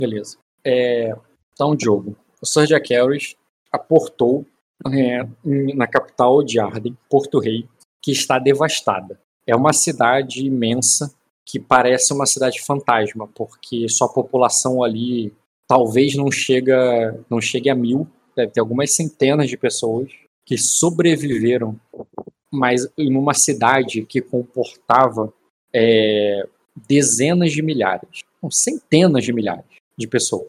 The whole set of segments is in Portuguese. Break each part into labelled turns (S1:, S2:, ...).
S1: Beleza. Então, Diogo, o Sir Jack Harris aportou na capital de Arden, Porto Rei, que está devastada. É uma cidade imensa que parece uma cidade fantasma, porque sua população ali talvez não chegue a 1.000, deve ter algumas centenas de pessoas que sobreviveram, mas em uma cidade que comportava dezenas de milhares, centenas de milhares de pessoas.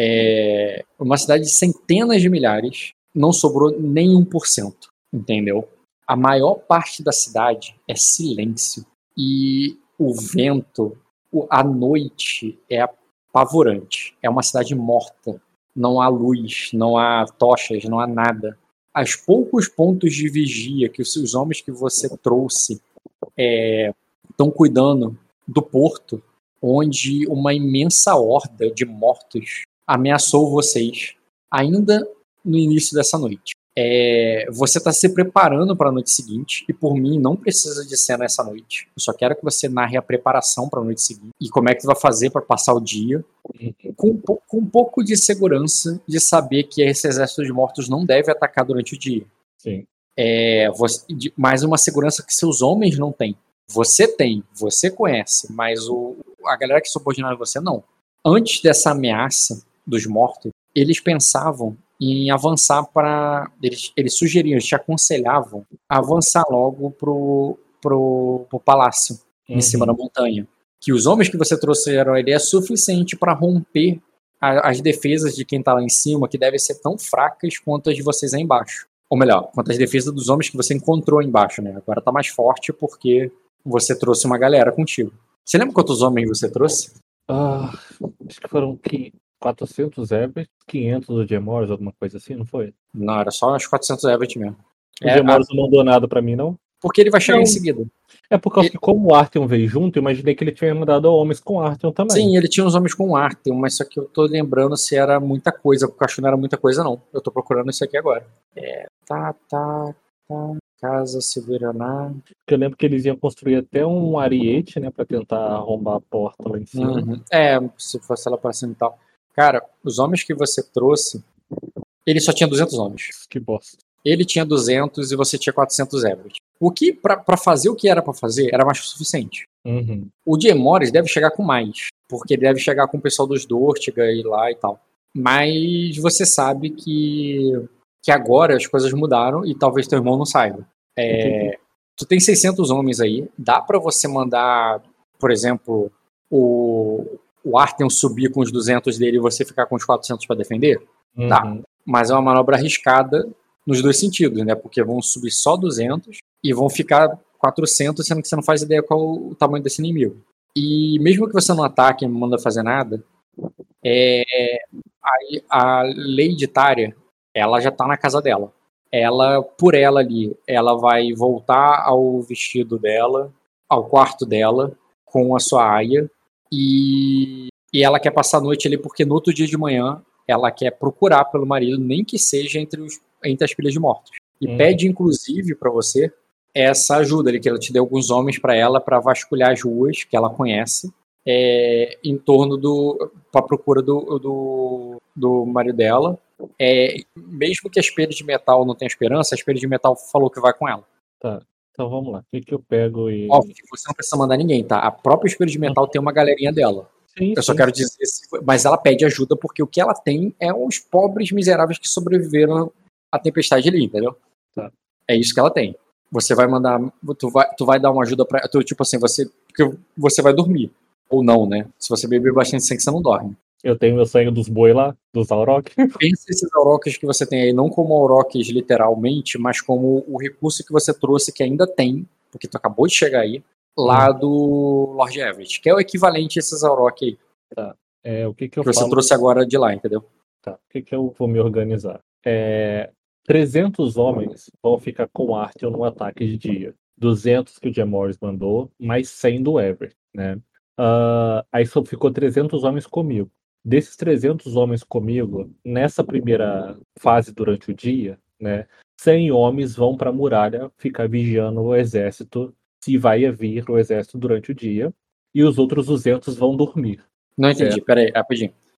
S1: Uma cidade de centenas de milhares, não sobrou nem 1%, entendeu? A maior parte da cidade é silêncio. E o vento, a noite é apavorante. É uma cidade morta. Não há luz, não há tochas, não há nada. Os poucos pontos de vigia que os homens que você trouxe estão cuidando do porto, onde uma imensa horda de mortos ameaçou vocês ainda no início dessa noite. Você está se preparando para a noite seguinte, e por mim não precisa de cena essa noite. Eu só quero que você narre a preparação para a noite seguinte e como é que você vai fazer para passar o dia com um pouco de segurança de saber que esse exército de mortos não deve atacar durante o dia.
S2: Sim.
S1: Mais uma segurança que seus homens não têm. Você tem, você conhece, mas a galera que subordinava você não. Antes dessa ameaça dos mortos, eles pensavam em avançar para... Eles sugeriam, eles te aconselhavam a avançar logo pro palácio, em cima da montanha. Que os homens que você trouxeram ali é suficiente para romper as defesas de quem está lá em cima, que devem ser tão fracas quanto as de vocês aí embaixo. Ou melhor, quanto as defesas dos homens que você encontrou embaixo, né? Agora tá mais forte porque você trouxe uma galera contigo. Você lembra quantos homens você trouxe?
S2: Acho que foram 400 Everett, 500 do Gemors, alguma coisa assim, não foi?
S1: Não, era só uns 400 Everett mesmo.
S2: O Gemors não mandou nada pra mim, não?
S1: Porque ele vai chegar em seguida.
S2: É por causa que como o Artyom veio junto, eu imaginei que ele tinha mandado homens com Artyom também.
S1: Sim, ele tinha uns homens com Artyom, mas só que eu tô lembrando se era muita coisa, porque eu acho que não era muita coisa não. Eu tô procurando isso aqui agora. Casa Silveraná.
S2: Eu lembro que eles iam construir até um ariete, né, pra tentar arrombar a porta lá em cima.
S1: Se fosse lá pra cima e tal. Cara, os homens que você trouxe, ele só tinha 200 homens.
S2: Que bosta.
S1: Ele tinha 200 e você tinha 400 Everett. O que, pra fazer o que era pra fazer, era mais que o suficiente. O Diemores deve chegar com mais, porque ele deve chegar com o pessoal dos Dortiga e lá e tal. Mas você sabe que agora as coisas mudaram e talvez teu irmão não saiba. Tu tem 600 homens aí, dá pra você mandar, por exemplo, o Artyom subir com os 200 dele e você ficar com os 400 pra defender? Dá. Mas é uma manobra arriscada nos dois sentidos, né? Porque vão subir só 200 e vão ficar 400, sendo que você não faz ideia qual o tamanho desse inimigo. E mesmo que você não ataque e não manda fazer nada, a Lady Tária, ela já tá na casa dela. Por ela ali, ela vai voltar ao vestido dela, ao quarto dela, com a sua aia, e ela quer passar a noite ali porque no outro dia de manhã ela quer procurar pelo marido, nem que seja entre as pilhas de mortos. E pede, inclusive, para você essa ajuda ali, que ela te dê alguns homens para ela, para vasculhar as ruas que ela conhece, em torno pra procura do marido dela. Mesmo que a espelho de metal não tenha esperança, a espelho de metal falou que vai com ela.
S2: Tá, então vamos lá. O que eu pego e...
S1: Óbvio que você não precisa mandar ninguém, tá? A própria espelho de metal tem uma galerinha dela.
S2: Sim,
S1: eu só quero dizer, mas ela pede ajuda porque o que ela tem é os pobres miseráveis que sobreviveram à tempestade ali, entendeu?
S2: Tá.
S1: É isso que ela tem. Você vai mandar, tu vai dar uma ajuda pra, tipo assim, porque você vai dormir. Ou não, né? Se você beber bastante sangue, você não dorme.
S2: Eu tenho meu sangue dos boi lá, dos Auroch.
S1: Pensa esses Aurochs que você tem aí, não como Aurochs literalmente, mas como o recurso que você trouxe, que ainda tem, porque tu acabou de chegar aí, lá do Lord Everett, que é o equivalente a esses Auroch aí.
S2: Tá. O que eu
S1: você
S2: falo...
S1: trouxe agora de lá, entendeu?
S2: Tá. O que eu vou me organizar? 300 homens vão ficar com Artyom no ataque de dia. 200 que o Gemors mandou, mais 100 do Everett, né? Aí só ficou 300 homens comigo. Desses 300 homens comigo, nessa primeira fase durante o dia, né, 100 homens vão para a muralha ficar vigiando o exército, se vai vir o exército durante o dia, e os outros 200 vão dormir.
S1: Não entendi, peraí, rapidinho.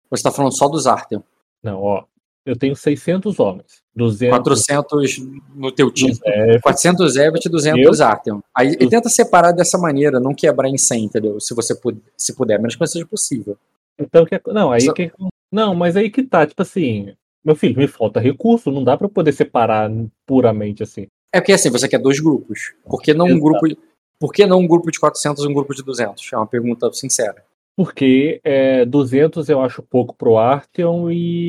S1: Você tá falando só dos Arteon.
S2: Não, ó. Eu tenho 600 homens. 200
S1: 400 no teu time.
S2: Zephyr,
S1: 400 Zevit e 200 Arteon. Aí e tenta separar dessa maneira, não quebrar em 100, entendeu? Se você se puder, menos que seja possível.
S2: Então, não, aí que. Não, mas aí que tá, tipo assim. Meu filho, me falta recurso, não dá pra poder separar puramente assim.
S1: É porque assim, você quer 2 grupos. Por que não Por que não um grupo de 400 e um grupo de 200? É uma pergunta sincera.
S2: Porque 200 eu acho pouco pro Arteon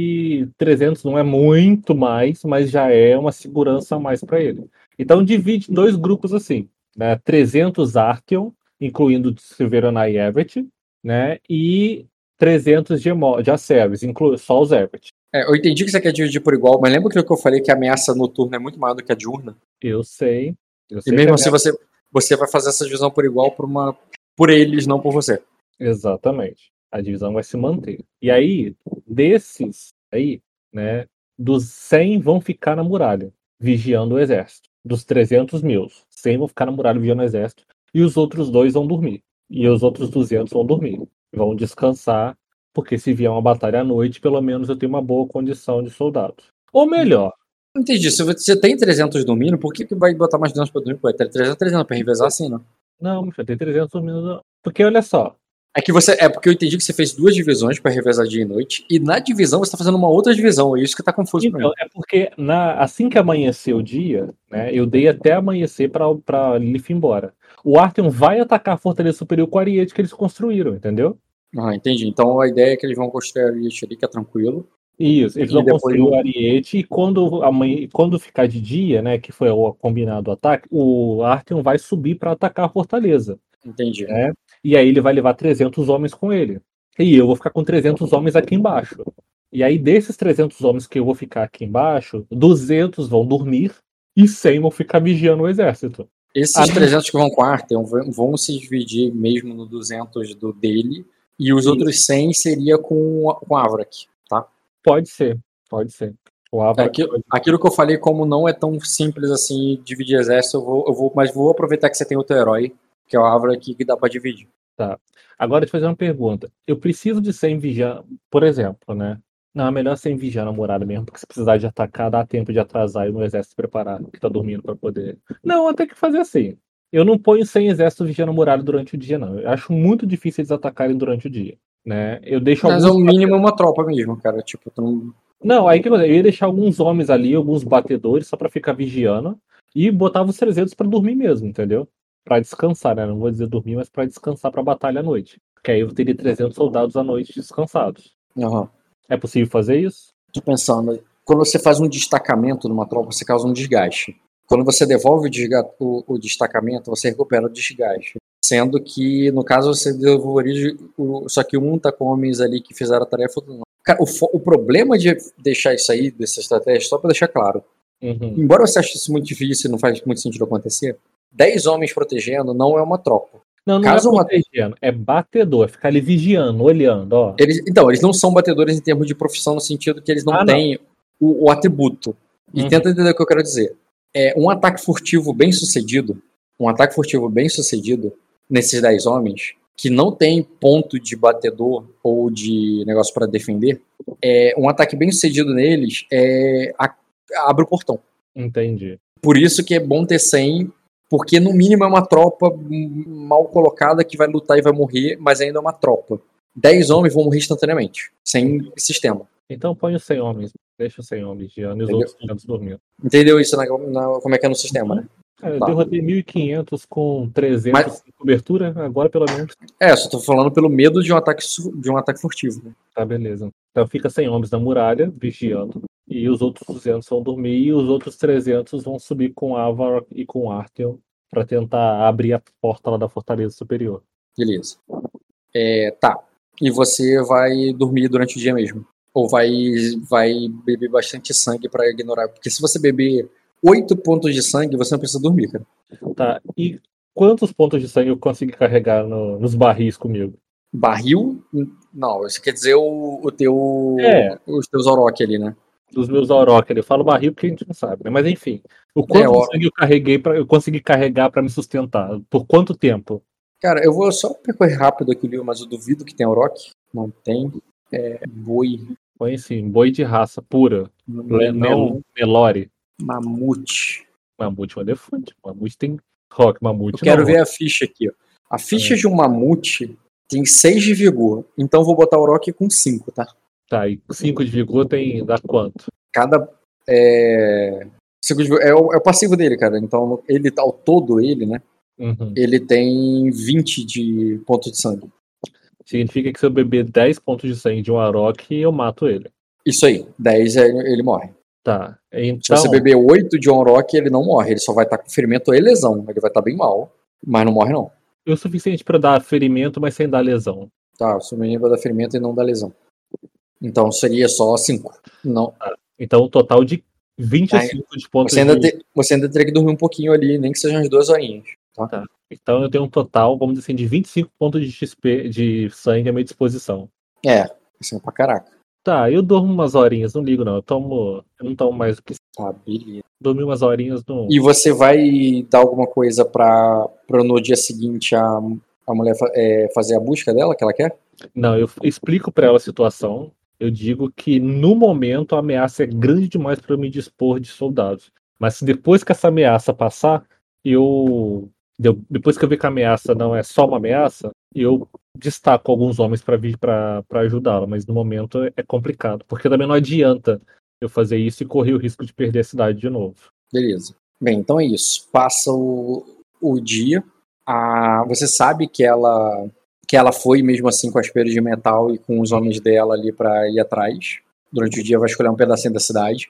S2: e 300 não é muito mais, mas já é uma segurança a mais para ele. Então divide 2 grupos assim, né? 300 Arteon, incluindo Silverana e Everett, né? E 300 de Acerys, incluindo só os Everett.
S1: Eu entendi que você quer dividir por igual, mas lembra que eu falei que a ameaça noturna é muito maior do que a diurna?
S2: Eu sei.
S1: E mesmo assim você vai fazer essa divisão por igual por eles, não por você.
S2: Exatamente. A divisão vai se manter. E aí, desses aí, né, dos 100 vão ficar na muralha, vigiando o exército. Dos 300 mil, 100 vão ficar na muralha vigiando o exército. E os outros 2 vão dormir. E os outros 200 vão dormir. Vão descansar, porque se vier uma batalha à noite, pelo menos eu tenho uma boa condição de soldado. Ou melhor.
S1: Não entendi. Se você tem 300 domínio, por que vai botar mais 200 pra dormir? Pô, 300 pra revezar assim, não?
S2: Não, meu filho, tem 300 domínios. Porque olha só.
S1: É porque eu entendi que você fez 2 divisões para revezar dia e noite, e na divisão você tá fazendo uma outra divisão, é isso que tá confuso pra mim.
S2: É porque assim que amanheceu o dia, né, eu dei até amanhecer pra Lilith ir embora. O Artheon vai atacar a Fortaleza Superior com o Ariete que eles construíram, entendeu?
S1: Entendi. Então a ideia é que eles vão construir a Ariete ali, que é tranquilo.
S2: Isso, eles vão construir o Ariete e quando ficar de dia, né, que foi o combinado ataque, o Artheon vai subir para atacar a Fortaleza.
S1: Entendi.
S2: Né? E aí ele vai levar 300 homens com ele. E eu vou ficar com 300 homens aqui embaixo. E aí desses 300 homens que eu vou ficar aqui embaixo, 200 vão dormir e 100 vão ficar vigiando o exército.
S1: Esses 300 que vão com a Artheon vão se dividir mesmo no 200 do dele, e os outros 100 seria com Avrak, tá?
S2: Pode ser. O Avrak
S1: aquilo que eu falei, como não é tão simples assim dividir exército, mas vou aproveitar que você tem outro herói, que é o Avrak, que dá pra dividir.
S2: Tá. Agora, deixa eu fazer uma pergunta. Eu preciso de 100 vigiando, por exemplo, né? Não, é melhor 100 vigiando a muralha mesmo, porque se precisar de atacar, dá tempo de atrasar e o exército se preparar, que tá dormindo pra poder. Não, tem que fazer assim. Eu não ponho 100 exércitos vigiando a muralha durante o dia, não. Eu acho muito difícil eles atacarem durante o dia, né? Eu deixo
S1: Mas o mínimo é uma tropa mesmo, cara. Tipo,
S2: Não, aí que eu ia deixar alguns homens ali, alguns batedores, só pra ficar vigiando, e botava os 300 pra dormir mesmo, entendeu? Pra descansar, né? Não vou dizer dormir, mas pra descansar pra batalha à noite. Porque aí eu teria 300 soldados à noite descansados.
S1: Uhum.
S2: É possível fazer isso?
S1: Tô pensando, quando você faz um destacamento numa tropa, você causa um desgaste. Quando você devolve o destacamento, você recupera o desgaste. Sendo que, no caso, você devolveria. Só que um tá com homens ali que fizeram a tarefa. Cara, o problema de deixar isso aí, dessa estratégia, só pra deixar claro.
S2: Uhum.
S1: Embora você ache isso muito difícil e não faz muito sentido acontecer, 10 homens protegendo não é uma tropa.
S2: Não caso é protegendo, é batedor, é ficar ali vigiando, olhando, ó.
S1: Eles não são batedores em termos de profissão, no sentido que eles não têm o atributo. E tenta entender o que eu quero dizer. Um ataque furtivo bem sucedido, nesses 10 homens, que não tem ponto de batedor ou de negócio para defender, um ataque bem sucedido neles abre o portão.
S2: Entendi.
S1: Por isso que é bom ter 100, porque no mínimo é uma tropa mal colocada que vai lutar e vai morrer, mas ainda é uma tropa. 10 homens vão morrer instantaneamente, sem sistema.
S2: Então põe os 100 homens, deixa os 100 homens de ano e os outros 500 dormindo.
S1: Entendeu isso como é que é no sistema, né?
S2: Eu derrotei 1.500 com 300 de cobertura, agora pelo menos.
S1: Só tô falando pelo medo de um ataque furtivo. Né?
S2: Tá, beleza. Então fica 100 homens na muralha, vigiando, e os outros 200 vão dormir, e os outros 300 vão subir com Avar e com Artheon pra tentar abrir a porta lá da Fortaleza Superior.
S1: Beleza. Tá. E você vai dormir durante o dia mesmo? Ou vai beber bastante sangue pra ignorar? Porque se você beber 8 pontos de sangue, você não precisa dormir, cara.
S2: Tá, e quantos pontos de sangue eu consegui carregar nos barris comigo?
S1: Barril? Não, isso quer dizer os teus Orochi ali, né?
S2: Dos meus Orochi ali. Eu falo barril porque a gente não sabe, né? Mas enfim. O quanto de sangue eu consegui carregar pra me sustentar? Por quanto tempo?
S1: Cara, eu vou só percorrer rápido aqui o livro, mas eu duvido que tenha Orochi. Não tem. Boi.
S2: Põe assim, boi de raça pura.
S1: Não.
S2: Nelore.
S1: Mamute.
S2: Mamute é um elefante. Mamute tem rock, mamute
S1: Eu quero
S2: não.
S1: ver a ficha aqui, ó. A ficha de um mamute tem 6 de vigor. Então vou botar o Rock com 5, tá?
S2: Tá, e 5 de vigor dá quanto?
S1: Cada. 5 de vigor, é o passivo dele, cara. Então, ele ao todo, ele, né?
S2: Uhum.
S1: Ele tem 20 de ponto de sangue.
S2: Significa que se eu beber 10 pontos de sangue de um Arok, eu mato ele.
S1: Isso aí. 10 ele morre.
S2: Tá,
S1: Se
S2: então...
S1: você beber 8 de Rock, ele não morre. Ele só vai estar com ferimento e lesão. Ele vai estar bem mal, mas não morre, não.
S2: É o suficiente pra dar ferimento, mas sem dar lesão.
S1: Tá, o seu menino vai dar ferimento e não dá lesão. Então seria só 5. Não.
S2: Então, um total de 25 de pontos
S1: Você ainda teria que dormir um pouquinho ali, nem que sejam as 2 horinhas. Tá?
S2: Então eu tenho um total, vamos dizer assim, de 25 pontos de XP de sangue à minha disposição.
S1: Assim, pra caraca.
S2: Tá, eu durmo umas horinhas, não ligo não. Eu não tomo mais do que...
S1: Tá, beleza.
S2: Dormir umas horinhas não...
S1: E você vai dar alguma coisa pra no dia seguinte a mulher fazer a busca dela, que ela quer?
S2: Não, eu explico pra ela a situação. Eu digo que no momento a ameaça é grande demais para eu me dispor de soldados. Mas se depois que essa ameaça passar, depois que eu ver que a ameaça não é só uma ameaça, eu destaco alguns homens para vir para ajudá-la. Mas no momento é complicado, porque também não adianta eu fazer isso e correr o risco de perder a cidade de novo.
S1: Beleza. Bem, então é isso. Passa o dia. Você sabe que ela foi mesmo assim com as pedras de metal e com os homens dela ali pra ir atrás. Durante o dia vai escolher um pedacinho da cidade.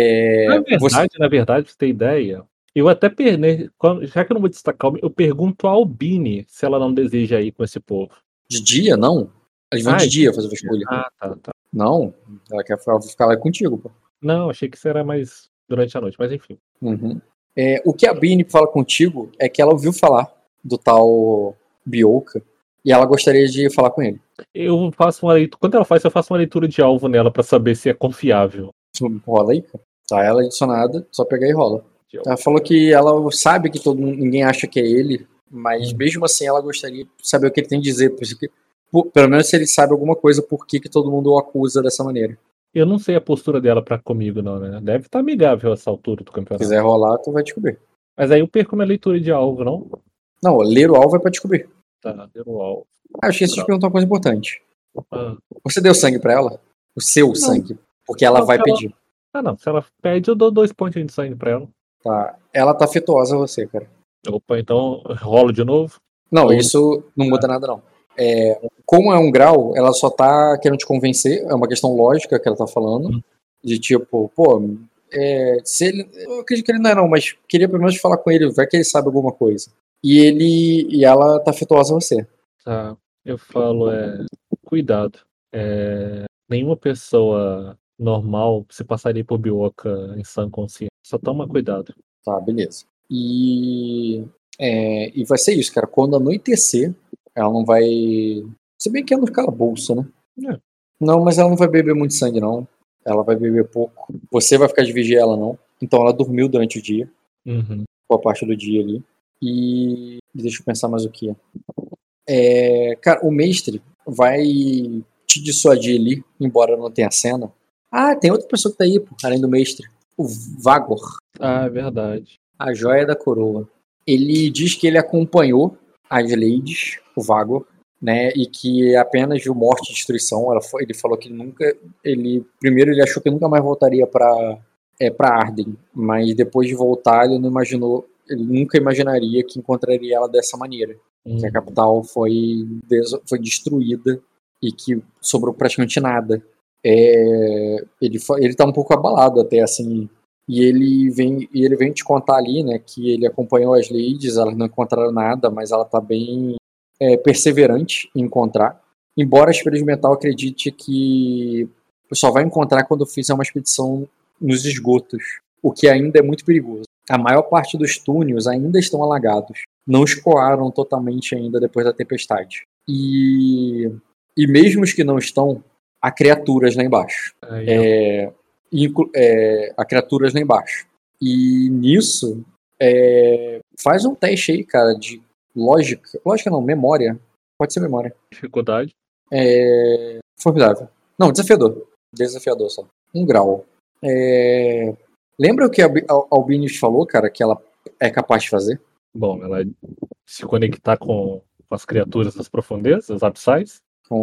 S2: Na verdade, pra você ter ideia, eu até já que eu não vou destacar, eu pergunto a Albine se ela não deseja ir com esse povo.
S1: De dia, não? Eles vão de dia fazer a escolha.
S2: Tá.
S1: Não, ela quer ficar lá contigo, pô.
S2: Não, achei que isso era mais durante a noite, mas enfim.
S1: Uhum. O que a Bini fala contigo é que ela ouviu falar do tal Bioka e ela gostaria de falar com ele.
S2: Eu faço uma leitura. Quando ela faz, eu faço uma leitura de alvo nela pra saber se é confiável.
S1: Rola aí, cara. Tá ela adicionada, só pegar e rola. Ela falou que ela sabe que ninguém acha que é ele, mas mesmo assim ela gostaria de saber o que ele tem a dizer. Pelo menos se ele sabe alguma coisa, por que todo mundo o acusa dessa maneira.
S2: Eu não sei a postura dela pra comigo, não, né? Deve estar amigável essa altura do campeonato.
S1: Se quiser rolar, tu vai descobrir.
S2: Mas aí eu perco minha leitura de alvo, não?
S1: Não, ler o alvo é pra descobrir.
S2: Tá, ler o alvo.
S1: Eu esqueci de perguntar uma coisa importante.
S2: Ah.
S1: Você deu sangue pra ela? O seu sangue? Porque ela vai pedir.
S2: Não. Se ela pede, eu dou 2 pontos de sangue pra ela.
S1: Tá. Ela tá afetuosa a você, cara.
S2: Opa, então rolo de novo?
S1: Não, isso não muda nada, não. Como é um grau, ela só tá querendo te convencer, é uma questão lógica que ela tá falando, de tipo, se ele, eu acredito que ele não é não, mas queria pelo menos falar com ele, vai que ele sabe alguma coisa. E ela tá afetuosa a você.
S2: Tá, eu falo, cuidado. Nenhuma pessoa normal se passaria por Bioka em sã consciência. Só toma cuidado.
S1: Tá, beleza. E vai ser isso, cara. Quando anoitecer, ela não vai... Se bem que é no calabouço, né? Não, mas ela não vai beber muito sangue, não. Ela vai beber pouco. Você vai ficar de vigia ela, não. Então ela dormiu durante o dia. Boa parte do dia ali. E deixa eu pensar mais o que. Cara, o mestre vai te dissuadir ali, embora não tenha cena. Ah, tem outra pessoa que tá aí, pô, além do mestre. O Vagor.
S2: Ah, é verdade.
S1: A joia da coroa. Ele diz que ele acompanhou as ladies, o Vagor, né, e que apenas viu morte e destruição. Ele falou que nunca... Primeiro ele achou que nunca mais voltaria pra Arden, mas depois de voltar ele nunca imaginaria que encontraria ela dessa maneira. Que a capital foi destruída e que sobrou praticamente nada. Ele tá um pouco abalado até, assim, e ele vem te contar ali, né, que ele acompanhou as ladies, elas não encontraram nada, mas ela tá bem perseverante em encontrar, embora a Espelho de Metal acredite que só vai encontrar quando fizer uma expedição nos esgotos, o que ainda é muito perigoso. A maior parte dos túneis ainda estão alagados, não escoaram totalmente ainda depois da tempestade. E mesmo os que não estão, há criaturas lá embaixo. Há criaturas lá embaixo. E nisso, faz um teste aí, cara, de lógica. Lógica não, memória. Pode ser memória.
S2: Dificuldade?
S1: Formidável. Não, desafiador. Desafiador só. 1 grau. Lembra o que a Albini falou, cara, que ela é capaz de fazer?
S2: Bom, ela se conectar com as criaturas das profundezas, abissais.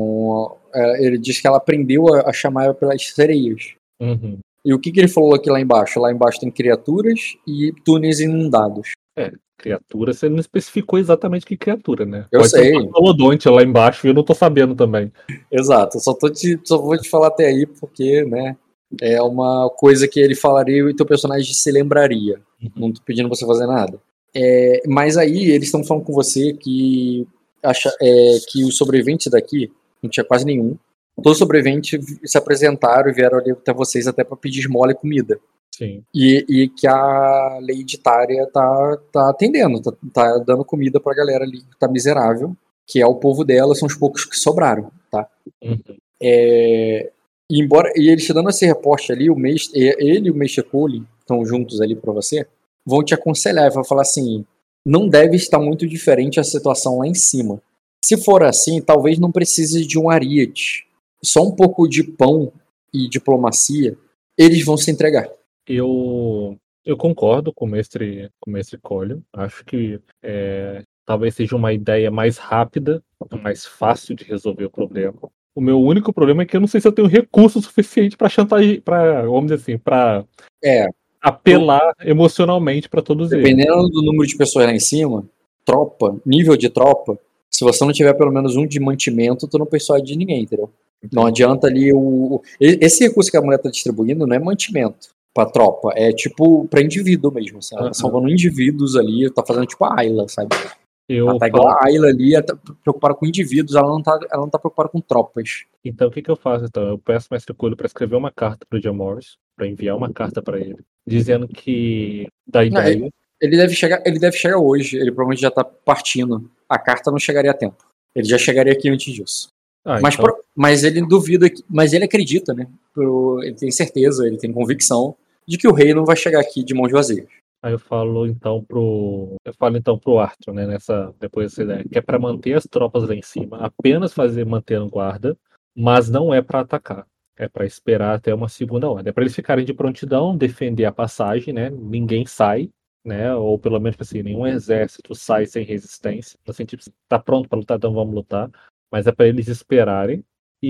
S1: Ele diz que ela aprendeu a chamar pelas sereias.
S2: Uhum.
S1: E o que ele falou aqui lá embaixo? Lá embaixo tem criaturas e túneis inundados.
S2: Criatura, você não especificou exatamente que criatura, né?
S1: Eu
S2: Pode
S1: sei.
S2: ter um Holodonte lá embaixo e eu não tô sabendo também.
S1: Exato. Só vou te falar até aí porque, né, é uma coisa que ele falaria e teu personagem se lembraria.
S2: Uhum.
S1: Não tô pedindo pra você fazer nada. Mas aí eles estão falando com você que que os sobreviventes daqui, não tinha quase nenhum, todos os sobreviventes se apresentaram e vieram ali até vocês até para pedir esmola e comida.
S2: Sim.
S1: E que a lei editária tá atendendo, tá dando comida pra galera ali que tá miserável, que é o povo dela, são os poucos que sobraram, tá?
S2: Uhum.
S1: E eles te dando esse reporte ali, ele e o Mestre Cole estão juntos ali pra você, vão te aconselhar, vão falar assim, não deve estar muito diferente a situação lá em cima. Se for assim, talvez não precise de um ariete. Só um pouco de pão e diplomacia, eles vão se entregar.
S2: Eu concordo com o mestre Collier. Acho que talvez seja uma ideia mais rápida, mais fácil de resolver o problema. O meu único problema é que eu não sei se eu tenho recurso suficiente para chantagear, vamos dizer assim, para apelar emocionalmente para todos eles.
S1: Dependendo do número de pessoas lá em cima, nível de tropa, se você não tiver pelo menos um de mantimento, tu não persuade ninguém, entendeu? Entendi. Não adianta ali esse recurso que a mulher tá distribuindo não é mantimento pra tropa, é tipo pra indivíduo mesmo, sabe? Ela tá salvando indivíduos ali, tá fazendo tipo a Ayla, sabe? Ela tá igual a Ayla ali, ela tá preocupada com indivíduos, ela não tá preocupada com tropas.
S2: Então o que eu faço então? Eu peço ao Mestre Coelho para escrever uma carta pro Jim Morris, para enviar uma carta para ele, dizendo que da ideia.
S1: Não, ele deve chegar hoje, ele provavelmente já tá partindo. A carta não chegaria a tempo. Ele já chegaria aqui antes disso. Mas ele duvida, mas ele acredita, né? Ele tem certeza, ele tem convicção de que o rei não vai chegar aqui de mãos vazias.
S2: Aí eu falo então pro Arthur, né, depois dessa ideia, que é para manter as tropas lá em cima, apenas mantendo guarda, mas não é para atacar, é para esperar até uma segunda ordem, é para eles ficarem de prontidão, defender a passagem, né? Ninguém sai, né? Ou pelo menos assim, nenhum exército sai sem resistência, no sentido, tá pronto para lutar, então vamos lutar, mas é para eles esperarem.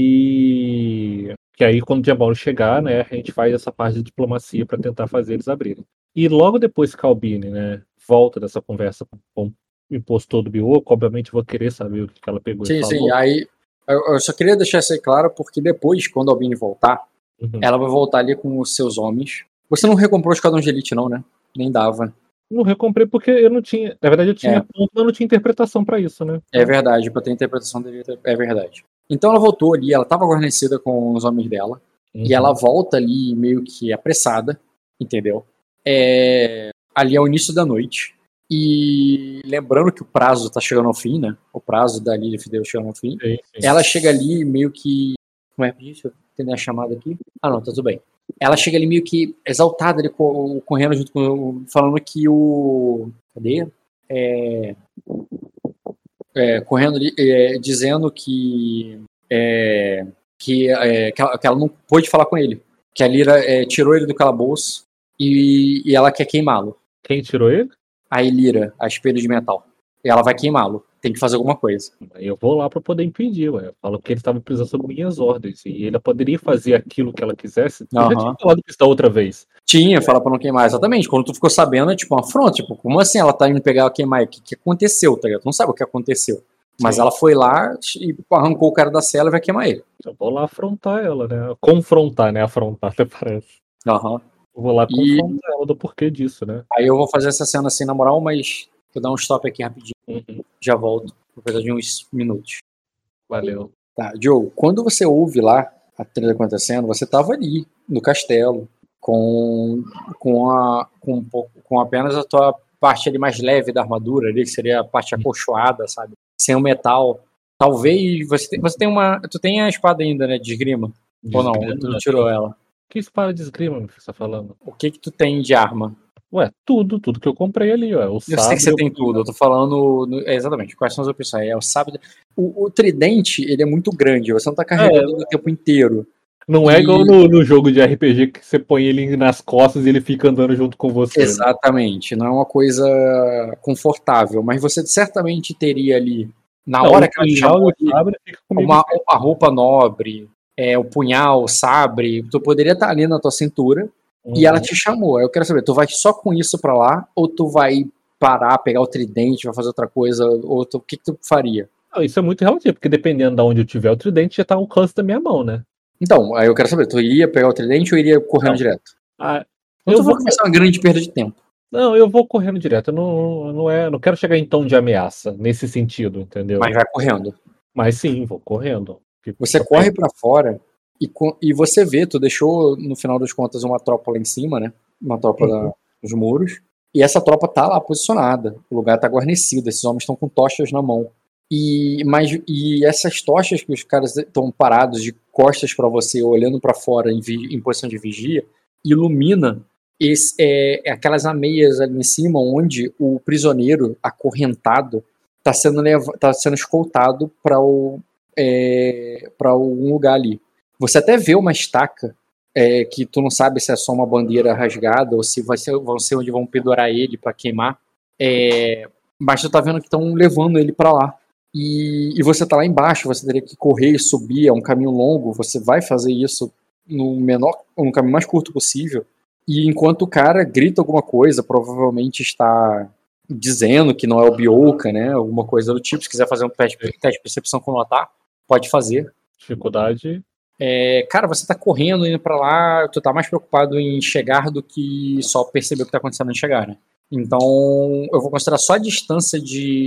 S2: E que aí quando o Diabolo chegar, né, a gente faz essa parte de diplomacia para tentar fazer eles abrirem. E logo depois que a Albini, né, volta dessa conversa com o impostor do Bioco, obviamente eu vou querer saber o que ela pegou e falou.
S1: Sim, aí eu só queria deixar isso aí claro, porque depois, quando a Albini voltar, ela vai voltar ali com os seus homens. Você não recomprou os Esquadrão de Elite não, né? Nem dava.
S2: Não recomprei porque eu não tinha, na verdade eu tinha ponto, mas eu não tinha interpretação para isso, né?
S1: É verdade, pra ter interpretação é verdade. Então ela voltou ali, ela tava guarnecida com os homens dela, e ela volta ali meio que apressada, entendeu? Ali é o início da noite, e lembrando que o prazo tá chegando ao fim, né? O prazo da Lily Fidel chegando ao fim. Sim. Ela chega ali meio que... Como é que deixa eu entender a chamada aqui? Ah não, tá tudo bem. Ela chega ali meio que exaltada, ali, correndo junto com... Falando que o... Cadê? Correndo ali, dizendo que ela não pôde falar com ele. Que a Lyra tirou ele do calabouço e ela quer queimá-lo.
S2: Quem tirou ele?
S1: A Lyra, a espelho de metal. E ela vai queimá-lo. Tem que fazer alguma coisa.
S2: Eu vou lá pra poder impedir, ué. Eu falo que ele estava precisando sob minhas ordens. E ele poderia fazer aquilo que ela quisesse. Eu já tinha falado isso da outra vez.
S1: Tinha, fala pra não queimar, exatamente. Quando tu ficou sabendo, é tipo uma afronta. Tipo, como assim ela tá indo pegar queimar? O que aconteceu, tá ligado? Tu não sabe o que aconteceu. Mas ela foi lá e arrancou o cara da cela e vai queimar ele.
S2: Eu vou lá afrontar ela, né? Confrontar, né? Afrontar, até parece. Eu vou lá confrontar ela do porquê disso, né?
S1: Aí eu vou fazer essa cena assim na moral, mas vou dar um stop aqui rapidinho. Já volto, por precisar de uns minutos.
S2: Valeu.
S1: Tá, Joe, quando você ouve lá a trilha acontecendo, você tava ali, no castelo, com apenas a tua parte ali mais leve da armadura ali, que seria a parte acolchoada, sabe? Sem o metal. Talvez tu tem a espada ainda, né, de esgrima? Ou não? Tu tirou ela?
S2: Que espada de esgrima que você tá falando?
S1: O que tu tem de arma?
S2: Ué, tudo que eu comprei ali, ué.
S1: Eu sei que você tem tudo, eu tô falando... exatamente, quais são as opções? O sabre... O tridente, ele é muito grande, você não tá carregando o tempo inteiro.
S2: Não é igual no jogo de RPG que você põe ele nas costas e ele fica andando junto com você.
S1: Exatamente, não é uma coisa confortável, mas você certamente teria ali, na
S2: Não,
S1: hora
S2: o
S1: que ela te
S2: punhal
S1: chamou
S2: e o sabre fica comigo sempre.
S1: a roupa nobre, o punhal, o sabre, tu poderia estar ali na tua cintura e ela te chamou. Aí eu quero saber, tu vai só com isso pra lá ou tu vai parar, pegar o tridente, vai fazer outra coisa, ou o que tu faria?
S2: Não, isso é muito relativo, porque dependendo de onde eu tiver o tridente, já tá ao alcance da minha mão, né?
S1: Então, aí eu quero saber, tu iria pegar o tridente ou iria correndo
S2: Não.
S1: direto?
S2: Ah,
S1: Não tô falando que vai ser uma grande perda de tempo.
S2: Não, eu vou correndo direto. Eu não quero chegar em tom de ameaça nesse sentido, entendeu?
S1: Mas vai correndo.
S2: Mas sim, vou correndo.
S1: Você corre pra fora e você vê, tu deixou no final das contas uma tropa lá em cima, né? Uma tropa dos muros. E essa tropa tá lá posicionada. O lugar tá guarnecido. Esses homens estão com tochas na mão. E essas tochas que os caras estão parados de costas para você, olhando para fora em posição de vigia, ilumina aquelas ameias ali em cima, onde o prisioneiro acorrentado está sendo escoltado para um lugar ali. Você até vê uma estaca que tu não sabe se é só uma bandeira rasgada ou se vão ser onde vão pendurar ele para queimar. Mas tu tá vendo que estão levando ele para lá. E você tá lá embaixo, você teria que correr e subir, é um caminho longo, você vai fazer isso no caminho mais curto possível. E enquanto o cara grita alguma coisa, provavelmente está dizendo que não é o Bioka, né? Alguma coisa do tipo. Se quiser fazer um teste de percepção com notar, pode fazer.
S2: Dificuldade.
S1: Cara, você tá correndo, indo pra lá, tu tá mais preocupado em chegar do que só perceber o que tá acontecendo em chegar, né? Então, eu vou considerar só a distância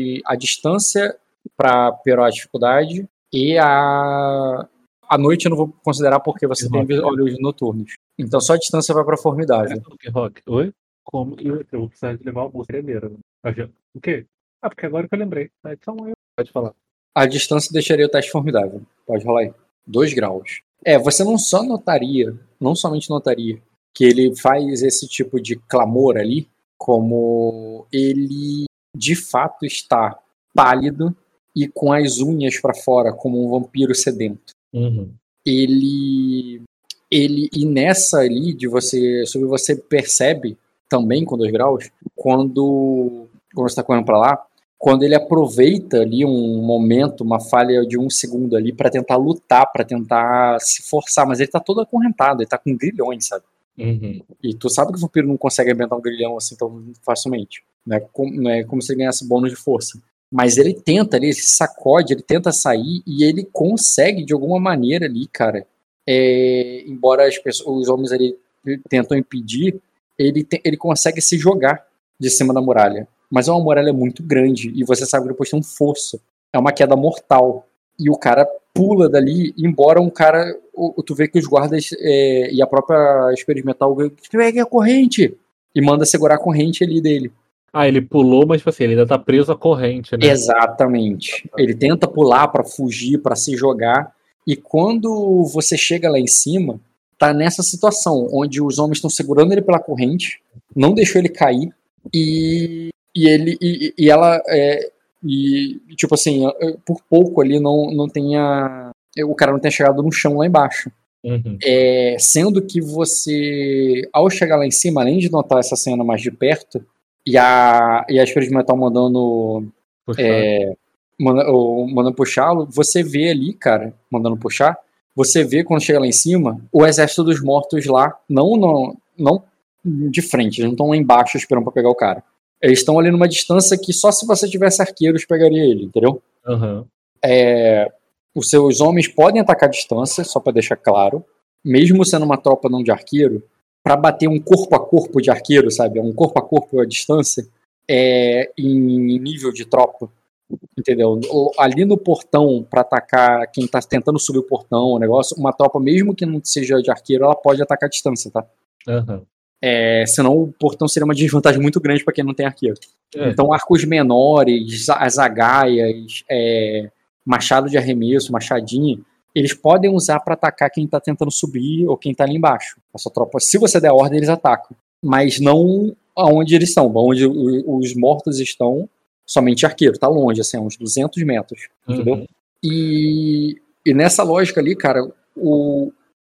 S1: para piorar a dificuldade e a noite eu não vou considerar porque você tem olhos noturnos. Então, só a distância vai pra formidável.
S2: Rock, oi? Como? Eu vou precisar de levar uma tremeira. O quê? Ah, porque agora que eu lembrei. Então pode falar.
S1: A distância deixaria o teste formidável. Pode rolar aí. 2 graus. Você não somente notaria que ele faz esse tipo de clamor ali, como ele de fato está pálido e com as unhas para fora, como um vampiro sedento. E nessa ali de você subir, você percebe também com 2 graus, quando você está correndo para lá, quando ele aproveita ali um momento, uma falha de 1 segundo ali para tentar lutar, para tentar se forçar, mas ele tá todo acorrentado, ele tá com grilhões, sabe? E tu sabe que o vampiro não consegue arrebentar um grilhão assim tão facilmente. Não é como se ele ganhasse bônus de força. Mas ele tenta ali, ele se sacode, ele tenta sair e ele consegue de alguma maneira ali, cara. Embora os homens ali tentam impedir, ele consegue se jogar de cima da muralha. Mas é uma muralha muito grande e você sabe que depois tem um fosso. É uma queda mortal. E o cara pula dali, embora um cara... Tu vê que os guardas e a própria experimental pega a corrente e manda segurar a corrente ali dele.
S2: Ah, ele pulou, mas tipo assim, ele ainda tá preso à corrente, né?
S1: Exatamente. Ele tenta pular para fugir, para se jogar. E quando você chega lá em cima, tá nessa situação, onde os homens estão segurando ele pela corrente, não deixou ele cair, e ela tipo assim, por pouco ali não tenha, o cara não tenha chegado no chão lá embaixo. Sendo que você, ao chegar lá em cima, além de notar essa cena mais de perto, e a Esfera de Metal mandando puxá-lo, você vê ali, cara, mandando puxar, você vê quando chega lá em cima, o exército dos mortos lá, não de frente, eles não estão lá embaixo esperando pra pegar o cara. Eles estão ali numa distância que só se você tivesse arqueiros pegaria ele, entendeu? Os seus homens podem atacar a distância, só pra deixar claro, mesmo sendo uma tropa não de arqueiro, pra bater um corpo a corpo de arqueiro, sabe? Um corpo a corpo à distância, em nível de tropa. Entendeu? Ali no portão, pra atacar quem tá tentando subir o portão, o negócio, uma tropa, mesmo que não seja de arqueiro, ela pode atacar a distância, tá? Senão o portão seria uma desvantagem muito grande pra quem não tem arqueiro. Então, arcos menores, as agaias, machado de arremesso, machadinho, eles podem usar pra atacar quem tá tentando subir ou quem tá ali embaixo. Essa tropa, se você der ordem, eles atacam. Mas não aonde eles estão, onde os mortos estão. Somente arqueiro, tá longe, assim, uns 200 metros, entendeu? E nessa lógica ali, cara,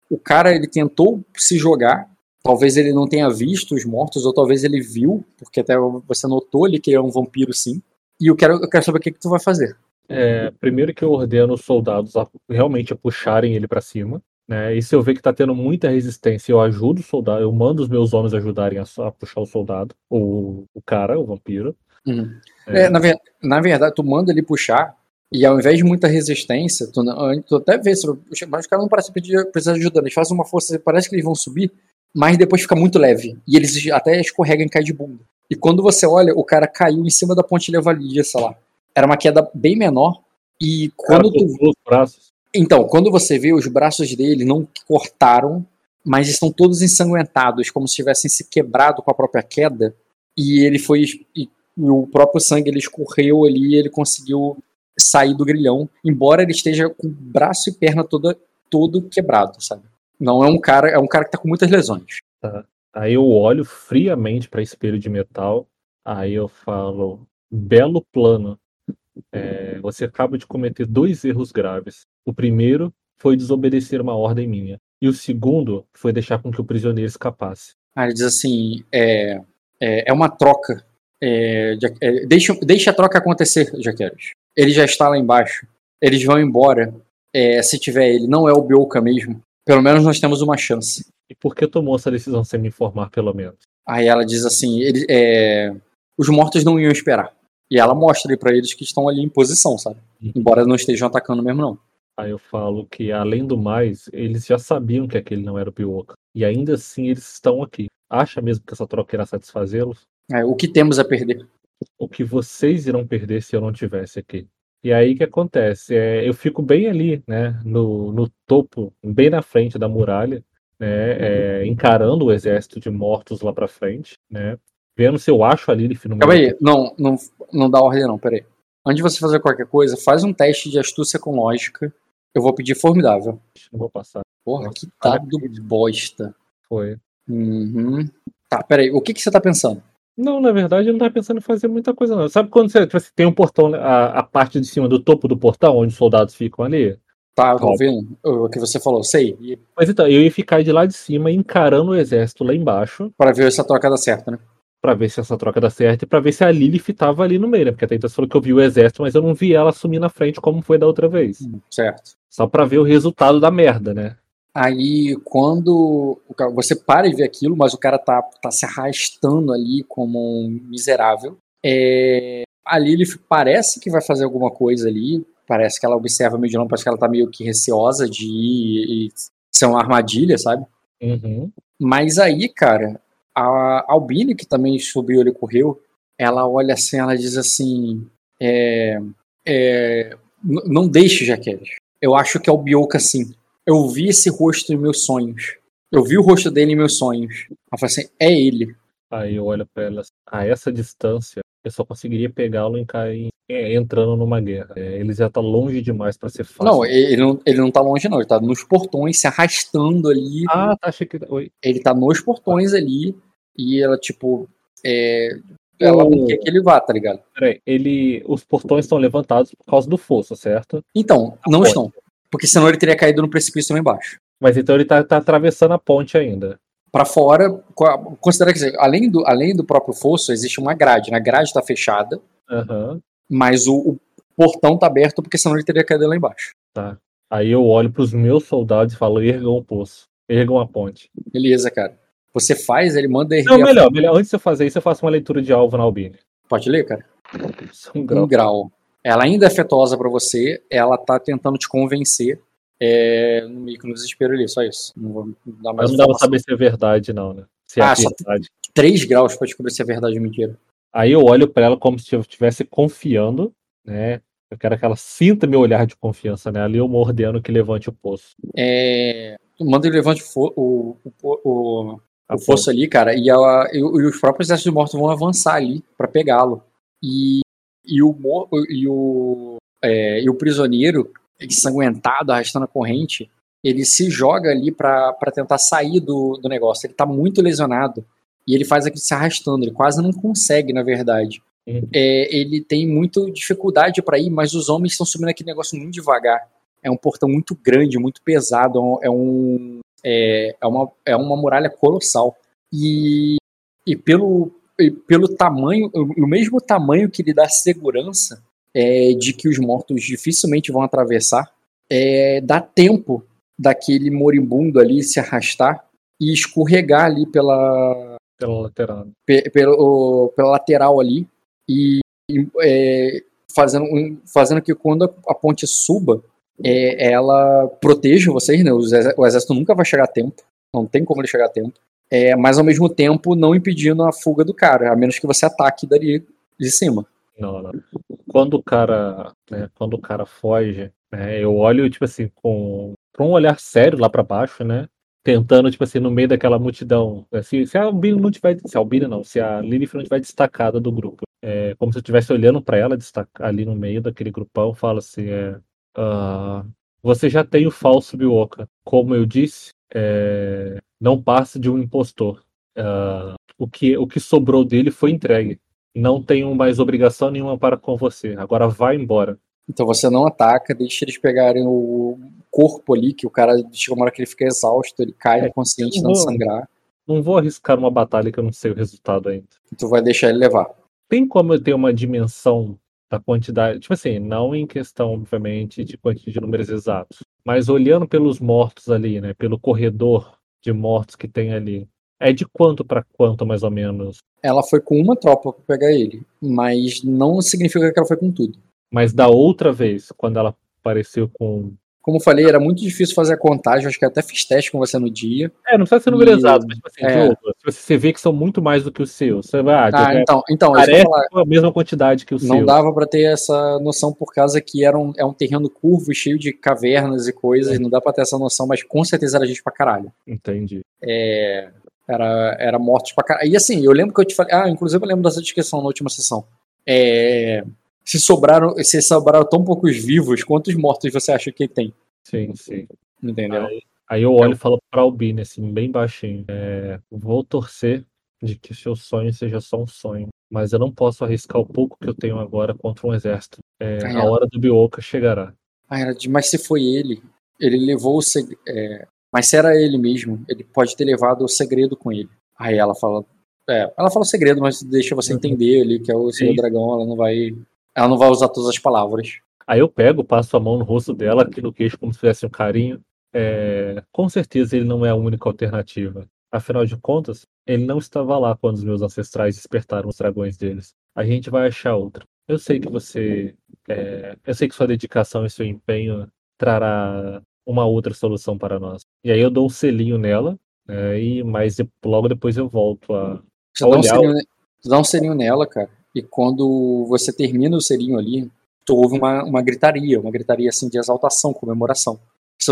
S1: o cara, ele tentou se jogar, talvez ele não tenha visto os mortos, ou talvez ele viu, porque até você notou ali que ele é um vampiro sim, e eu quero saber o que tu vai fazer.
S2: Primeiro que eu ordeno os soldados realmente a puxarem ele pra cima, né? E se eu ver que tá tendo muita resistência, eu ajudo o soldado, eu mando os meus homens ajudarem a puxar o soldado, o cara, o vampiro.
S1: Uhum. Na verdade, tu manda ele puxar, e ao invés de muita resistência, tu até vê, mas os caras não parecem precisar de ajuda, eles fazem uma força, parece que eles vão subir, mas depois fica muito leve, e eles até escorregam e caem de bunda. E quando você olha, o cara caiu em cima da ponte levadia, sei lá. Era uma queda bem menor, e quando tu...
S2: os braços.
S1: Então, quando você vê, os braços dele não cortaram, mas estão todos ensanguentados, como se tivessem se quebrado com a própria queda, e ele foi... E o próprio sangue ele escorreu ali e ele conseguiu sair do grilhão, embora ele esteja com o braço e perna todo quebrado, sabe? Não é um cara, é um cara que tá com muitas lesões.
S2: Tá. Aí eu olho friamente para espelho de metal, aí eu falo, belo plano. Você acaba de cometer 2 erros graves. O primeiro foi desobedecer uma ordem minha, e o segundo foi deixar com que o prisioneiro escapasse.
S1: Aí ele diz assim, é uma troca. Deixa a troca acontecer, Jaqueros. Ele já está lá embaixo. Eles vão embora. Se tiver ele, não é o Bioka mesmo. Pelo menos nós temos uma chance.
S2: E por que tomou essa decisão sem me informar, pelo menos?
S1: Aí ela diz assim, os mortos não iam esperar. E ela mostra pra eles que estão ali em posição, sabe? Embora não estejam atacando mesmo, não.
S2: Aí eu falo que, além do mais, eles já sabiam que aquele não era o Bioka. E ainda assim eles estão aqui. Acha mesmo que essa troca irá satisfazê-los?
S1: O que temos a perder?
S2: O que vocês irão perder se eu não tivesse aqui. E aí o que acontece? Eu fico bem ali, né, no topo, bem na frente da muralha, né, encarando o exército de mortos lá pra frente, né, vendo se eu acho a Lilith no
S1: Calma
S2: meio.
S1: aí, não dá ordem não, peraí. Antes de você fazer qualquer coisa, faz um teste de astúcia com lógica. Eu vou pedir formidável.
S2: Não vou passar.
S1: Porra, que dado bosta.
S2: Foi.
S1: Uhum. Tá, peraí, o que você tá pensando?
S2: Não, na verdade eu não tava pensando em fazer muita coisa não. Sabe quando você tem um portão, a parte de cima do topo do portão, onde os soldados ficam ali?
S1: Tá, eu tô ouvindo o que você falou, sei.
S2: Mas então, eu ia ficar de lá de cima encarando o exército lá embaixo.
S1: Pra ver se a troca dá certo, né?
S2: Pra ver se essa troca dá certo e pra ver se a Lilith tava ali no meio, né? Porque até então você falou que eu vi o exército, mas eu não vi ela assumir na frente como foi da outra vez.
S1: Certo.
S2: Só pra ver o resultado da merda, né?
S1: Aí, quando você para e vê aquilo, mas o cara tá se arrastando ali como um miserável. A Lilith parece que vai fazer alguma coisa ali. Parece que ela observa meio de longe, parece que ela tá meio que receosa de ir e ser uma armadilha, sabe?
S2: Uhum.
S1: Mas aí, cara, a Albine, que também subiu ali e correu, ela olha assim, ela diz assim, não deixe, Jaqueline. Eu acho que é o Bioka sim. Eu vi esse rosto em meus sonhos. Eu vi o rosto dele em meus sonhos. Ela fala assim, é ele.
S2: Aí eu olho pra ela, a essa distância, eu só conseguiria pegá-lo entrando numa guerra. Ele já tá longe demais pra ser fácil.
S1: Não, ele não tá longe não, ele tá nos portões, se arrastando ali.
S2: Ah, tá, achei que... Oi.
S1: Ele tá nos portões ali, e ela, tipo, ela não quer que ele vá, tá ligado?
S2: Peraí, os portões estão levantados por causa do fosso, certo?
S1: Então, não estão. Porque senão ele teria caído no precipício lá embaixo.
S2: Mas então ele tá atravessando a ponte ainda.
S1: Pra fora, considera que além do próprio fosso, existe uma grade. A grade tá fechada, mas o portão tá aberto porque senão ele teria caído lá embaixo.
S2: Tá. Aí eu olho pros meus soldados e falo, ergam o poço. Ergam a ponte.
S1: Beleza, cara. Você faz, ele manda erguer.
S2: Não, melhor. Antes de eu fazer isso, eu faço uma leitura de alvo na Albine.
S1: Pode ler, cara?
S2: Um grau.
S1: Ela ainda é afetuosa pra você, ela tá tentando te convencer. No meio que no desespero ali, só isso. Não vou dar mais.
S2: Não dá pra saber se é verdade, não, né? Se é verdade.
S1: 3 graus pra descobrir se é verdade ou mentira.
S2: Aí eu olho pra ela como se eu estivesse confiando, né? Eu quero que ela sinta meu olhar de confiança nela, e eu mordendo que levante o poço.
S1: Manda ele levante o fosso ali, cara, e os próprios exércitos de mortos vão avançar ali pra pegá-lo. E o prisioneiro, ensanguentado, arrastando a corrente, ele se joga ali pra tentar sair do negócio. Ele tá muito lesionado e ele faz aquilo se arrastando, ele quase não consegue, na verdade. Ele tem muita dificuldade pra ir, mas os homens estão subindo aquele negócio muito devagar. É um portão muito grande, muito pesado, É uma muralha colossal. E pelo tamanho, o mesmo tamanho que lhe dá segurança de que os mortos dificilmente vão atravessar, dá tempo daquele moribundo ali se arrastar e escorregar ali pela lateral ali e fazendo que quando a ponte suba, ela proteja vocês, né? O exército nunca vai chegar a tempo, não tem como ele chegar a tempo, mas ao mesmo tempo não impedindo a fuga do cara, a menos que você ataque dali de cima.
S2: Não. Quando o cara foge, eu olho, tipo assim, com um olhar sério lá pra baixo, né? Tentando, tipo assim, no meio daquela multidão. Se a Albina não tiver. Se a Albina não, se a Lilith não tiver destacada do grupo. Como se eu estivesse olhando pra ela ali no meio daquele grupão, falo assim, você já tem o falso Bioka. Como eu disse, não passa de um impostor. O que sobrou dele foi entregue. Não tenho mais obrigação nenhuma para com você. Agora vai embora.
S1: Então você não ataca, deixa eles pegarem o corpo ali, que o cara chega uma hora que ele fica exausto, ele cai inconsciente, não sangrar.
S2: Não vou arriscar uma batalha que eu não sei o resultado ainda.
S1: Tu vai deixar ele levar.
S2: Tem como eu ter uma dimensão da quantidade, tipo assim, não em questão, obviamente, de quantidade de números exatos, mas olhando pelos mortos ali, né, pelo corredor de mortos que tem ali, de quanto para quanto, mais ou menos?
S1: Ela foi com uma tropa para pegar ele, mas não significa que ela foi com tudo.
S2: Mas da outra vez, quando ela apareceu com...
S1: Como eu falei, era muito difícil fazer a contagem, acho que até fiz teste com você no dia.
S2: Não precisa ser número exato, mas tipo assim, Diogo, se você vê que são muito mais do que os seus, você vai...
S1: então
S2: parece a mesma quantidade que os seus.
S1: Não dava para ter essa noção por causa que é um terreno curvo, cheio de cavernas e coisas, não dá para ter essa noção, mas com certeza era gente pra caralho.
S2: Entendi.
S1: Era mortos pra caralho. E assim, eu lembro que eu te falei, inclusive eu lembro dessa discussão na última sessão. Se sobraram tão poucos vivos, quantos mortos você acha que tem?
S2: Sim.
S1: Entendeu?
S2: Aí eu olho e falo pra Albine, assim, bem baixinho. Vou torcer de que seu sonho seja só um sonho. Mas eu não posso arriscar o pouco que eu tenho agora contra um exército. A hora do Bioka chegará.
S1: Mas se foi ele levou o segredo. Mas se era ele mesmo, ele pode ter levado o segredo com ele. Aí ela fala. Ela fala o segredo, mas deixa você entender ali que é o Senhor Dragão, ela não vai usar todas as palavras.
S2: Aí eu passo a mão no rosto dela, aqui no queixo, como se fizesse um carinho. Com certeza ele não é a única alternativa. Afinal de contas, ele não estava lá quando os meus ancestrais despertaram os dragões deles. A gente vai achar outra. Eu sei que eu sei que sua dedicação e seu empenho trará uma outra solução para nós. E aí eu dou um selinho nela, mas logo depois eu volto a olhar.
S1: Tu dá um selinho nela, cara, e quando você termina o selinho ali, tu ouve uma gritaria assim de exaltação, comemoração.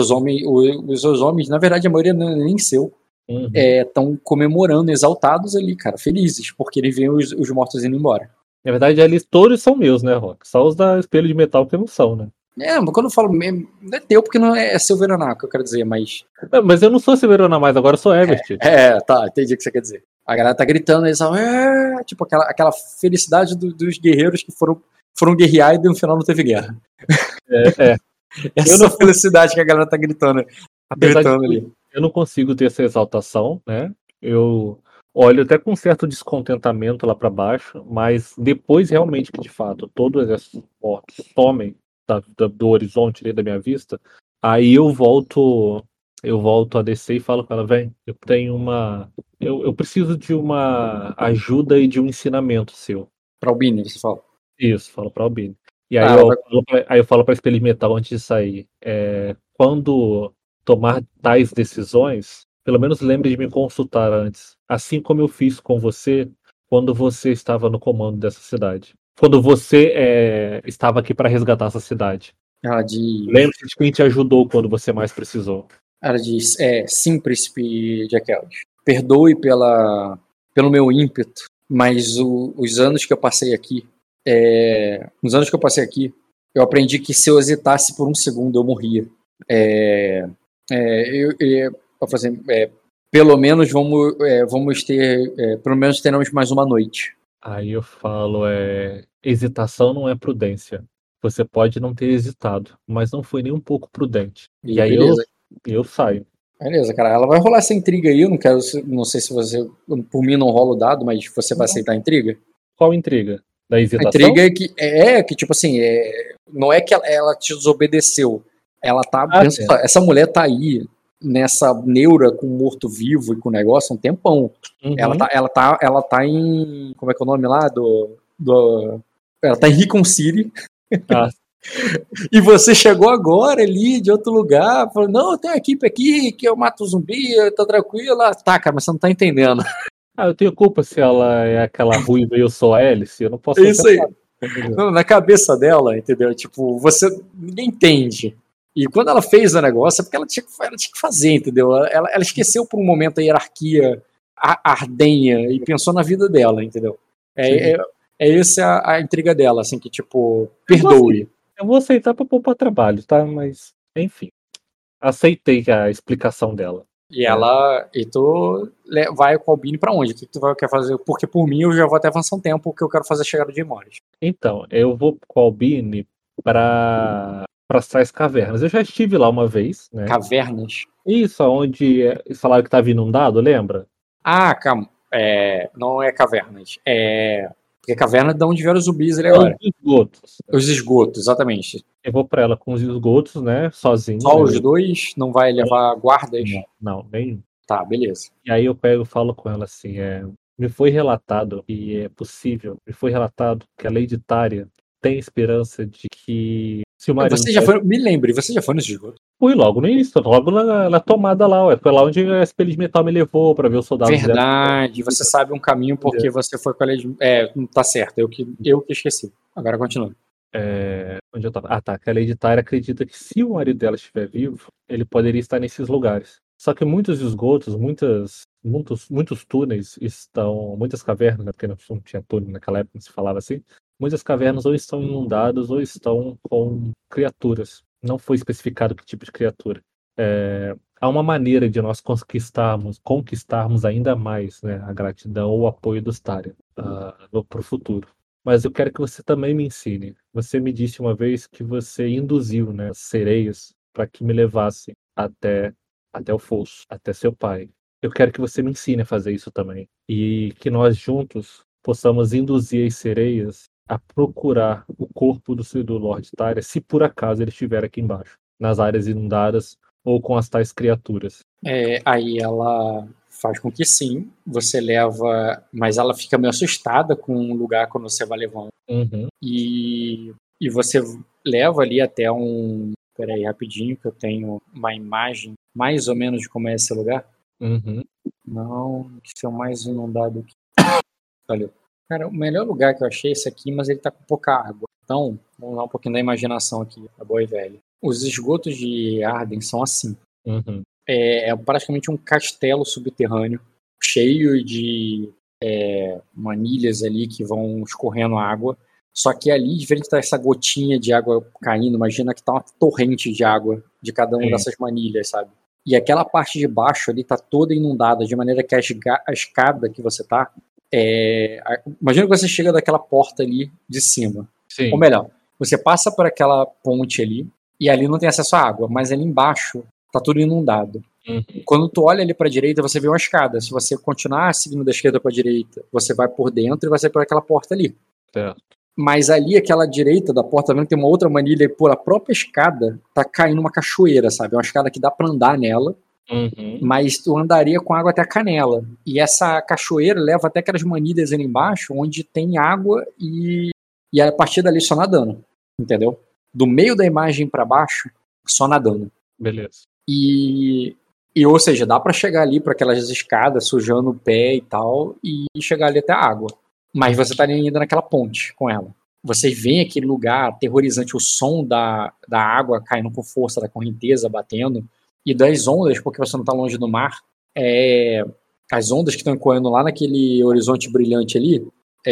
S1: Os seus homens, na verdade a maioria não é nem seu, estão comemorando, exaltados ali, cara, felizes, porque eles veem os mortos indo embora.
S2: Na verdade, eles todos são meus, né, Rock? Só os da Espelho de Metal que não são, né?
S1: Mas quando eu falo mesmo, não é teu, porque não é Silveraná, que eu quero dizer, mas...
S2: Não, mas eu não sou Silveraná mais, agora eu sou Evert.
S1: Tá, entendi o que você quer dizer. A galera tá gritando, eles falam, tipo aquela felicidade dos guerreiros que foram guerrear e no final não teve guerra. Essa felicidade que a galera tá gritando ali.
S2: Eu não consigo ter essa exaltação, né? Eu olho até com certo descontentamento lá pra baixo, mas depois realmente que de fato todos os exércitos mortos somem do horizonte ali da minha vista, aí eu volto a descer e falo com ela, vem, eu preciso de uma ajuda e de um ensinamento seu.
S1: Pra Albine, você fala?
S2: Isso, falo pra Albine. E aí eu falo pra Espelho de Metal antes de sair, quando tomar tais decisões, pelo menos lembre de me consultar antes, assim como eu fiz com você quando você estava no comando dessa cidade. Quando você estava aqui para resgatar essa cidade. Lembre-se de quem te ajudou quando você mais precisou.
S1: Ela diz, sim, príncipe Jack Ellis. Perdoe pelo meu ímpeto, mas os anos que eu passei aqui, eu aprendi que se eu hesitasse por um segundo, eu morria. Pelo menos pelo menos teremos mais uma noite.
S2: Aí eu falo, hesitação não é prudência. Você pode não ter hesitado, mas não foi nem um pouco prudente. E aí eu saio.
S1: Beleza, cara. Ela vai rolar essa intriga aí. Eu não quero. Não sei se você. Por mim não rola o dado, mas você vai aceitar a intriga?
S2: Qual intriga? Da
S1: A
S2: hesitação?
S1: intriga é que tipo assim, não é que ela te desobedeceu. Ela tá. Pensa só, essa mulher tá aí nessa neura com morto-vivo e com negócio há um tempão.
S2: Uhum.
S1: Ela tá em. Como é que é o nome lá? Ela tá em Recon City.
S2: Ah.
S1: E você chegou agora ali de outro lugar, falou, não, tem uma equipe aqui que eu mato o zumbi, tá tranquilo. Tá, cara, mas você não tá entendendo.
S2: Eu tenho culpa se ela é aquela ruiva e eu sou a Alice, eu não posso
S1: É isso aí.
S2: nada.
S1: Não, na cabeça dela, entendeu? Tipo, ninguém entende. E quando ela fez o negócio, é porque ela tinha que fazer, entendeu? Ela esqueceu por um momento a hierarquia ardenha e pensou na vida dela, entendeu? Essa a intriga dela, assim, que tipo, perdoe.
S2: Eu vou aceitar pra poupar trabalho, tá? Mas, enfim. Aceitei a explicação dela.
S1: E tu vai com o Albini pra onde? O que tu quer fazer? Porque por mim eu já vou até avançar um tempo, porque eu quero fazer a chegada de Imores.
S2: Então, eu vou com o Albini para as cavernas. Eu já estive lá uma vez, né?
S1: Cavernas?
S2: Isso, onde falaram que estava inundado, lembra?
S1: Ah, calma. Não é cavernas. Porque caverna é de onde vieram os zumbis ali agora.
S2: Os esgotos.
S1: Os esgotos, exatamente.
S2: Eu vou pra ela com os esgotos, né? Sozinho.
S1: Só os dois? Não vai levar guardas?
S2: Não, nenhum.
S1: Tá, beleza.
S2: E aí eu pego e falo com ela assim, me foi relatado, e é possível, me foi relatado que a Lady Tária tem esperança de que se o marido...
S1: Me lembre, você já foi nesse esgoto?
S2: Fui logo no início, logo na tomada lá, foi lá onde a espelho de metal me levou pra ver os soldados.
S1: Verdade, você sabe um caminho porque você foi com a Lady... tá certo, eu que esqueci. Agora continua.
S2: Onde eu tava? Ah, tá, que a Lady Tária acredita que se o marido dela estiver vivo, ele poderia estar nesses lugares. Só que muitos esgotos, muitos túneis estão, muitas cavernas, né, porque não tinha túnel naquela época, não se falava assim, muitas cavernas ou estão inundadas ou estão com criaturas. Não foi especificado que tipo de criatura. Há uma maneira de nós conquistarmos ainda mais, né, a gratidão ou o apoio dos Tária para o futuro. Mas eu quero que você também me ensine. Você me disse uma vez que você induziu, né, as sereias para que me levassem até o fosso, até seu pai. Eu quero que você me ensine a fazer isso também. E que nós juntos possamos induzir as sereias a procurar o corpo do Lord Tyria, se por acaso ele estiver aqui embaixo, nas áreas inundadas ou com as tais criaturas.
S1: Aí ela faz com que sim, você leva, mas ela fica meio assustada com o lugar quando você vai levando.
S2: Uhum.
S1: E você leva ali até um... Peraí, rapidinho, que eu tenho uma imagem mais ou menos de como é esse lugar.
S2: Uhum.
S1: Não, que é o mais inundado aqui. Valeu. Cara, o melhor lugar que eu achei é esse aqui, mas ele tá com pouca água. Então, vamos dar um pouquinho da imaginação aqui, tá boa e velha. Os esgotos de Arden são assim.
S2: Uhum.
S1: É praticamente um castelo subterrâneo, cheio de manilhas ali que vão escorrendo água. Só que ali, diferente dessa gotinha de água caindo, imagina que tá uma torrente de água de cada uma dessas manilhas, sabe? E aquela parte de baixo ali tá toda inundada, de maneira que a escada que você tá... imagina que você chega daquela porta ali de cima.
S2: Sim.
S1: Ou melhor, você passa por aquela ponte ali, e ali não tem acesso à água, mas ali embaixo tá tudo inundado.
S2: Uhum.
S1: Quando tu olha ali pra direita, você vê uma escada. Se você continuar seguindo da esquerda pra direita, você vai por dentro e vai sair por aquela porta ali.
S2: Certo.
S1: Mas ali, aquela direita da porta, vendo que tem uma outra manilha e por a própria escada tá caindo uma cachoeira, sabe? É uma escada que dá pra andar nela, mas tu andaria com água até a canela. E essa cachoeira leva até aquelas manilhas ali embaixo, onde tem água e a partir dali só nadando, entendeu? Do meio da imagem pra baixo, só nadando.
S2: Beleza.
S1: E ou seja, dá pra chegar ali para aquelas escadas, sujando o pé e tal, e chegar ali até a água. Mas você tá ainda naquela ponte com ela. Você vê aquele lugar aterrorizante, o som da água caindo com força, da correnteza batendo, e das ondas, porque você não tá longe do mar, as ondas que estão correndo lá naquele horizonte brilhante ali,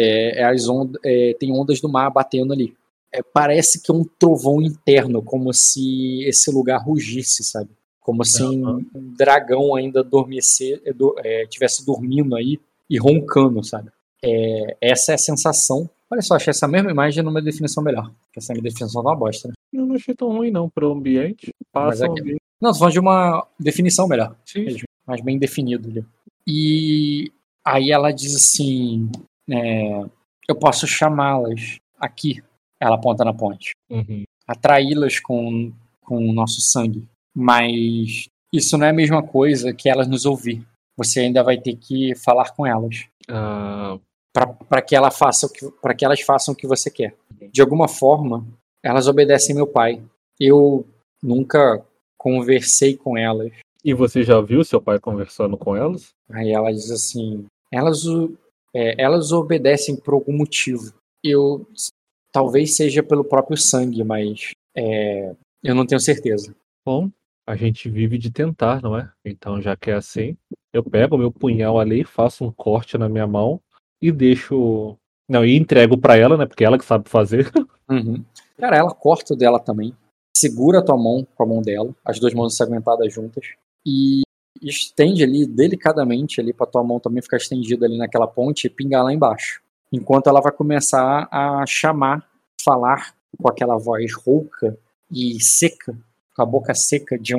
S1: tem ondas do mar batendo ali. Parece que é um trovão interno, como se esse lugar rugisse, sabe? Como se um dragão ainda estivesse dormindo aí e roncando, sabe? Essa é a sensação. Olha só, achei essa mesma imagem numa definição melhor. Essa minha definição tá uma bosta, né?
S2: Eu não achei tão ruim não pro ambiente.
S1: Mas
S2: Passa
S1: aqui, Não, tô falando de uma definição melhor.
S2: Sim.
S1: Mais bem definido ali. E aí ela diz assim, eu posso chamá-las aqui. Ela aponta na ponte.
S2: Uhum.
S1: Atraí-las com o nosso sangue. Mas isso não é a mesma coisa que elas nos ouvir. Você ainda vai ter que falar com elas. Para que elas façam o que você quer. De alguma forma, elas obedecem meu pai. Eu nunca conversei com elas.
S2: E você já viu seu pai conversando com elas?
S1: Aí ela diz assim, elas obedecem por algum motivo. Talvez seja pelo próprio sangue, mas eu não tenho certeza.
S2: Bom, a gente vive de tentar, não é? Então, já que é assim, eu pego o meu punhal ali, faço um corte na minha mão e deixo... Não, e entrego pra ela, né? Porque ela que sabe fazer.
S1: Uhum. Cara, ela corta o dela também, segura a tua mão com a mão dela, as duas mãos ensanguentadas juntas, e estende ali delicadamente ali pra tua mão também ficar estendida ali naquela ponte e pingar lá embaixo. Enquanto ela vai começar a falar com aquela voz rouca e seca, com a boca seca de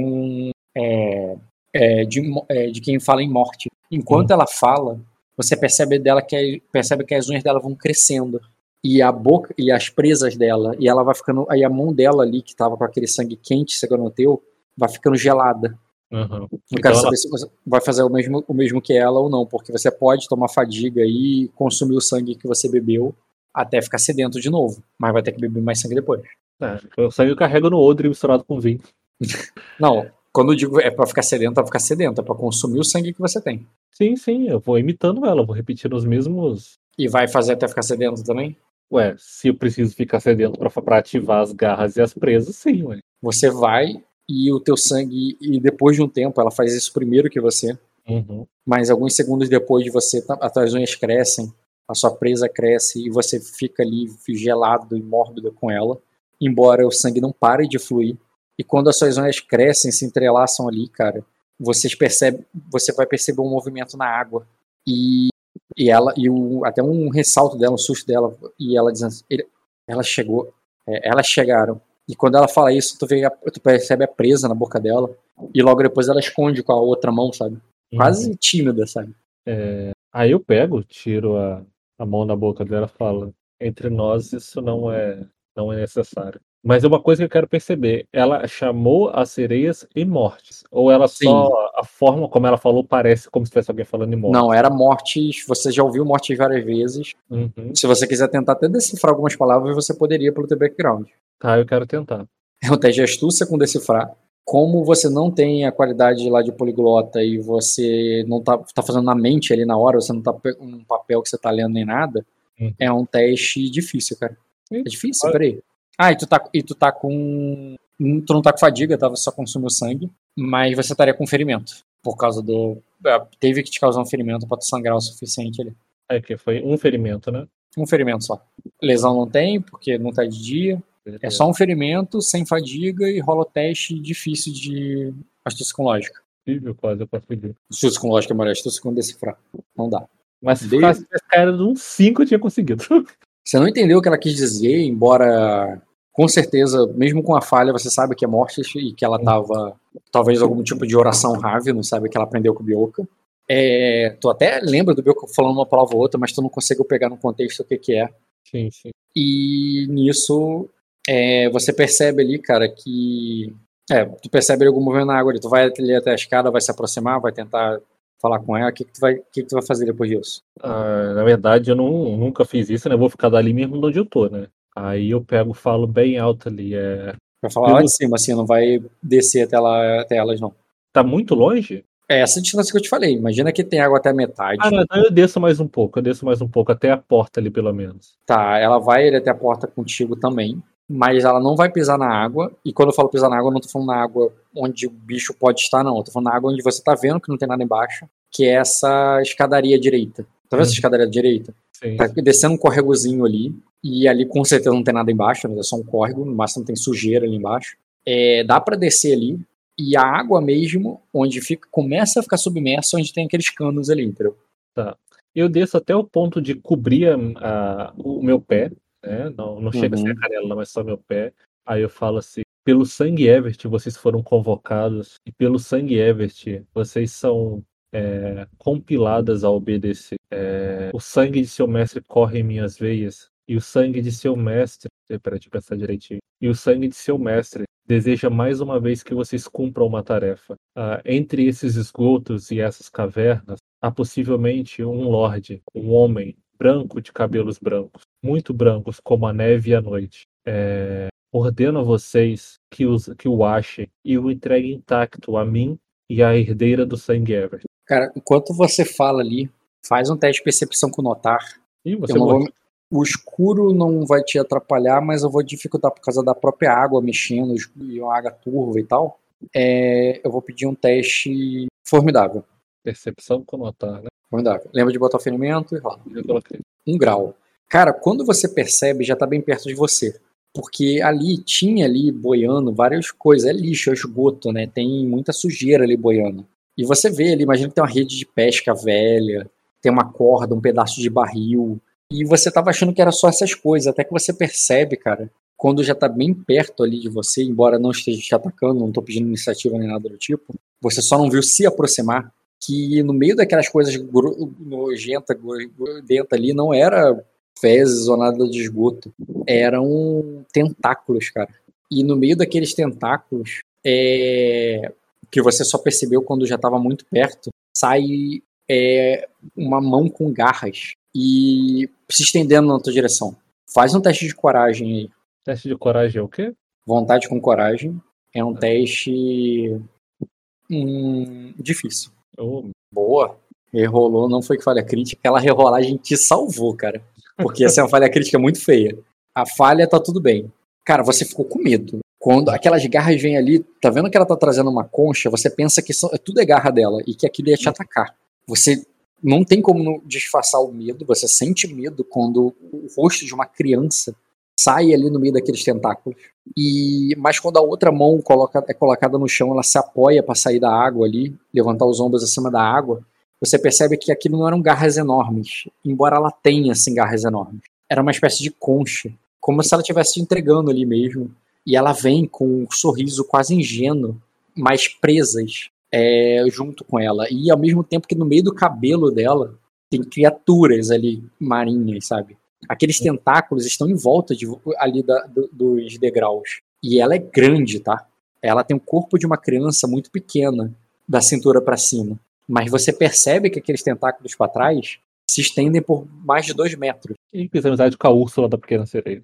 S1: quem fala em morte. Enquanto ela fala, você percebe que as unhas dela vão crescendo. E a boca e as presas dela, e ela vai ficando. Aí a mão dela ali, que tava com aquele sangue quente chegando no teu, vai ficando gelada.
S2: Uhum.
S1: Não quero saber se você vai fazer o mesmo que ela ou não, porque você pode tomar fadiga e consumir o sangue que você bebeu até ficar sedento de novo, mas vai ter que beber mais sangue depois.
S2: O sangue eu carrego no odre misturado com vinho.
S1: Não, quando eu digo é pra ficar sedento, é pra consumir o sangue que você tem.
S2: Sim, eu vou imitando ela, vou repetindo os mesmos.
S1: E vai fazer até ficar sedento também?
S2: Ué, se eu preciso ficar sedento pra ativar as garras e as presas, sim, ué.
S1: Você vai e o teu sangue, e depois de um tempo, ela faz isso primeiro que você, mas alguns segundos depois de você, as tuas unhas crescem, a sua presa cresce e você fica ali gelado e mórbido com ela, embora o sangue não pare de fluir. E quando as suas unhas crescem, se entrelaçam ali, cara, você vai perceber um movimento na água. Até um ressalto dela, um susto dela, e ela dizendo, elas chegaram. E quando ela fala isso, tu percebe a presa na boca dela, e logo depois ela esconde com a outra mão, sabe? Quase tímida, sabe?
S2: Aí eu pego, tiro a mão da boca dela e falo, entre nós isso não é necessário. Mas é uma coisa que eu quero perceber, ela chamou as sereias imortes? Ou ela só, a forma como ela falou parece como se tivesse alguém falando imortes?
S1: Não, era mortes, você já ouviu mortes várias vezes. Se você quiser tentar até decifrar algumas palavras, você poderia pelo teu background.
S2: Tá, eu quero tentar.
S1: É um teste de astúcia com decifrar. Como você não tem a qualidade lá de poliglota e você não tá fazendo na mente ali na hora, você não tá pegando um papel que você tá lendo nem nada, é um teste difícil, cara. É difícil, peraí. Tu tá com... Tu não tá com fadiga, tá? Você só consumiu sangue, mas você estaria com ferimento. Por causa do... Teve que te causar um ferimento pra tu sangrar o suficiente ali.
S2: É que foi um ferimento, né?
S1: Um ferimento só. Lesão não tem, porque não tá de dia. É só um ferimento, sem fadiga, e rola o teste difícil de astúcia com lógica.
S2: Quase eu consegui.
S1: Astúcia com lógica é melhor, astúcia com decifrar. Não dá.
S2: Mas se ficasse cara de uns 5 eu tinha conseguido.
S1: Você não entendeu o que ela quis dizer, embora, com certeza, mesmo com a falha, você sabe que é morte e que ela tava, talvez, algum tipo de oração Ravi, não sabe que ela aprendeu com o Bioka. Tu até lembra do Bioka falando uma palavra ou outra, mas tu não conseguiu pegar no contexto o que é.
S2: Sim.
S1: E nisso... você percebe ali, cara, que... tu percebe algum movimento na água ali. Tu vai ali até a escada, vai se aproximar, vai tentar falar com ela. O que tu vai fazer depois disso?
S2: Na verdade, eu nunca fiz isso, né? Eu vou ficar dali mesmo onde eu tô, né? Aí eu falo bem alto ali.
S1: Vai falar lá de cima, assim, não vai descer até elas, não.
S2: Tá muito longe?
S1: É essa distância que eu te falei. Imagina que tem água até a metade.
S2: Não, eu desço mais um pouco. Até a porta ali, pelo menos.
S1: Tá, ela vai ir até a porta contigo também. Mas ela não vai pisar na água. E quando eu falo pisar na água, eu não tô falando na água onde o bicho pode estar, não. Eu tô falando na água onde você tá vendo que não tem nada embaixo, que é essa escadaria direita. Tá vendo essa escadaria direita?
S2: Sim.
S1: Tá descendo um córregozinho ali. E ali com certeza não tem nada embaixo, né? É só um córrego. No máximo tem sujeira ali embaixo. Dá pra descer ali. E a água mesmo, onde começa a ficar submersa, onde tem aqueles canos ali, entendeu?
S2: Tá. Eu desço até o ponto de cobrir o meu pé. Né? Não chega a ser a canela, mas só meu pé. Aí eu falo assim, pelo Sangue Evert vocês foram convocados, e pelo Sangue Evert vocês são compiladas a obedecer. O sangue de seu mestre corre em minhas veias, e o sangue de seu mestre. Peraí, deixa eu pensar direitinho. E o sangue de seu mestre deseja mais uma vez que vocês cumpram uma tarefa. Entre esses esgotos e essas cavernas, há possivelmente um lorde, um homem branco de cabelos brancos, muito brancos como a neve e a noite. Ordeno a vocês que o achem e o entreguem intacto a mim e à herdeira do Sangue Ever.
S1: Cara, enquanto você fala ali, faz um teste de percepção com notar.
S2: E você morre.
S1: O escuro não vai te atrapalhar, mas eu vou dificultar por causa da própria água mexendo e uma água turva e tal. Eu vou pedir um teste formidável.
S2: Percepção com notar, né?
S1: Formidável. Lembra de botar o ferimento e rola.
S2: Eu coloquei.
S1: 1 grau. Cara, quando você percebe, já tá bem perto de você. Porque ali tinha ali boiando várias coisas. É lixo, é esgoto, né? Tem muita sujeira ali boiando. E você vê ali, imagina que tem uma rede de pesca velha, tem uma corda, um pedaço de barril. E você tava achando que era só essas coisas, até que você percebe, cara, quando já tá bem perto ali de você, embora não esteja te atacando, não tô pedindo iniciativa nem nada do tipo, você só não viu se aproximar, que no meio daquelas coisas nojentas ali, não era fezes ou nada de esgoto, eram tentáculos, cara. E no meio daqueles tentáculos, que você só percebeu quando já tava muito perto, sai uma mão com garras e se estendendo na tua direção. Faz um teste de coragem aí.
S2: Teste de coragem é o quê?
S1: Vontade com coragem. É um teste difícil. Boa. Rolou, não foi que falha crítica. Aquela rerolagem te salvou, cara. Porque essa é uma falha crítica muito feia. A falha tá tudo bem. Cara, você ficou com medo. Quando aquelas garras vêm ali, tá vendo que ela tá trazendo uma concha, você pensa que tudo é garra dela e que aquilo ia te atacar. Você não tem como disfarçar o medo, você sente medo quando o rosto de uma criança sai ali no meio daqueles tentáculos. Mas quando a outra mão é colocada no chão, ela se apoia para sair da água ali, levantar os ombros acima da água, você percebe que aquilo não eram garras enormes, embora ela tenha assim, garras enormes. Era uma espécie de concha, como se ela estivesse te entregando ali mesmo. E ela vem com um sorriso quase ingênuo, mas presas junto com ela. E ao mesmo tempo que no meio do cabelo dela tem criaturas ali marinhas, sabe? Aqueles tentáculos estão em volta ali dos degraus. E ela é grande, tá? Ela tem o corpo de uma criança muito pequena, da cintura para cima. Mas você percebe que aqueles tentáculos para trás se estendem por mais de 2 metros.
S2: E fiz amizade com a Úrsula da Pequena Sereia.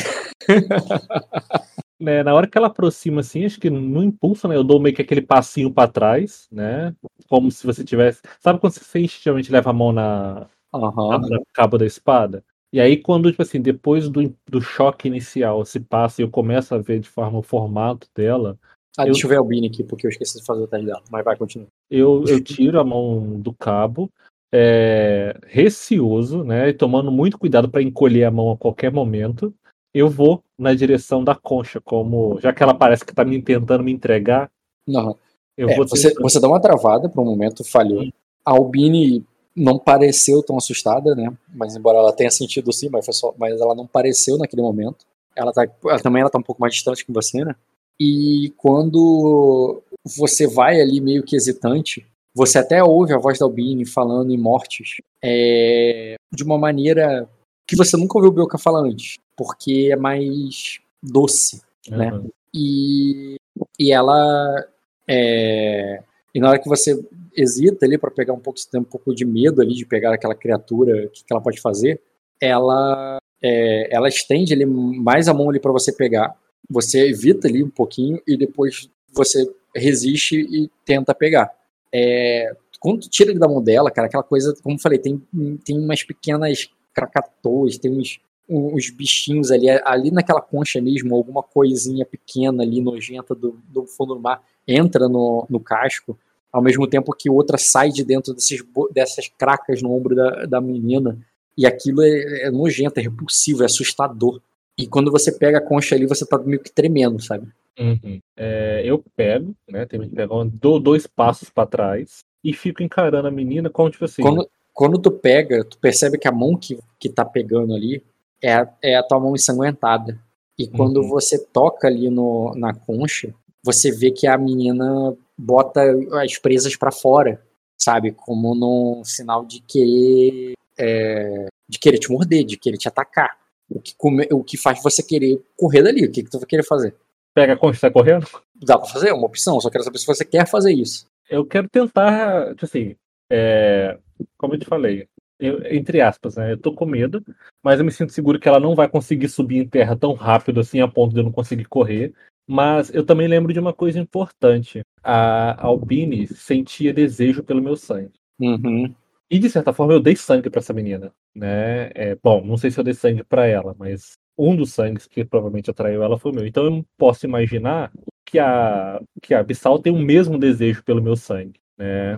S2: Na hora que ela aproxima, assim, acho que no impulso, né? Eu dou meio que aquele passinho pra trás, né? Como se você tivesse. Sabe quando você instintivamente leva a mão na cabo da espada? E aí, quando, tipo assim, depois do choque inicial se passa e eu começo a ver de forma o formato dela.
S1: Deixa eu ver a Albini aqui, porque eu esqueci de fazer o teste dela. Mas vai, continua.
S2: Eu tiro a mão do cabo, receoso, né? E tomando muito cuidado para encolher a mão a qualquer momento. Eu vou na direção da concha, já que ela parece que tá tentando me entregar.
S1: Não. Você dá uma travada por um momento, falhou. A Albini não pareceu tão assustada, né? Mas embora ela tenha sentido sim, mas ela não pareceu naquele momento. Ela também tá um pouco mais distante que você, né? E quando você vai ali meio que hesitante, você até ouve a voz da Albini falando em mortes de uma maneira que você nunca ouviu o Belka falar antes, porque é mais doce, né? E ela e na hora que você hesita ali para pegar um pouco de medo ali de pegar aquela criatura, o que ela pode fazer, ela estende ali mais a mão ali para você pegar. Você evita ali um pouquinho e depois você resiste e tenta pegar. Quando tu tira ele da mão dela, cara, aquela coisa, como eu falei, tem umas pequenas krakatoas, tem uns bichinhos ali naquela concha mesmo, alguma coisinha pequena ali, nojenta do fundo do mar, entra no casco, ao mesmo tempo que outra sai de dentro dessas cracas no ombro da menina, e aquilo é nojento, é repulsivo, é assustador. E quando você pega a concha ali, você tá meio que tremendo, sabe?
S2: Eu pego, né, dou 2 passos pra trás e fico encarando a menina como tipo assim...
S1: Quando tu pega, tu percebe que a mão que tá pegando ali é a tua mão ensanguentada. E quando você toca ali na concha, você vê que a menina bota as presas pra fora, sabe? Como num sinal de querer te morder, de querer te atacar. O que faz você querer correr dali. O que tu vai querer fazer?
S2: Pega a concha e sai correndo?
S1: Dá pra fazer? É uma opção. Só quero saber se você quer fazer isso.
S2: Eu quero tentar, tipo assim, como eu te falei, entre aspas, né? Eu tô com medo, mas eu me sinto seguro que ela não vai conseguir subir em terra tão rápido assim a ponto de eu não conseguir correr. Mas eu também lembro de uma coisa importante. A Albine sentia desejo pelo meu sangue.
S1: Uhum.
S2: E de certa forma eu dei sangue pra essa menina, né? Bom, não sei se eu dei sangue pra ela, mas um dos sangues que provavelmente atraiu ela foi o meu. Então eu não posso imaginar que a Abissal tem o mesmo desejo pelo meu sangue, né?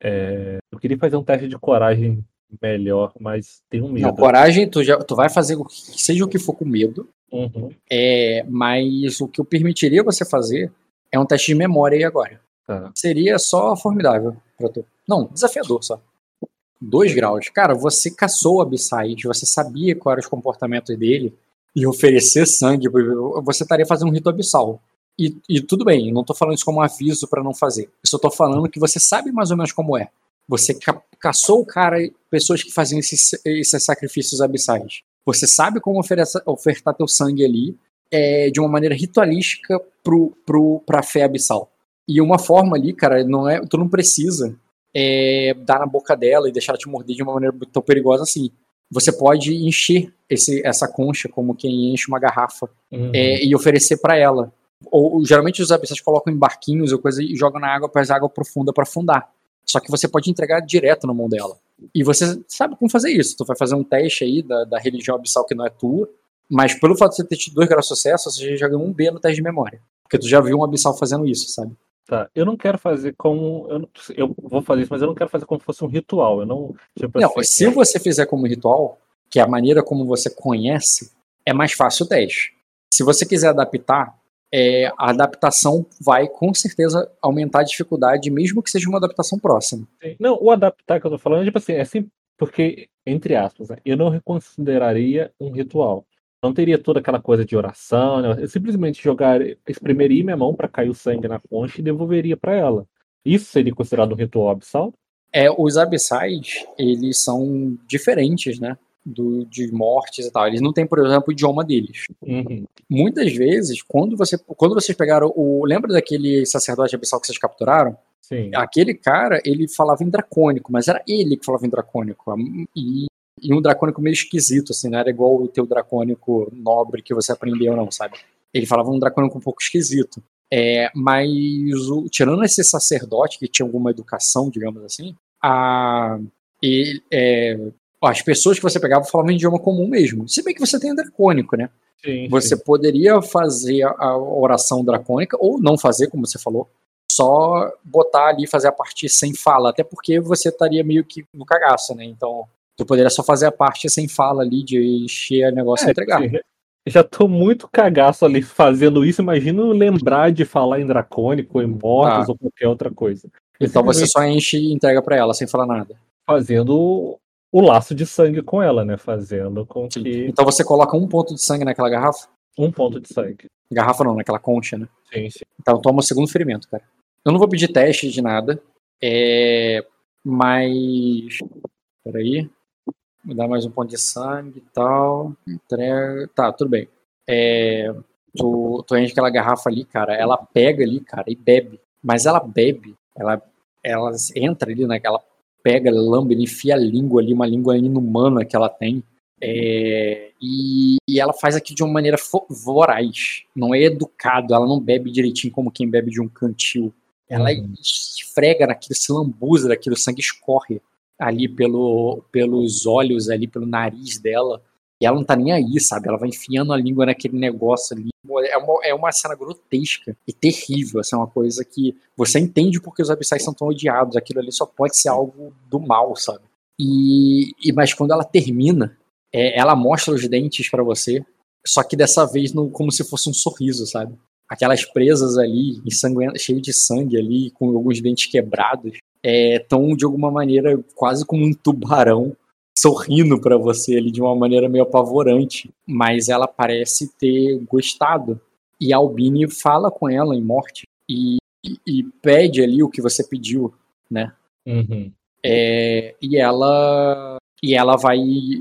S2: Eu queria fazer um teste de coragem melhor, mas tenho
S1: Não,
S2: medo.
S1: coragem, tu vai fazer seja o que for com medo.
S2: Uhum.
S1: Mas o que eu permitiria você fazer é um teste de memória aí agora.
S2: Tá.
S1: Seria só formidável pra tu. Não, desafiador só. 2 graus. Cara, você caçou o Abissais, você sabia quais eram os comportamentos dele, e oferecer sangue, você estaria fazendo um rito abissal. E tudo bem, eu não tô falando isso como um aviso pra não fazer. Eu só tô falando que você sabe mais ou menos como é. Você caçou o cara, pessoas que faziam esses sacrifícios abissais. Você sabe como ofertar teu sangue ali de uma maneira ritualística pra fé abissal. E uma forma ali, cara, tu não precisa dar na boca dela e deixar ela te morder de uma maneira tão perigosa assim. Você pode encher essa concha como quem enche uma garrafa e oferecer pra ela. Ou geralmente os abissais colocam em barquinhos ou coisa e jogam na água para água profunda para afundar. Só que você pode entregar direto na mão dela. E você sabe como fazer isso. Tu vai fazer um teste aí da religião abissal que não é tua, mas pelo fato de você ter tido 2 graus de sucesso, você já ganhou um B no teste de memória. Porque tu já viu um abissal fazendo isso, sabe?
S2: Tá, eu não quero fazer como. Eu vou fazer isso, mas eu não quero fazer como se fosse um ritual. Eu não. Tipo
S1: Não,
S2: assim,
S1: se você fizer como ritual, que é a maneira como você conhece, é mais fácil o teste. Se você quiser adaptar, a adaptação vai com certeza aumentar a dificuldade, mesmo que seja uma adaptação próxima.
S2: Não, o adaptar que eu tô falando é tipo assim, porque, entre aspas, né, eu não reconsideraria um ritual. Não teria toda aquela coisa de oração, né? Eu simplesmente espremeria minha mão para cair o sangue na concha e devolveria para ela. Isso seria considerado um ritual abissal?
S1: Os abissais, eles são diferentes, né? De mortes e tal. Eles não têm, por exemplo, o idioma deles.
S2: Uhum.
S1: Muitas vezes, quando vocês pegaram lembra daquele sacerdote abissal que vocês capturaram?
S2: Sim.
S1: Aquele cara, ele falava em dracônico, mas era ele que falava em dracônico. E um dracônico meio esquisito, assim, não era igual o teu dracônico nobre que você aprendeu, não, sabe? Ele falava um dracônico um pouco esquisito. Mas tirando esse sacerdote que tinha alguma educação, digamos assim, as pessoas que você pegava falavam em idioma comum mesmo. Se bem que você tem dracônico, né?
S2: Sim,
S1: você poderia fazer a oração dracônica, ou não fazer, como você falou, só botar ali, fazer a parte sem fala, até porque você estaria meio que no cagaço, né? Então, tu poderia só fazer a parte sem fala ali, de encher o negócio e entregar.
S2: Sim. Já tô muito cagaço ali fazendo isso, imagino lembrar de falar em dracônico, em mortos ou qualquer outra coisa.
S1: Então você só enche e entrega pra ela, sem falar nada.
S2: Fazendo o laço de sangue com ela, né? Fazendo com
S1: Sim.
S2: que...
S1: Então você coloca 1 ponto de sangue naquela garrafa?
S2: 1 ponto de sangue.
S1: Garrafa não, naquela concha, né?
S2: Sim, sim.
S1: Então toma o segundo ferimento, cara. Eu não vou pedir teste de nada, mas... Peraí. Me dá mais 1 ponto de sangue e tal. Entrega... Tá, tudo bem. Tu enche aquela garrafa ali, cara, ela pega ali, cara, e bebe. Mas ela bebe, ela entra ali naquela... Pega, lambe, enfia a língua ali, uma língua inumana que ela tem. E ela faz aquilo de uma maneira voraz. Não é educado, ela não bebe direitinho como quem bebe de um cantil. Ela esfrega naquilo, se lambuza daquilo, o sangue escorre ali pelos olhos, ali pelo nariz dela. E ela não tá nem aí, sabe? Ela vai enfiando a língua naquele negócio ali. É uma cena grotesca e terrível. Assim, é uma coisa que você entende porque os abissais são tão odiados. Aquilo ali só pode ser algo do mal, sabe? Mas quando ela termina, ela mostra os dentes pra você, só que dessa vez como se fosse um sorriso, sabe? Aquelas presas ali, cheio de sangue ali, com alguns dentes quebrados, estão de alguma maneira quase como um tubarão sorrindo pra você ali de uma maneira meio apavorante, mas ela parece ter gostado. E a Albine fala com ela em morte e pede ali o que você pediu, né?
S2: Uhum.
S1: E ela vai...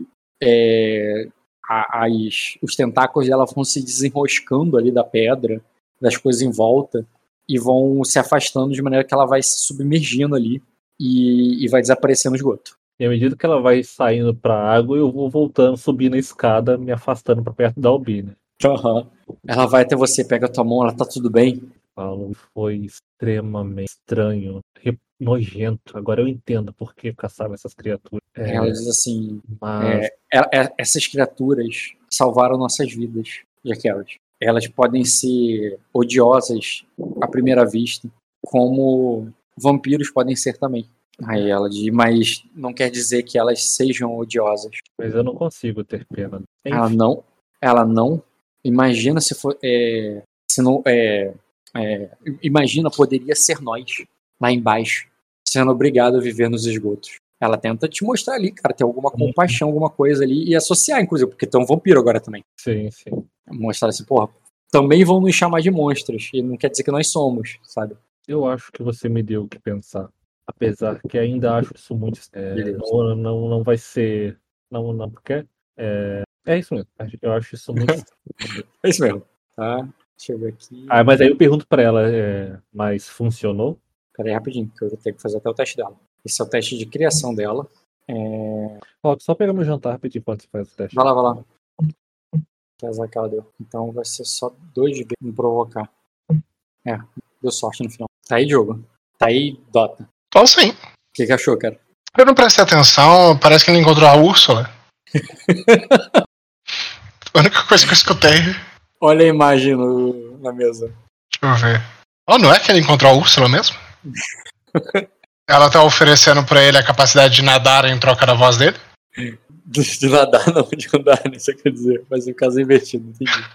S1: os tentáculos dela vão se desenroscando ali da pedra, das coisas em volta, e vão se afastando de maneira que ela vai se submergindo ali e vai desaparecer no esgoto.
S2: E à medida que ela vai saindo pra água, eu vou voltando, subindo a escada, me afastando pra perto da Albine.
S1: Uhum. Ela vai até você, pega a tua mão, ela tá tudo bem?
S2: Paulo, foi extremamente estranho, nojento. Agora eu entendo por que caçava essas criaturas.
S1: Ela diz assim,
S2: Mas
S1: essas criaturas salvaram nossas vidas, Jaqueline. Elas podem ser odiosas à primeira vista, como vampiros podem ser também. Aí ela diz, mas não quer dizer que elas sejam odiosas.
S2: eu não consigo ter pena.
S1: Ela não. Imagina se for, se não, imagina, poderia ser nós lá embaixo, sendo obrigado a viver nos esgotos. Ela tenta te mostrar ali, cara, ter alguma compaixão, alguma coisa ali, e associar, inclusive, porque tem um vampiro agora também.
S2: Sim, sim.
S1: Mostrar assim, porra, também vão nos chamar de monstros, e não quer dizer que nós somos, sabe?
S2: Eu acho que você me deu o que pensar. Apesar que ainda acho isso muito. Não vai ser. Não, porque. É isso mesmo. Eu acho isso muito.
S1: É isso mesmo. Tá, deixa eu ver aqui.
S2: Mas aí eu pergunto pra ela, mas funcionou?
S1: Pera aí rapidinho, que eu vou ter que fazer até o teste dela. Esse é o teste de criação dela.
S2: Só pegar meu jantar rapidinho enquanto você faz o teste.
S1: Vai lá. Que azar que ela deu. Então vai ser só 2 de me provocar. Deu sorte no final. Tá aí, Diogo? Tá aí, Dota?
S3: Então sim.
S1: O que achou, cara?
S3: Eu não prestei atenção, parece que ele encontrou a Úrsula. A única coisa que eu escutei.
S1: Olha a imagem na mesa.
S3: Deixa eu ver. Não é que ele encontrou a Úrsula mesmo? Ela tá oferecendo pra ele a capacidade de nadar em troca da voz dele?
S1: De nadar, não, de andar, né? Isso quer dizer. Mas o caso é invertido, entendi.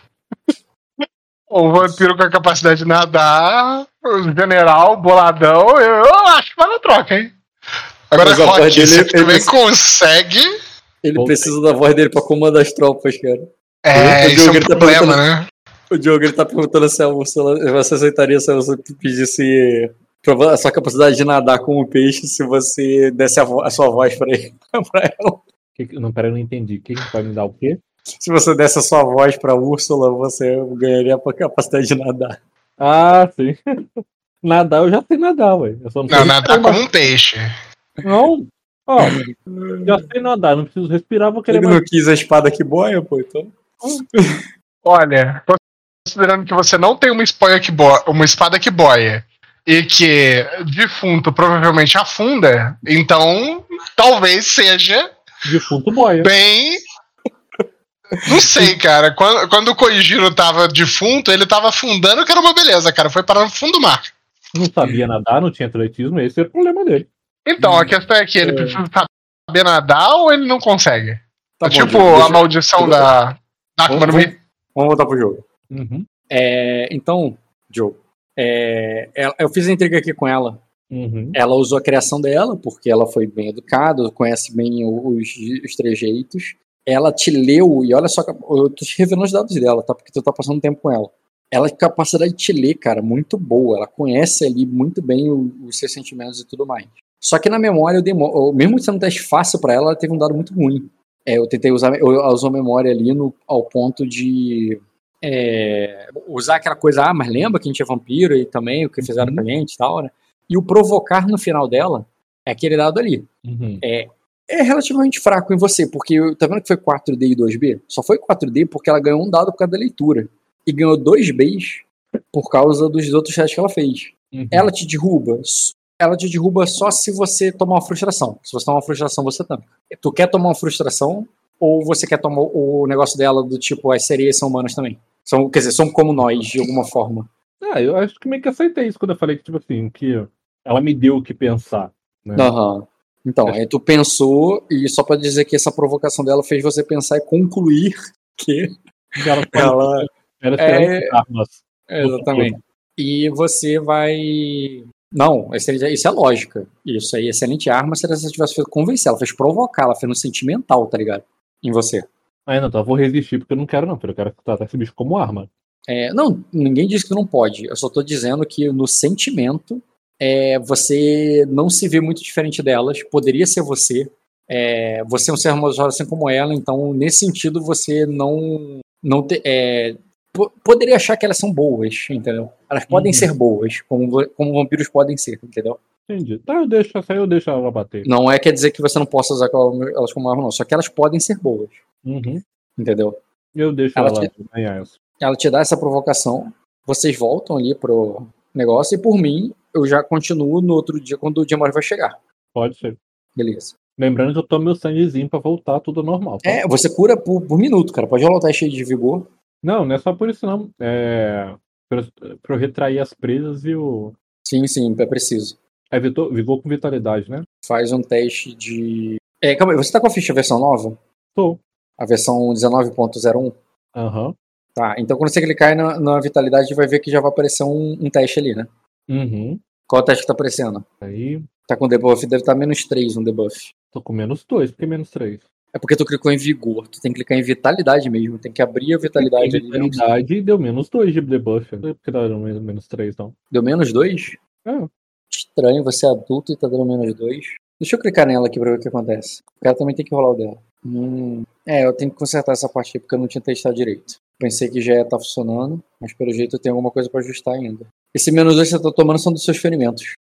S3: O vampiro com a capacidade de nadar, o general, boladão, eu acho que vai na troca, hein? Agora, Rock, você também consegue...
S1: Ele precisa da voz dele pra comandar as tropas, cara.
S3: Isso é um problema, né?
S1: O Diogo, ele tá perguntando se a Úrsula, você aceitaria se você pedisse a sua capacidade de nadar como peixe se você desse a sua voz pra ela.
S2: Não, peraí, eu não entendi. Quem vai me dar o quê?
S1: Se você desse a sua voz pra Úrsula, você ganharia a capacidade de nadar.
S2: Ah, sim. Nadar, eu já sei nadar, ué.
S3: Não, nadar como um peixe.
S2: Não. Já sei nadar, não preciso respirar, vou querer
S1: mais. Ele não quis a espada que boia, pô, então.
S3: Olha, considerando que você não tem uma espada que boia e que defunto provavelmente afunda, então talvez seja
S2: defunto boia.
S3: Bem... Não sei, cara. Quando o Koijiro tava defunto, ele tava afundando, que era uma beleza, cara. Foi parar no fundo do mar.
S2: Não sabia nadar, não tinha atletismo, esse era o problema dele.
S3: Então, a questão é que ele precisa saber nadar ou ele não consegue?
S1: Tá
S3: bom,
S1: tipo
S3: a maldição da Akuma no Mi.
S1: Vamos voltar pro jogo.
S2: Uhum.
S1: Então, Joe, eu fiz a intriga aqui com ela.
S2: Uhum.
S1: Ela usou a criação dela, porque ela foi bem educada, conhece bem os trejeitos. Ela te leu, e olha só, eu tô te revelando os dados dela, tá? Porque tu tá passando tempo com ela. Ela tem capacidade de te ler, cara, muito boa. Ela conhece ali muito bem os seus sentimentos e tudo mais. Só que na memória, mesmo sendo um teste fácil pra ela teve um dado muito ruim. Eu tentei usar a memória ali ao ponto de usar aquela coisa, mas lembra que a gente é vampiro e também o que fizeram com a gente e tal, né? E o provocar no final dela é aquele dado ali.
S2: Uhum.
S1: É relativamente fraco em você, porque tá vendo que foi 4D e 2B? Só foi 4D porque ela ganhou um dado por causa da leitura. E ganhou 2Bs por causa dos outros testes que ela fez.
S2: Uhum.
S1: Ela te derruba só se você tomar uma frustração. Se você tomar uma frustração, você tanca. Tu quer tomar uma frustração ou você quer tomar o negócio dela do tipo, as sereias são humanas também? Quer dizer, são como nós, de alguma forma.
S2: Eu acho que meio que aceitei isso quando eu falei que, tipo assim, que ela me deu o que pensar. Né?
S1: Aham. Então, aí tu pensou, e só pra dizer que essa provocação dela fez você pensar e concluir que ela
S2: era
S1: exatamente. E você vai Não, isso é lógica. Isso aí, excelente arma se você tivesse feito convencer. Ela fez provocar, ela fez no sentimental, tá ligado? Em você.
S2: Não, então eu vou resistir porque eu não quero, não. Eu quero tratar esse bicho como arma.
S1: Não, ninguém disse que não pode. Eu só tô dizendo que no sentimento, você não se vê muito diferente delas. Poderia ser você. Você é um ser homossexual assim como ela, então nesse sentido você não poderia achar que elas são boas, entendeu? Elas podem ser boas, como vampiros podem ser, entendeu?
S2: Entendi. Tá, eu deixo ela bater.
S1: Não quer dizer que você não possa usar elas como arma, não. Só que elas podem ser boas. Entendeu?
S2: Eu deixo ela ganhar isso.
S1: Ela te dá essa provocação, vocês voltam ali pro negócio, e por mim, eu já continuo no outro dia, quando o Diamore vai chegar.
S2: Pode ser.
S1: Beleza.
S2: Lembrando que eu tomo meu sanguezinho pra voltar tudo normal. Tá?
S1: Você cura por minuto, cara. Pode rolar o teste de vigor.
S2: Não é só por isso, não. Pra eu retrair as presas e o...
S1: Sim, é preciso.
S2: Vigor com vitalidade, né?
S1: Faz um teste de... calma aí, você tá com a ficha versão nova?
S2: Tô.
S1: A versão 19.01?
S2: Aham.
S1: Tá, então quando você clicar na vitalidade, vai ver que já vai aparecer um teste ali, né? Qual é o teste que tá aparecendo?
S2: Aí...
S1: Tá com debuff, deve estar -3 um debuff.
S2: Tô com -2, porque -3?
S1: É porque tu clicou em vigor, tu tem que clicar em vitalidade mesmo, tem que abrir a vitalidade ali.
S2: Vitalidade deu -2 de debuff. Não sei porque tá dando -3, não.
S1: Deu -2? Estranho, você é adulto e tá dando -2. Deixa eu clicar nela aqui pra ver o que acontece. O cara também tem que rolar o dela. Eu tenho que consertar essa parte aí porque eu não tinha testado direito. Pensei que já ia estar funcionando, mas pelo jeito eu tenho alguma coisa pra ajustar ainda. Esse -2 que você tá tomando são dos seus ferimentos.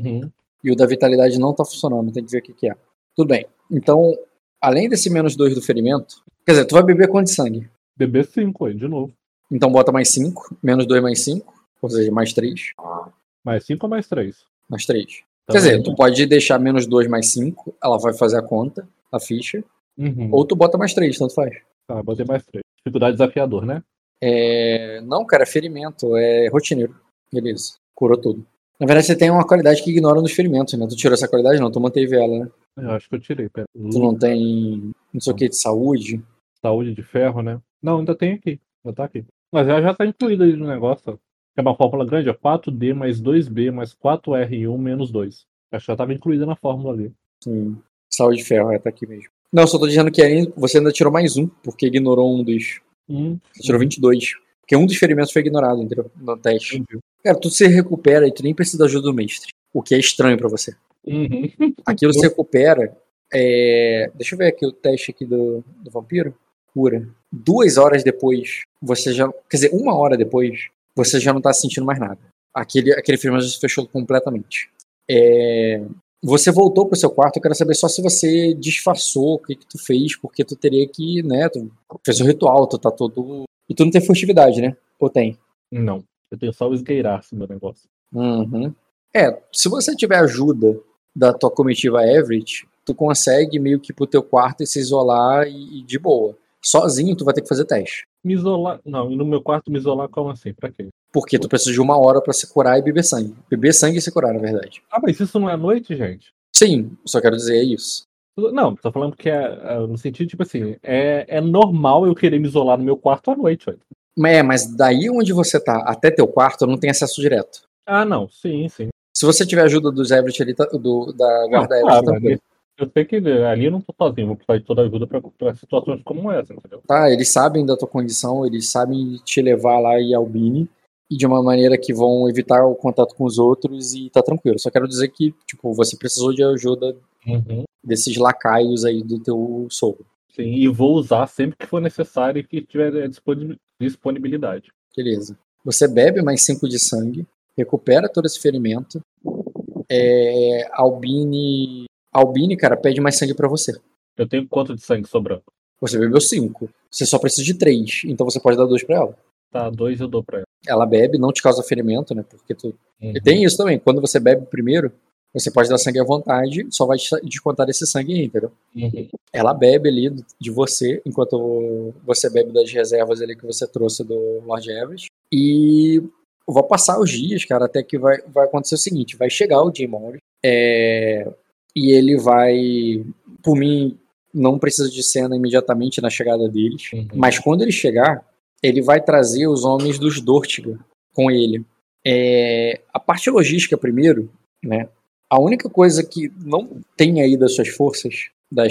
S1: E o da vitalidade não tá funcionando, tem que ver o que é. Tudo bem. Então, além desse -2 do ferimento, quer dizer, tu vai beber quanto de sangue?
S2: Beber 5 aí, de novo.
S1: Então bota mais 5, -2 mais 5, ou seja, mais 3.
S2: Mais 5 ou mais 3?
S1: Mais 3. Quer dizer, tu pode deixar -2 mais 5, ela vai fazer a conta, a ficha, ou tu bota mais 3, tanto faz.
S2: Tá, botei mais 3. Dificuldade desafiador, né?
S1: Não, cara, é ferimento, é rotineiro. Beleza, curou tudo. Na verdade, você tem uma qualidade que ignora nos ferimentos, né? Tu tirou essa qualidade? Não, tu manteve ela, né?
S2: Eu acho que eu tirei, pera.
S1: Tu não tem, não sei o que, de saúde?
S2: Saúde de ferro, né? Não, ainda tem aqui. Já tá aqui. Mas ela já tá incluída aí no negócio. É uma fórmula grande, ó. 4D mais 2B mais 4R1 menos 2. Acho que já tava incluída na fórmula ali.
S1: Sim. Saúde de ferro, tá aqui mesmo. Não, só tô dizendo que aí você ainda tirou mais um, porque ignorou um dos... Você tirou 22. Porque um dos ferimentos foi ignorado, entendeu? No teste. Cara, tu se recupera e tu nem precisa da ajuda do mestre. O que é estranho pra você. Aquilo se recupera. Deixa eu ver aqui o teste aqui do vampiro. Cura. 2 horas depois, você já... Quer dizer, 1 hora depois, você já não tá sentindo mais nada. Aquele ferimento já se fechou completamente. Você voltou pro seu quarto, eu quero saber só se você disfarçou, o que tu fez, porque tu teria que, né, tu fez o ritual, tu tá todo... E tu não tem furtividade, né? Ou tem?
S2: Não, eu tenho só o esgueiraço meu negócio.
S1: Se você tiver ajuda da tua comitiva Everett, tu consegue meio que ir pro teu quarto e se isolar e de boa. Sozinho tu vai ter que fazer teste.
S2: Me isolar? Não, e no meu quarto me isolar como assim? Pra quê?
S1: Porque tu precisa de 1 hora pra se curar e beber sangue. Beber sangue e se curar, na verdade.
S2: Mas isso não é à noite, gente?
S1: Sim, só quero dizer isso.
S2: Não, tô falando que no sentido, tipo assim, é normal eu querer me isolar no meu quarto à noite, velho.
S1: Mas daí onde você tá, até teu quarto, não tem acesso direto.
S2: Não, sim.
S1: Se você tiver ajuda dos Everett ali, da guarda Everett, também.
S2: Eu sei que ali eu não tô sozinho, vou precisar de toda ajuda pra situações como essa, entendeu?
S1: Tá, eles sabem da tua condição, eles sabem te levar lá em Albini, e de uma maneira que vão evitar o contato com os outros e tá tranquilo. Só quero dizer que, tipo, você precisou de ajuda desses lacaios aí do teu sogro.
S2: Sim, e vou usar sempre que for necessário e que tiver disponibilidade.
S1: Beleza. Você bebe mais 5 de sangue, recupera todo esse ferimento. Albini, cara, pede mais sangue pra você.
S2: Eu tenho quanto de sangue sobrando?
S1: Você bebeu 5. Você só precisa de 3, então você pode dar 2 pra ela.
S2: Tá, 2 eu dou pra ela.
S1: Ela bebe, não te causa ferimento, né? Porque tu... E tem isso também, quando você bebe primeiro, você pode dar sangue à vontade, só vai descontar esse sangue aí, entendeu? Ela bebe ali de você, enquanto você bebe das reservas ali que você trouxe do Lord Everett. E eu vou passar os dias, cara, até que vai acontecer o seguinte, vai chegar o Jim Morris, e ele vai, por mim, não precisa de cena imediatamente na chegada deles, mas quando ele chegar, ele vai trazer os homens dos Dortiga com ele. A parte logística primeiro, né? A única coisa que não tem aí das forças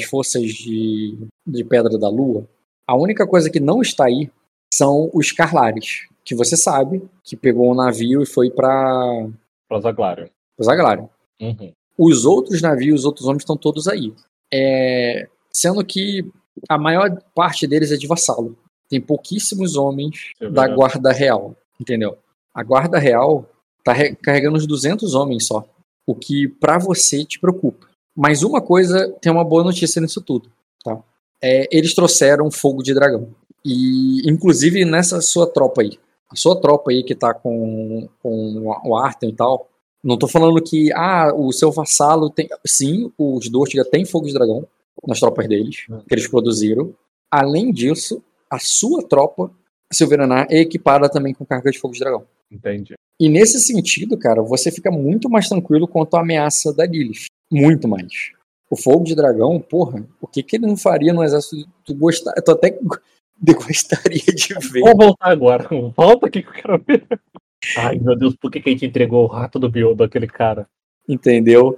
S1: de Pedra da Lua, a única coisa que não está aí são os Carlares, que você sabe que pegou um navio e foi para
S2: Zaglário.
S1: Zaglário.
S2: Uhum.
S1: Os outros navios, os outros homens estão todos aí. Sendo que a maior parte deles é de vassalo. Tem pouquíssimos homens da Guarda Real, entendeu? A Guarda Real tá carregando uns 200 homens só, o que pra você te preocupa. Mas uma coisa, tem uma boa notícia nisso tudo, tá? Eles trouxeram fogo de dragão. E, inclusive, nessa sua tropa aí, a sua tropa aí que tá com o Arthur e tal, não tô falando que, o seu vassalo tem... Sim, os Dortiga tem fogo de dragão nas tropas deles, que eles produziram. Além disso, a sua tropa, Silveranar, é equipada também com carga de fogo de dragão.
S2: Entendi.
S1: E nesse sentido, cara, você fica muito mais tranquilo quanto à ameaça da Lilith. Muito mais. O fogo de dragão, porra, o que ele não faria no exército? Tu até gostaria de ver.
S2: Vamos voltar agora. Volta aqui que eu quero ver. Ai, meu Deus, por que a gente entregou o rato do Biodo àquele cara?
S1: Entendeu?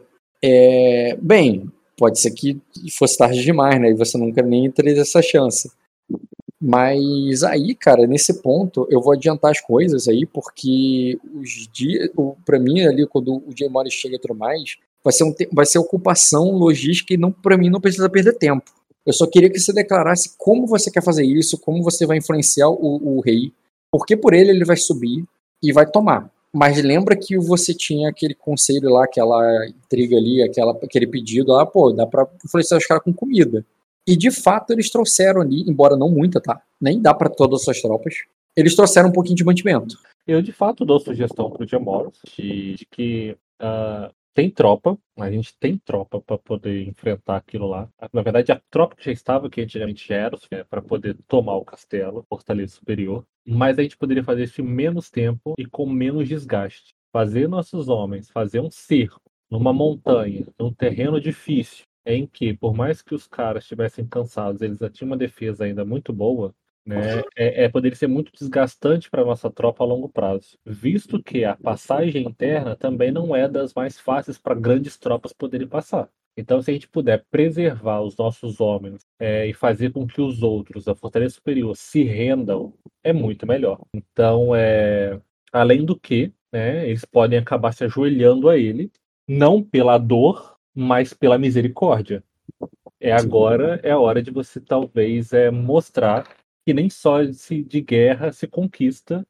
S1: Bem, pode ser que fosse tarde demais, né? E você nunca nem teria essa chance. Mas aí, cara, nesse ponto, eu vou adiantar as coisas aí, porque os dias, pra mim, ali, quando o Jay Morris chega e tudo mais, vai ser ocupação logística e pra mim não precisa perder tempo. Eu só queria que você declarasse como você quer fazer isso, como você vai influenciar o rei, porque por ele vai subir e vai tomar. Mas lembra que você tinha aquele conselho lá, aquela intriga ali, aquele pedido lá, dá pra influenciar os caras com comida. E de fato eles trouxeram ali, embora não muita, tá? Nem dá pra todas as suas tropas. Eles trouxeram um pouquinho de mantimento.
S2: Eu de fato dou sugestão pro Jamoros de que tem tropa, a gente tem tropa para poder enfrentar aquilo lá. Na verdade, a tropa que já estava, que antigamente já era, para poder tomar o castelo, Fortaleza Superior. Mas a gente poderia fazer isso em menos tempo e com menos desgaste. Fazer nossos homens fazer um cerco numa montanha, num terreno difícil, em que, por mais que os caras estivessem cansados, eles já tinham uma defesa ainda muito boa, né? Poderia ser muito desgastante para a nossa tropa a longo prazo, visto que a passagem interna também não é das mais fáceis para grandes tropas poderem passar. Então, se a gente puder preservar os nossos homens e fazer com que os outros, da Fortaleza Superior, se rendam, é muito melhor. Então, além do que, né, eles podem acabar se ajoelhando a ele, não pela dor, mas pela misericórdia. Agora é a hora de você talvez mostrar que nem só de guerra se conquista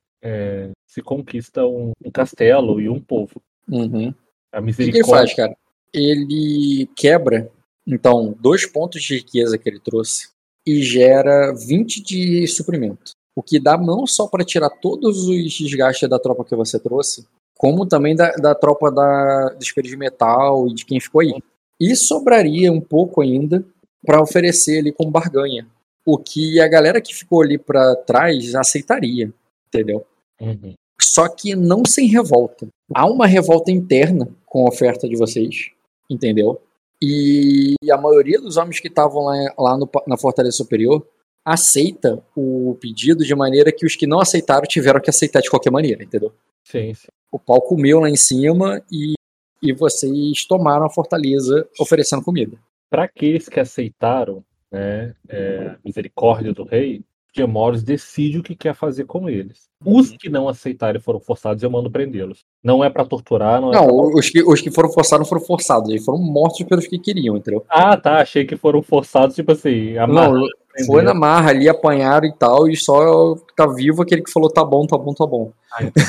S2: um castelo e um povo.
S1: Uhum.
S2: A
S1: O que
S2: misericórdia.
S1: ele faz, cara? Ele quebra, então, 2 pontos de riqueza que ele trouxe e gera 20 de suprimento. O que dá não só para tirar todos os desgastes da tropa que você trouxe, como também da tropa do Espelho de Metal e de quem ficou aí. E sobraria um pouco ainda para oferecer ali como barganha. O que a galera que ficou ali para trás aceitaria, entendeu?
S2: Uhum.
S1: Só que não sem revolta. Há uma revolta interna com a oferta de vocês, entendeu? E a maioria dos homens que estavam lá na Fortaleza Superior aceita o pedido de maneira que os que não aceitaram tiveram que aceitar de qualquer maneira, entendeu?
S2: Sim.
S1: O pau comeu lá em cima e vocês tomaram a fortaleza oferecendo comida.
S2: Para aqueles que aceitaram, né, a misericórdia do rei, Jamoros decide o que quer fazer com eles. Os que não aceitaram e foram forçados, eu mando prendê-los. Não é para torturar, não.
S1: Os que foram forçados não foram forçados, eles foram mortos pelos que queriam, entendeu?
S2: Ah, tá, achei que foram forçados, tipo assim,
S1: não, foi na marra ali, apanharam e tal, e só tá vivo aquele que falou tá bom.
S2: Ah, então.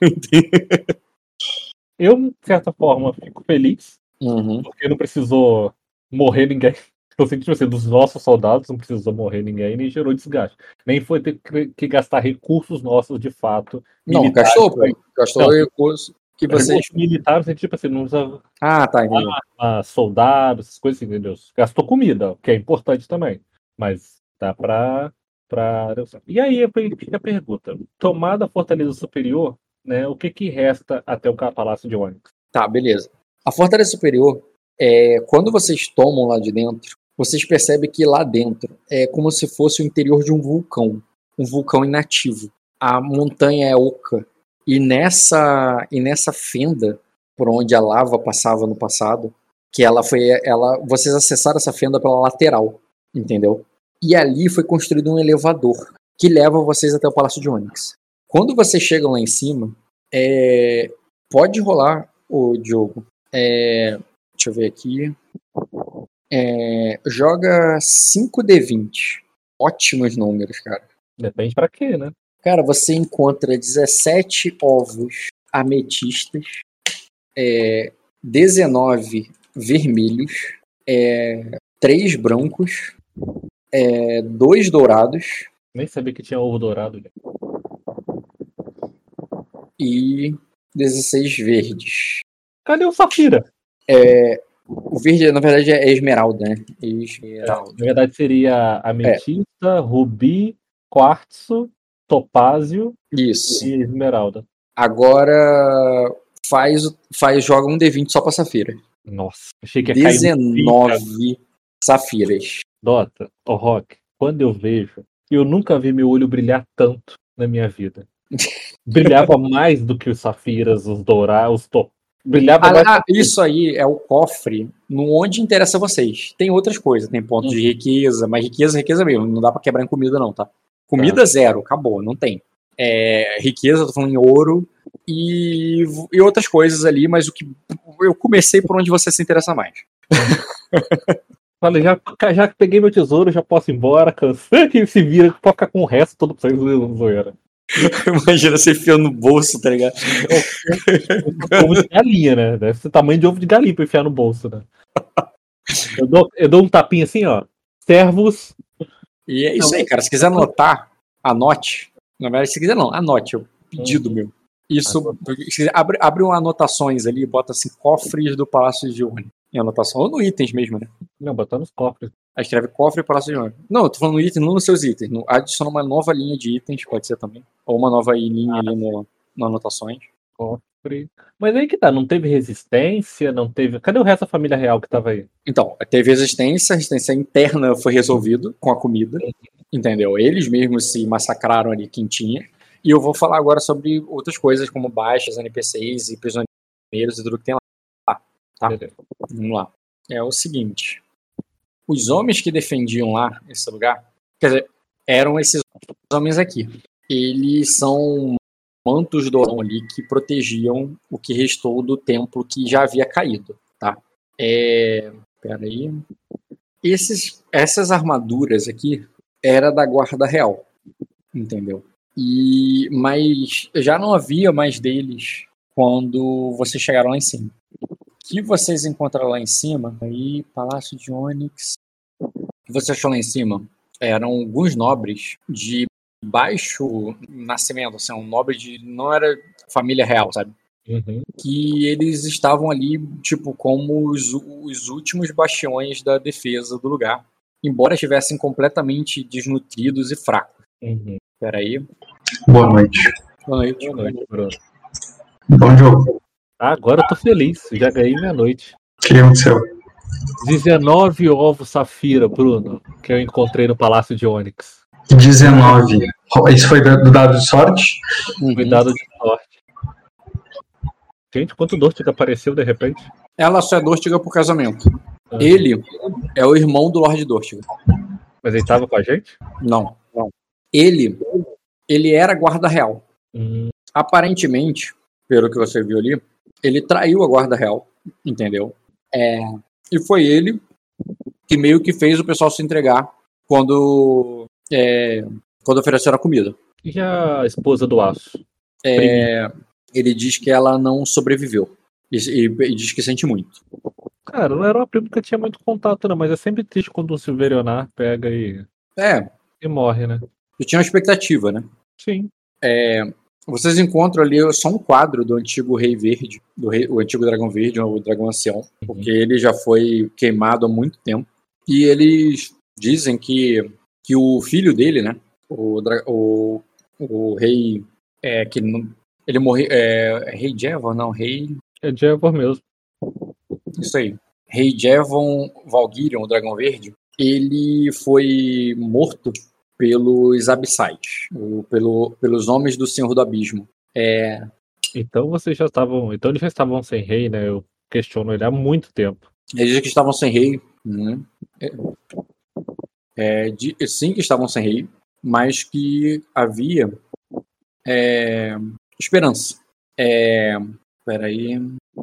S2: Eu, de certa forma, fico feliz, porque não precisou morrer ninguém. Eu senti, tipo assim, dos nossos soldados não precisou morrer ninguém, nem gerou desgaste. Nem foi ter que gastar recursos nossos, de fato.
S1: Não, gastou recursos que vocês...
S2: Militares, tipo assim, não usa...
S1: Ah, tá, entendi.
S2: Soldados, essas coisas assim, entendeu? Gastou comida, que é importante também. Mas dá pra... E aí fica a pergunta. Tomada a Fortaleza Superior, né, o que resta até o Palácio de Onyx?
S1: Tá, beleza. A Fortaleza Superior, quando vocês tomam lá de dentro, vocês percebem que lá dentro é como se fosse o interior de um vulcão inativo. A montanha é oca, e nessa fenda por onde a lava passava no passado, que vocês acessaram essa fenda pela lateral, entendeu? E ali foi construído um elevador que leva vocês até o Palácio de Onyx. Quando vocês chegam lá em cima, pode rolar, o Diogo. Deixa eu ver aqui. Joga 5d20. Ótimos números, cara.
S2: Depende pra quê, né?
S1: Cara, você encontra 17 ovos ametistas, 19 vermelhos, 3 brancos, 2 dourados.
S2: Nem sabia que tinha ovo dourado. Né?
S1: E 16 verdes.
S2: Cadê o safira?
S1: O verde, na verdade, é esmeralda, né? Esmeralda.
S2: Na verdade, seria ametista, rubi, quartzo, topázio
S1: Isso.
S2: e esmeralda.
S1: Agora joga um D20 só pra safira.
S2: Nossa, achei que ia cair
S1: 19 safiras.
S2: Dota, Rock, quando eu vejo, eu nunca vi meu olho brilhar tanto na minha vida. Brilhava mais do que os safiras, os dourados, os top. Brilhava mais.
S1: Isso aí é o cofre no onde interessa a vocês. Tem outras coisas, tem pontos de riqueza, mas riqueza mesmo, não dá pra quebrar em comida não, tá? Comida zero, acabou, não tem. Riqueza, tô falando em ouro e outras coisas ali, mas o que eu comecei por onde você se interessa mais.
S2: Falei, já peguei meu tesouro, já posso ir embora, cansei que se vira, pode ficar com o resto todo pra vocês zoeira.
S1: Imagina você enfiando no bolso, tá ligado?
S2: Ovo de galinha, né? Deve ser tamanho de ovo de galinha pra enfiar no bolso, né? Eu dou um tapinha assim, ó. Servos.
S1: E é isso aí, cara. Se quiser anotar, anote. Na verdade, se quiser não, anote. É o pedido meu. Isso, abre uma anotações ali, bota assim, cofres do Palácio de Onyx. Em anotação, ou no itens mesmo, né?
S2: Não, botar nos cofres.
S1: Aí escreve cofre e Palácio de Onyx. Não, eu tô falando no item, não nos seus itens. Adiciona uma nova linha de itens, pode ser também. Ou uma nova linha ali no anotações.
S2: Cofre. Mas aí que tá, não teve resistência, não teve. Cadê o resto da família real que tava aí?
S1: Então, teve resistência, a resistência interna foi resolvida com a comida. Entendeu? Eles mesmos se massacraram ali quem tinha. E eu vou falar agora sobre outras coisas, como baixas, NPCs e prisioneiros e tudo que tem lá. Tá? Vamos lá. É o seguinte. Os homens que defendiam lá esse lugar, quer dizer, eram esses homens aqui. Eles são mantos do Orão ali que protegiam o que restou do templo que já havia caído, tá? Peraí. Essas armaduras aqui era da guarda real, entendeu? Mas já não havia mais deles quando vocês chegaram lá em cima. O que vocês encontraram lá em cima, aí, Palácio de Onyx, o que você achou lá em cima eram alguns nobres de baixo nascimento, assim, um nobre não era família real, sabe?
S2: Uhum.
S1: Que eles estavam ali, tipo, como os últimos bastiões da defesa do lugar, embora estivessem completamente desnutridos e fracos.
S2: Uhum.
S1: Peraí.
S4: Boa noite.
S1: Boa noite.
S2: Boa noite, Bruno.
S4: Bom jogo.
S2: Agora eu tô feliz, já ganhei minha noite.
S4: O que aconteceu?
S2: 19 ovos safira, Bruno, que eu encontrei no Palácio de Onyx.
S4: 19. Isso foi do dado de sorte?
S2: Cuidado de sorte. Gente, quanto Dortiga apareceu de repente?
S1: Ela só é Dortiga por casamento. Ele é o irmão do Lorde Dortiga.
S2: Mas ele tava com a gente?
S1: Não. Ele era guarda real. Aparentemente, pelo que você viu ali, ele traiu a guarda real, entendeu? E foi ele que meio que fez o pessoal se entregar quando ofereceram a comida.
S2: E a esposa do Aço?
S1: Ele diz que ela não sobreviveu. E diz que sente muito.
S2: Cara, não era uma prima que eu tinha muito contato, não, mas é sempre triste quando o Silverionar pega e morre, né?
S1: Eu tinha uma expectativa, né?
S2: Sim.
S1: Vocês encontram ali só um quadro do antigo Rei Verde, o antigo Dragão Verde, o Dragão Ancião, porque ele já foi queimado há muito tempo. E eles dizem que o filho dele, né? O rei. Ele morreu. Rei Jevon? Não, rei.
S2: É Jevon mesmo.
S1: Isso aí. Rei Jevon Valgyrion, o Dragão Verde, ele foi morto pelos Abissais, pelos homens do Senhor do Abismo.
S2: Então vocês já estavam. Então eles já estavam sem rei, né? Eu questiono ele há muito tempo.
S1: Eles dizem que estavam sem rei, né? Sim, que estavam sem rei, mas que havia esperança. Peraí.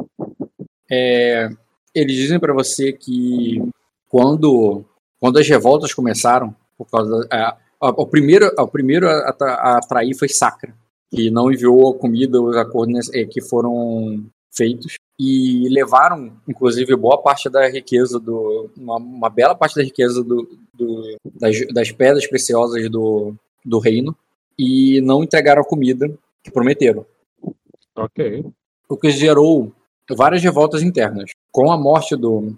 S1: Eles dizem para você que quando as revoltas começaram, por causa o primeiro a trair foi Sacra, que não enviou a comida, os acordos que foram feitos, e levaram, inclusive, boa parte da riqueza uma bela parte da riqueza das pedras preciosas do reino, e não entregaram a comida que prometeram.
S2: Ok.
S1: O que gerou várias revoltas internas. Com a morte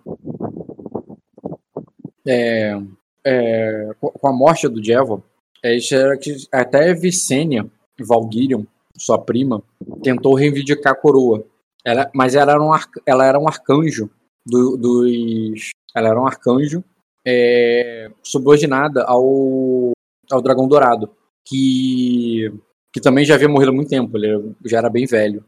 S1: com a morte do Jevon, até Visenya Valgyrion, sua prima, tentou reivindicar a coroa. Mas ela era um arcanjo ela era um arcanjo subordinada ao Dragão Dourado, que também já havia morrido há muito tempo, ele já era bem velho.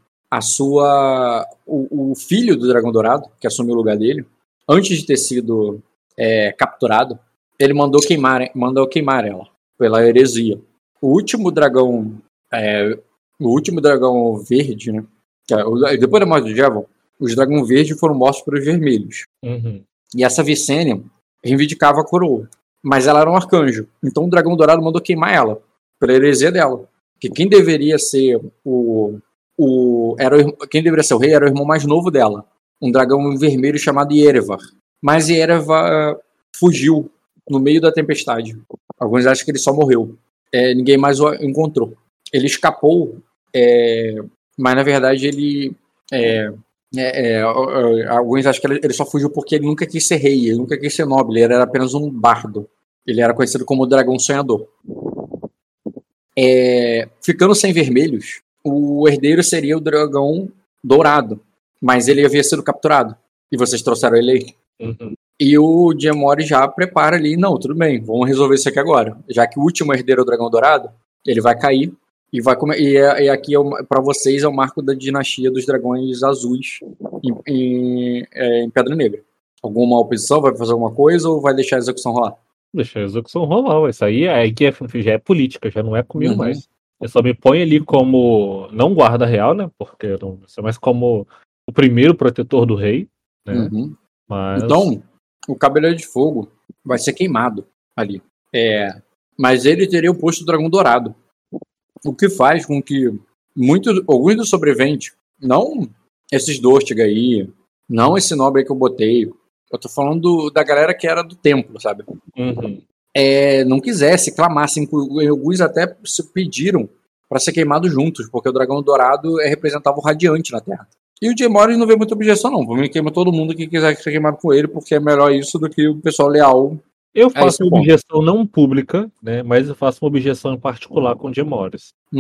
S1: O filho do Dragão Dourado, que assumiu o lugar dele, antes de ter sido capturado, ele mandou queimar ela pela heresia. O último dragão verde, né? Depois da morte do Jevon, os dragões verdes foram mortos pelos vermelhos.
S2: Uhum.
S1: E essa Visenya reivindicava a coroa, mas ela era um arcanjo. Então o Dragão Dourado mandou queimar ela pela heresia dela. Que quem deveria ser quem deveria ser o rei era o irmão mais novo dela, um dragão vermelho chamado Yerevar. Mas Yerevar fugiu no meio da tempestade. Alguns acham que ele só morreu. Ninguém mais o encontrou. Ele escapou, mas na verdade ele... alguns acham que ele só fugiu porque ele nunca quis ser rei, ele nunca quis ser nobre, ele era apenas um bardo. Ele era conhecido como o Dragão Sonhador. Ficando sem vermelhos, o herdeiro seria o Dragão Dourado, mas ele havia sido capturado e vocês trouxeram ele aí.
S2: Uhum.
S1: E o Diemori já prepara ali, não, tudo bem, vamos resolver isso aqui agora, já que o último herdeiro é o Dragão Dourado, ele vai cair e vai comer, e aqui para vocês é o marco da dinastia dos Dragões Azuis em Pedra Negra. Alguma oposição? Vai fazer alguma coisa ou vai deixar a execução rolar?
S2: Deixa a execução rolar, isso aí já é política, já não é comigo
S1: Uhum.
S2: mais. Eu só me ponho ali como, não guarda real, né, porque eu não sei, mas como o primeiro protetor do rei, né,
S1: Uhum.
S2: mas...
S1: Então, o Cavaleiro de Fogo vai ser queimado ali. Mas ele teria o posto do Dragão Dourado. O que faz com que alguns dos sobreviventes, não esses Dortiga aí, não esse nobre aí que eu botei, eu tô falando da galera que era do templo, sabe?
S2: Uhum.
S1: Não quisesse, clamassem, alguns até se pediram para ser queimados juntos, porque o Dragão Dourado representava o Radiante na Terra. E o Diemori não vê muita objeção, não. Vamos queimar todo mundo que quiser ser queimado com ele, porque é melhor isso do que o pessoal leal.
S2: Eu faço uma objeção não pública, né, mas eu faço uma objeção em particular com o Diemori.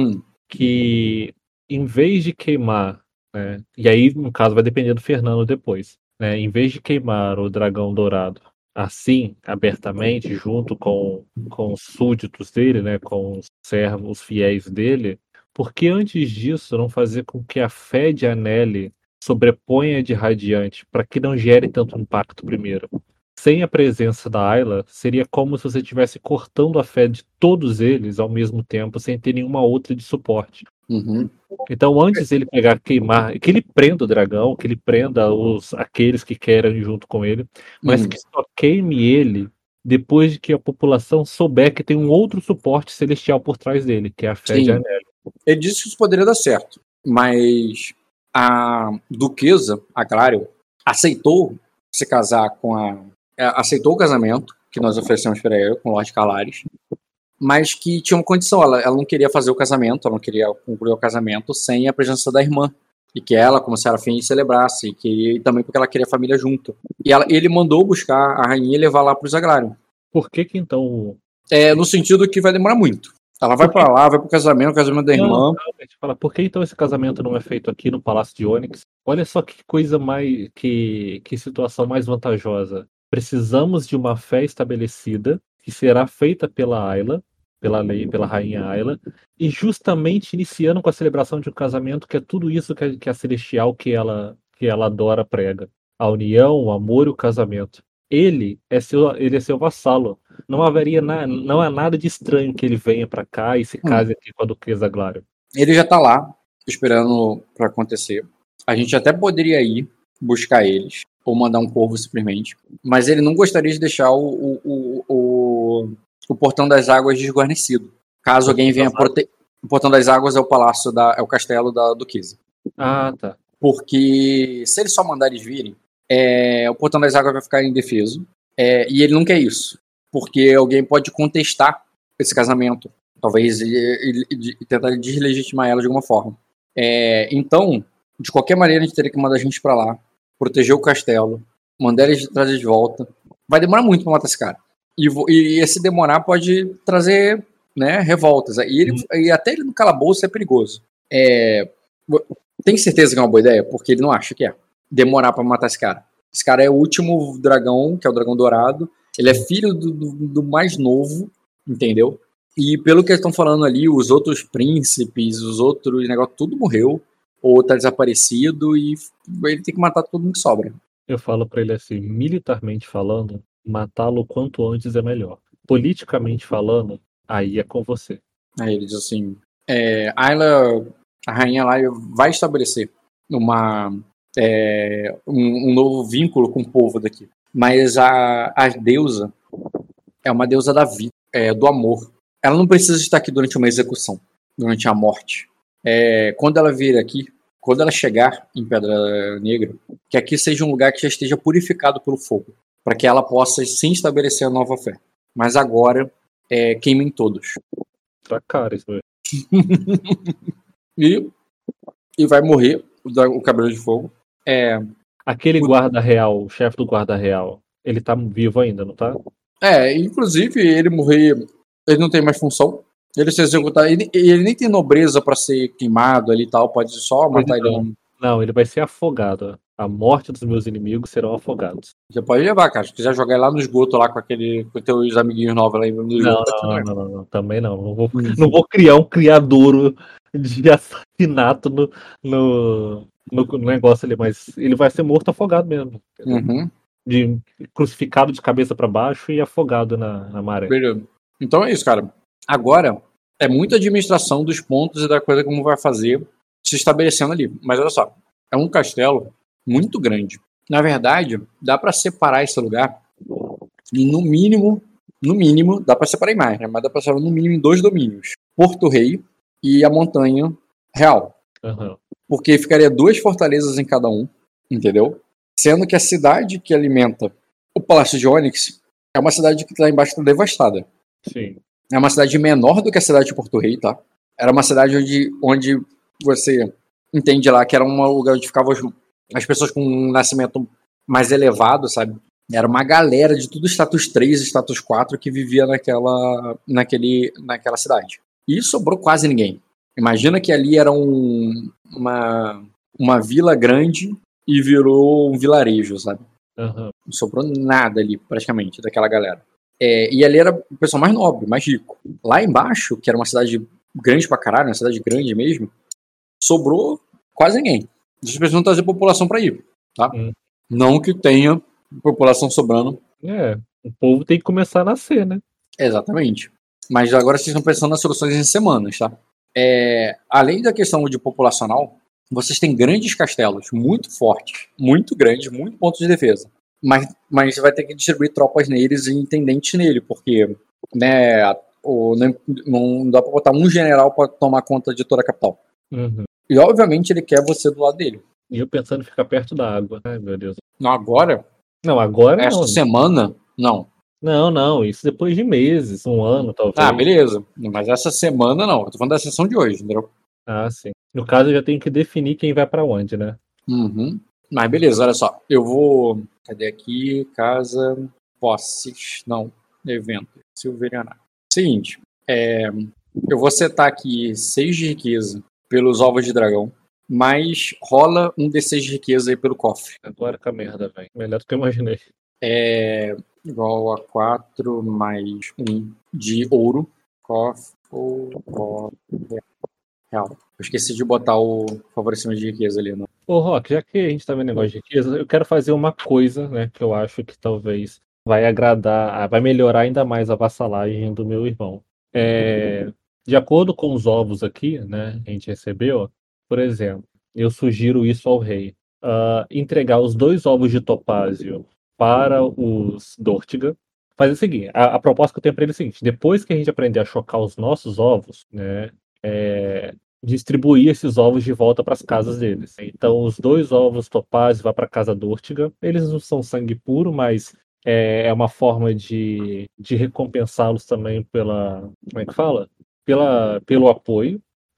S2: Que em vez de queimar, né, e aí no caso vai depender do Fernando depois, né, em vez de queimar o Dragão Dourado assim, abertamente, junto com os súditos dele, né, com os servos, os fiéis dele, por que antes disso não fazer com que a fé de Anneli sobreponha a de Radiante, para que não gere tanto impacto primeiro? Sem a presença da Ayla, seria como se você estivesse cortando a fé de todos eles ao mesmo tempo, sem ter nenhuma outra de suporte.
S1: Uhum.
S2: Então, antes ele pegar, queimar, que ele prenda o dragão, que ele prenda aqueles que querem junto com ele, mas que só queime ele depois de que a população souber que tem um outro suporte celestial por trás dele, que é a fé de Anneli.
S1: Ele disse que isso poderia dar certo, mas a duquesa, a Clarion, aceitou se casar aceitou o casamento que nós oferecemos para ela, com o Lord Calaris, mas que tinha uma condição, ela não queria fazer o casamento, ela não queria concluir o casamento sem a presença da irmã, e que ela, como Serafim, celebrasse, e também porque ela queria a família junto. E ele mandou buscar a rainha e levar lá para os Agrarion.
S2: Por que então...
S1: no sentido que vai demorar muito. Ela vai para lá, vai pro casamento da irmã.
S2: Por que então esse casamento não é feito aqui no Palácio de Ônix? Olha só que coisa mais... Que situação mais vantajosa. Precisamos de uma fé estabelecida, que será feita pela Ayla, pela lei, pela rainha Ayla, e justamente iniciando com a celebração de um casamento, que é tudo isso que a Celestial que ela adora prega. A união, o amor e o casamento. Ele é seu vassalo. Não haveria não há nada de estranho que ele venha para cá e se case aqui com a Duquesa Glario.
S1: Ele já tá lá, esperando pra acontecer. A gente até poderia ir buscar eles, ou mandar um corvo simplesmente, mas ele não gostaria de deixar o Portão das Águas desguarnecido. Caso alguém venha proteger. O Portão das Águas é o palácio, é o castelo da Duquesa.
S2: Ah, tá.
S1: Porque se ele só mandar eles virem, o Portão das Águas vai ficar indefeso. E ele não quer isso. Porque alguém pode contestar esse casamento. Talvez ele tentar deslegitimar ela de alguma forma. Então, de qualquer maneira, a gente teria que mandar a gente pra lá, proteger o castelo, mandar eles trazer de volta. Vai demorar muito pra matar esse cara. E esse demorar pode trazer, né, revoltas. E até ele no calabouço é perigoso. Tem certeza que é uma boa ideia? Porque ele não acha que é. Demorar pra matar esse cara. Esse cara é o último dragão, que é o dragão dourado. Ele é filho do mais novo, entendeu? E pelo que eles estão falando ali, os outros príncipes, os outros negócios, tudo morreu. Ou tá desaparecido. E ele tem que matar todo mundo que sobra.
S2: Eu falo pra ele assim, militarmente falando, matá-lo o quanto antes é melhor. Politicamente falando, aí é com você.
S1: Aí ele diz assim, Ayla, a rainha lá vai estabelecer um novo vínculo com o povo daqui. Mas a deusa é uma deusa da vida, do amor. Ela não precisa estar aqui durante uma execução, durante a morte. Quando ela vir aqui, quando ela chegar em Pedra Negra, que aqui seja um lugar que já esteja purificado pelo fogo, para que ela possa sim estabelecer a nova fé. Mas agora, queimem todos.
S2: Tá cara isso aí.
S1: E vai morrer o Cabelo de Fogo.
S2: Aquele guarda real, o chefe do guarda real, ele tá vivo ainda, não tá?
S1: Inclusive, ele morrer, ele não tem mais função. Ele se executar, ele nem tem nobreza pra ser queimado ali e tal, pode só matar ele.
S2: Não, ele vai ser afogado. A morte dos meus inimigos serão afogados.
S1: Você pode levar, cara. Se quiser jogar ele lá no esgoto, lá com teus amiguinhos novos lá no esgoto.
S2: Não, também não. Não vou criar um criadouro de assassinato no negócio ali, mas ele vai ser morto afogado mesmo.
S1: Uhum.
S2: Crucificado de cabeça pra baixo e afogado na maré.
S1: Beleza. Então é isso, cara. Agora é muita administração dos pontos e da coisa como vai fazer se estabelecendo ali. Mas olha só, é um castelo muito grande. Na verdade, dá pra separar esse lugar e no mínimo, dá pra separar em mais, né? Mas dá pra separar no mínimo em 2 domínios. Porto Rei e a Montanha Real.
S2: Uhum.
S1: Porque ficaria 2 fortalezas em cada um, entendeu? Sendo que a cidade que alimenta o Palácio de Onyx é uma cidade que lá embaixo está devastada.
S2: Sim.
S1: É uma cidade menor do que a cidade de Porto Rei, tá? Era uma cidade onde você entende lá que era um lugar onde ficavam as pessoas com um nascimento mais elevado, sabe? Era uma galera de tudo status 3 e status 4 que vivia naquela cidade. E sobrou quase ninguém. Imagina que ali era uma vila grande e virou um vilarejo, sabe?
S2: Uhum.
S1: Não sobrou nada ali, praticamente, daquela galera. E ali era o pessoal mais nobre, mais rico. Lá embaixo, que era uma cidade grande pra caralho, uma cidade grande mesmo, sobrou quase ninguém. As pessoas não trazer população pra ir, tá? Não que tenha população sobrando.
S2: O povo tem que começar a nascer, né?
S1: Exatamente. Mas agora vocês estão pensando nas soluções em semanas, tá? Além da questão de populacional, vocês têm grandes castelos, muito fortes, muito grandes, muito pontos de defesa. Mas você vai ter que distribuir tropas neles e intendentes nele, porque né, não dá pra botar um general pra tomar conta de toda a capital.
S2: Uhum.
S1: E obviamente ele quer você do lado dele.
S2: E eu pensando em ficar perto da água. Ai, meu Deus.
S1: Não, agora?
S2: Não, agora
S1: esta
S2: não.
S1: Semana? Não.
S2: Não, isso depois de meses, um ano, talvez.
S1: Ah, beleza. Mas essa semana não. Eu tô falando da sessão de hoje, entendeu?
S2: Ah, sim. No caso, eu já tenho que definir quem vai pra onde, né?
S1: Uhum. Mas beleza, olha só. Eu vou... Cadê aqui? Casa... Posses. Não. Evento. Silverianar. Seguinte. Eu vou setar aqui 6 de riqueza pelos ovos de dragão. Mas rola um D6 de riqueza aí pelo cofre.
S2: Agora com a merda, velho. Melhor do que eu imaginei.
S1: Igual a 4 mais 1 de ouro. Cofre ou real. Eu esqueci de botar o favorecimento de riqueza ali, não.
S2: Ô, Rock, já que a gente tá vendo negócio de riqueza, eu quero fazer uma coisa, né, que eu acho que talvez vai agradar, vai melhorar ainda mais a vassalagem do meu irmão. De acordo com os ovos aqui, né, que a gente recebeu, por exemplo, eu sugiro isso ao rei. Entregar os 2 ovos de topázio para os Dortiga. Fazer o seguinte, a proposta que eu tenho para ele é o seguinte: depois que a gente aprender a chocar os nossos ovos, né, distribuir esses ovos de volta para as casas deles. Então, os 2 ovos topázio vão para a casa Dortiga. Eles não são sangue puro, mas é uma forma de recompensá-los também pela, como é que fala? Pelo apoio.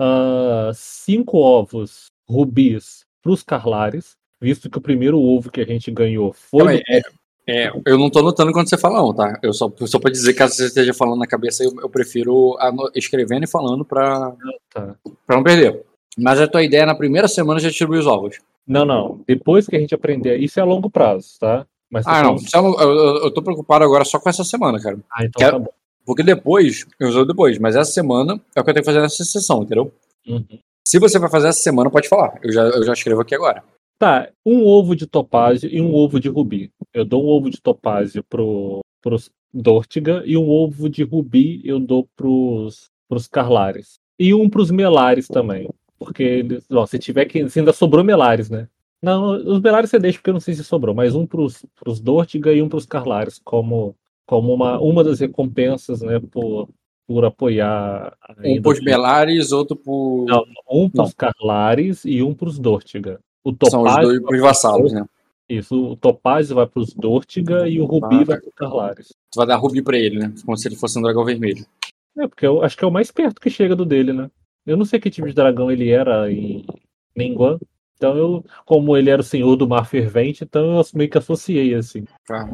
S2: 5 ovos rubis para os Carlares, visto que o primeiro ovo que a gente ganhou foi.
S1: Eu não tô notando quando você fala não, tá? Eu só pra dizer, caso você esteja falando na cabeça, eu prefiro escrevendo e falando pra não perder. Mas a tua ideia na primeira semana já distribuir os ovos.
S2: Não. Depois que a gente aprender, isso é a longo prazo, tá? Mas
S1: não. Eu tô preocupado agora só com essa semana, cara.
S2: Então tá bom.
S1: Porque depois, eu uso depois, mas essa semana é o que eu tenho que fazer nessa sessão, entendeu?
S2: Uhum.
S1: Se você vai fazer essa semana, pode falar. Eu já escrevo aqui agora.
S2: Tá, 1 ovo de topázio e 1 ovo de rubi. Eu dou 1 ovo de topázio pros Dortiga e 1 ovo de rubi eu dou pros Carlares. E 1 pros Melares também. Porque, se tiver que. Se ainda sobrou Melares, né? Não, os Melares você deixa porque eu não sei se sobrou, mas 1 pros Dortiga e 1 pros Carlares, como uma das recompensas, né, por apoiar.
S1: Um pros Melares, outro por.
S2: Não, 1 pros Carlares e 1 pros Dortiga.
S1: São os 2 pros vassalos, né?
S2: Isso, o topázio vai pros Dortiga e o rubi vai pros Carlares.
S1: Tu vai dar rubi pra ele, né? Como se ele fosse um dragão vermelho.
S2: Porque eu acho que é o mais perto que chega do dele, né? Eu não sei que tipo de dragão ele era em Ningguang. Então como ele era o senhor do mar fervente, então eu meio que associei, assim.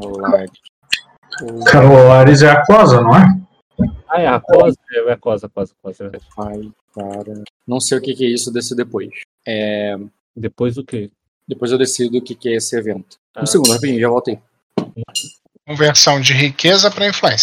S4: Carolares é aquosa, não é?
S2: É aquosa? É aquosa.
S1: Não sei o que é isso, desse depois.
S2: Depois o quê?
S1: Depois eu decido o que é esse evento. Um segundo, rapidinho, já voltei.
S3: Conversão de riqueza para influência.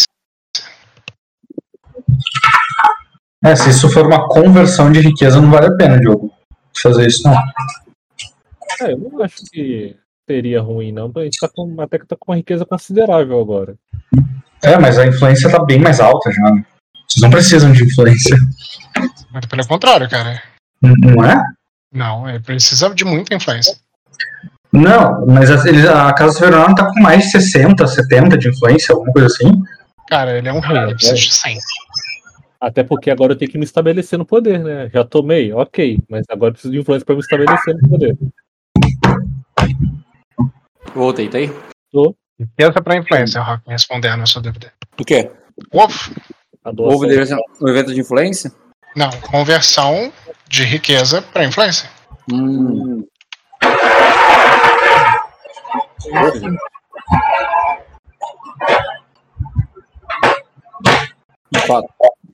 S4: Se isso for uma conversão de riqueza, não vale a pena, Diogo, fazer isso, não.
S2: Eu não acho que seria ruim, não. A gente até que tá com uma riqueza considerável agora.
S4: Mas a influência tá bem mais alta já. Vocês não precisam de influência.
S3: Muito pelo contrário, cara.
S4: Não é?
S3: Não, ele precisa de muita influência.
S4: Não, mas a Casa Severana tá com mais de 60, 70 de influência, alguma coisa assim.
S3: Cara, ele é um rei, ele precisa de 100.
S2: Até porque agora eu tenho que me estabelecer no poder, né? Já tomei, ok, mas agora eu preciso de influência pra me estabelecer no poder.
S1: Voltei, tá aí?
S2: Tô.
S3: Riqueza pra influência, Rock, respondendo a sua dúvida.
S1: O quê?
S3: Ovo.
S1: Ovo deve ser um evento de influência?
S3: Não, conversão de riqueza pra influência.
S1: De fato.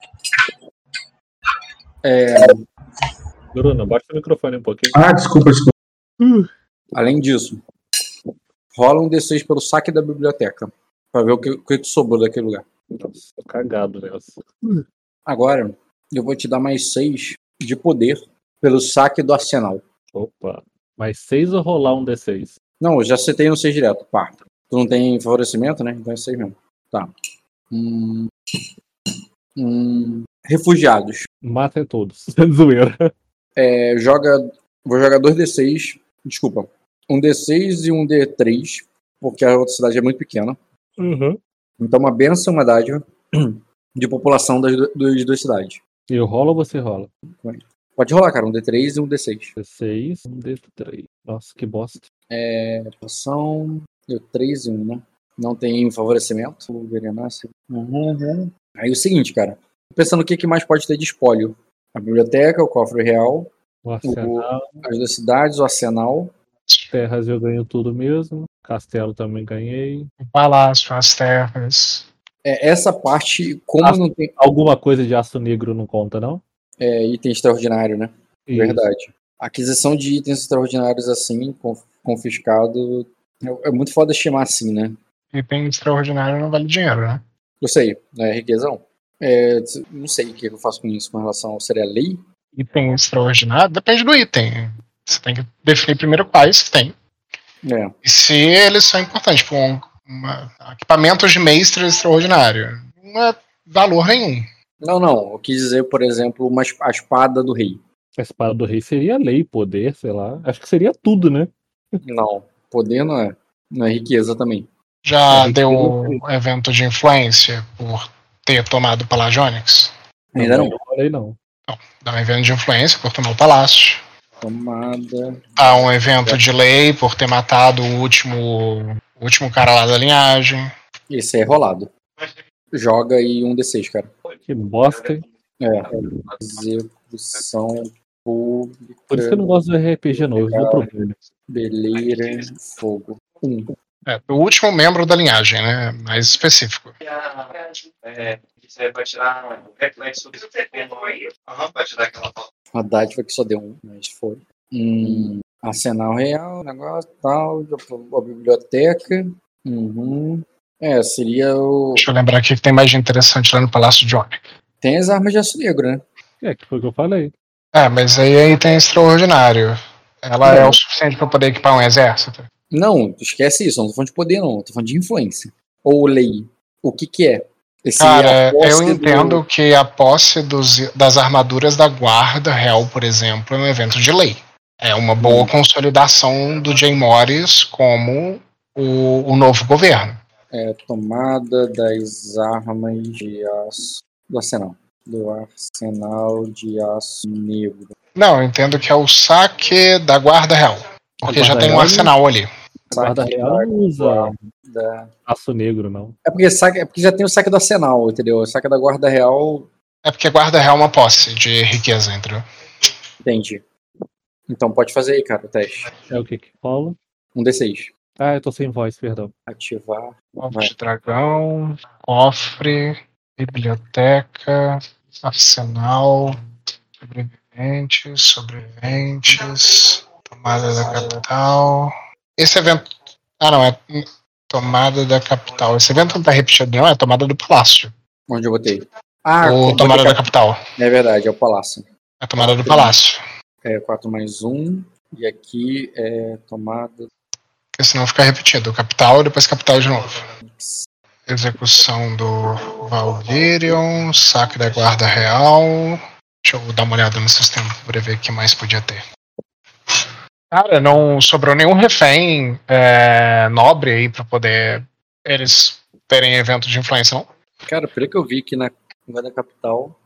S2: Bruno, baixa o microfone um pouquinho.
S4: Desculpa.
S1: Além disso, rola um D6 pelo saque da biblioteca. Pra ver o que sobrou daquele lugar.
S2: Nossa, tô cagado nessa.
S1: Agora, eu vou te dar mais 6 de poder pelo saque do arsenal.
S2: Opa. Mais 6 ou rolar um D6?
S1: Não, eu já citei no 6 direto. Pá. Tu não tem favorecimento, né? Então é 6 mesmo. Tá. Refugiados.
S2: Matem todos. Zoeira.
S1: Vou jogar 2 D6. Desculpa. Um D6 e um D3. Porque a outra cidade é muito pequena.
S2: Uhum.
S1: Então uma benção e uma dádiva de população das 2 cidades.
S2: Eu rolo ou você rola?
S1: Pode rolar, cara. Um D3 e um D6.
S2: D6, um D3. Nossa, que bosta.
S1: São 3 e 1, né? Não tem favorecimento. Aí o seguinte, cara. Pensando o que mais pode ter de espólio. A biblioteca, o cofre real,
S2: O arsenal.
S1: as 2 cidades, o arsenal.
S2: Terras eu ganho tudo mesmo. Castelo também ganhei.
S3: O palácio, as terras.
S1: Essa parte, como não tem...
S2: Alguma coisa de aço negro não conta, não?
S1: Item extraordinário, né?
S2: Isso.
S1: Verdade. A aquisição de itens extraordinários assim, confiscado, é muito foda chamar assim, né?
S3: Item extraordinário não vale dinheiro, né?
S1: Eu sei, é riquezão. Não sei o que eu faço com isso com relação ao seria lei.
S3: Item extraordinário? Depende do item. Você tem que definir primeiro quais tem. E se eles são importantes. Tipo, equipamentos de mestre extraordinário. Não é valor nenhum.
S1: Não. Eu quis dizer, por exemplo, a espada do rei.
S2: A espada do rei seria lei, poder, sei lá. Acho que seria tudo, né?
S1: Não, poder não é. Não é riqueza também.
S3: Já deu um evento de influência por ter tomado o Palácio de Onyx?
S1: Ainda não.
S2: Não falei não.
S3: Não, dá um evento de influência por tomar o palácio.
S1: Tomada.
S3: Há um evento de lei por ter matado o último cara lá da linhagem.
S1: Esse é rolado. Joga aí um D6, cara.
S2: Que bosta, hein?
S1: Execução pública.
S2: Por isso que eu não gosto do RPG novo, viu, problema.
S1: Beleira, fogo.
S3: O último membro da linhagem, né? Mais específico.
S5: Você vai tirar um reflexo do vai te dar aquela foto.
S1: A dádiva que só deu um, mas foi. Arsenal real, negócio tal, a biblioteca. Seria o.
S3: Deixa eu lembrar aqui que tem mais de interessante lá no Palácio de Onyx.
S1: Tem as armas de aço negro, né?
S2: Que foi o que eu falei.
S3: Mas aí tem extraordinário. Ela é o suficiente pra poder equipar um exército?
S1: Não, esquece isso. Eu não tô falando de poder, não. Eu tô falando de influência. Ou lei. O que é?
S3: Cara, eu entendo que a posse das armaduras da Guarda Real, por exemplo, é um evento de lei. É uma boa consolidação do Jay Morris como o novo governo.
S1: Tomada das armas de aço do arsenal. Do arsenal de aço negro.
S3: Não, eu entendo que é o saque da Guarda Real. Porque já tem um arsenal ali.
S2: A Guarda Real não usa aço negro, não.
S1: É porque já tem o saque do arsenal, entendeu? O saque da Guarda Real.
S3: É porque a Guarda Real é uma posse de riqueza, entendeu?
S1: Entendi. Então pode fazer aí, cara, o teste.
S2: É o que rola?
S1: Um D6.
S2: Eu tô sem voz, perdão.
S1: Ativar.
S3: Ovos de dragão, cofre, biblioteca, arsenal, sobreviventes, tomada da capital. Esse evento. Não, é tomada da capital. Esse evento não tá repetido, não, é tomada do palácio.
S1: Onde eu botei?
S3: Ou tomada da capital.
S1: É verdade, é o palácio.
S3: É tomada do palácio.
S1: 4 mais 1. E aqui é tomada.
S3: Porque senão fica repetido. Capital e depois capital de novo. Execução do Valvirion, saque da Guarda Real. Deixa eu dar uma olhada no sistema para ver o que mais podia ter. Cara, não sobrou nenhum refém nobre aí pra poder eles terem evento de influência, não?
S1: Cara, pelo que eu vi aqui na capital.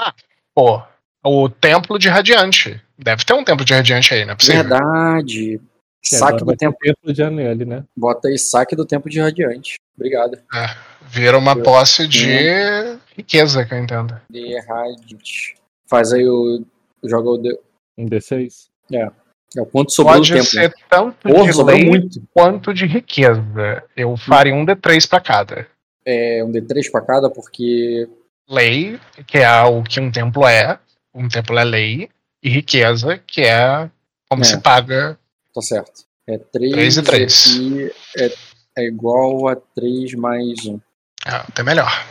S3: O Templo de Radiante. Deve ter um Templo de Radiante aí, não é possível?
S1: Verdade. Saque do Templo
S2: de Anel, né?
S1: Bota aí saque do Templo de Radiante. Obrigado.
S3: Vira uma posse de riqueza, que eu entendo.
S1: De Radiante. Faz aí joga o
S2: um D6?
S1: É o quanto sobrou do tempo.
S3: Pode ser tanto de lei
S1: muito.
S3: quanto de riqueza. Eu faria um D3 pra cada.
S1: Um D3 pra cada, porque...
S3: Lei, que é o que um templo é. Um templo é lei. E riqueza, que é como se paga.
S1: Tá certo. 3
S3: e 3.
S1: Aqui é igual a 3 mais 1.
S3: Até melhor.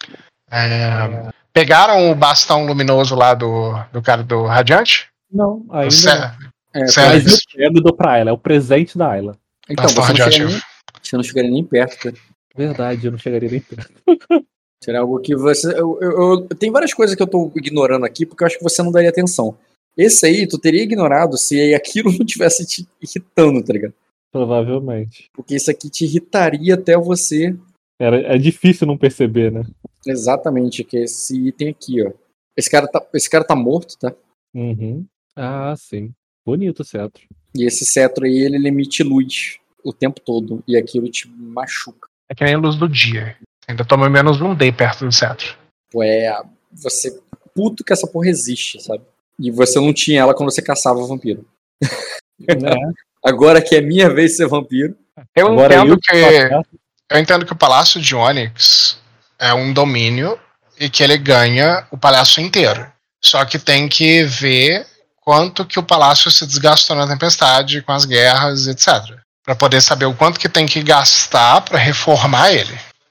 S3: Pegaram o bastão luminoso lá do cara do Radiante?
S2: Não, ainda
S3: Mas
S2: eu pego e dou pra ela, é o presente da Ayla.
S1: Então, você não chegaria nem perto, cara.
S2: Verdade, eu não chegaria nem perto.
S1: Seria algo que você... Tem várias coisas que eu tô ignorando aqui, porque eu acho que você não daria atenção. Esse aí, tu teria ignorado se aquilo não tivesse te irritando, tá ligado?
S2: Provavelmente.
S1: Porque isso aqui te irritaria até você...
S2: É difícil não perceber, né?
S1: Exatamente, que é esse item aqui, ó. Esse cara tá morto, tá?
S2: Uhum. Sim. Bonito o cetro.
S1: E esse cetro aí, ele emite luz o tempo todo. E aquilo te machuca.
S3: É que nem a luz do dia. Ainda toma menos um D perto do cetro.
S1: Você... Puto que essa porra existe, sabe? E você não tinha ela quando você caçava o vampiro. Agora que é minha vez de ser vampiro. Eu
S3: entendo que o Palácio de Onyx é um domínio e que ele ganha o palácio inteiro. Só que tem que ver quanto que o palácio se desgastou na tempestade, com as guerras, etc. Pra poder saber o quanto que tem que gastar pra reformar ele.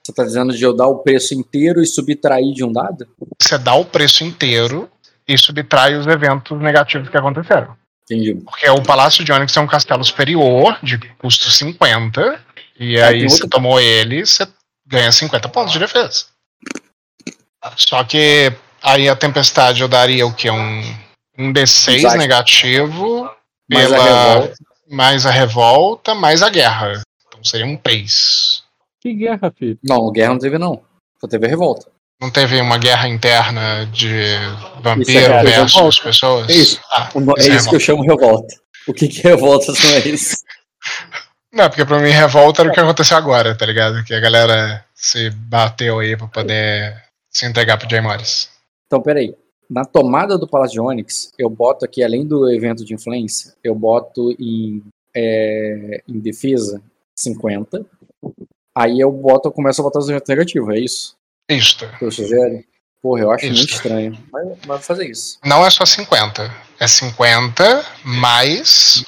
S1: Você tá dizendo de eu dar o preço inteiro e subtrair de um dado?
S3: Você dá o preço inteiro e subtrai os eventos negativos que aconteceram.
S1: Entendi.
S3: Porque o Palácio de Onyx é um castelo superior, de custo 50, e aí você tomou ele, você ganha 50 pontos de defesa. Só que aí a tempestade eu daria o quê? Um D6
S1: Exato.
S3: negativo,
S1: Mais a revolta.
S3: mais a guerra. Então seria um 3.
S2: Que guerra, filho?
S1: Não, guerra não teve, não. Só teve a revolta.
S3: Não teve uma guerra interna de
S1: Isso
S3: vampiro
S1: é
S3: versus
S1: revolta.
S3: pessoas?
S1: É isso.
S3: Isso
S1: É isso que eu chamo revolta. O que é revolta se não é isso?
S3: Não, porque pra mim revolta era o que aconteceu agora, tá ligado? Que a galera se bateu aí pra poder se entregar pro Jay Morris.
S1: Então, peraí. Na tomada do Palácio de Onyx, eu boto aqui, além do evento de influência, eu boto em defesa 50. Aí eu começo a botar os eventos negativos, é isso?
S3: Isto.
S1: Que eu sugere? Porra, eu acho
S3: Isso.
S1: muito estranho. Mas vou fazer isso.
S3: Não é só 50. É 50 mais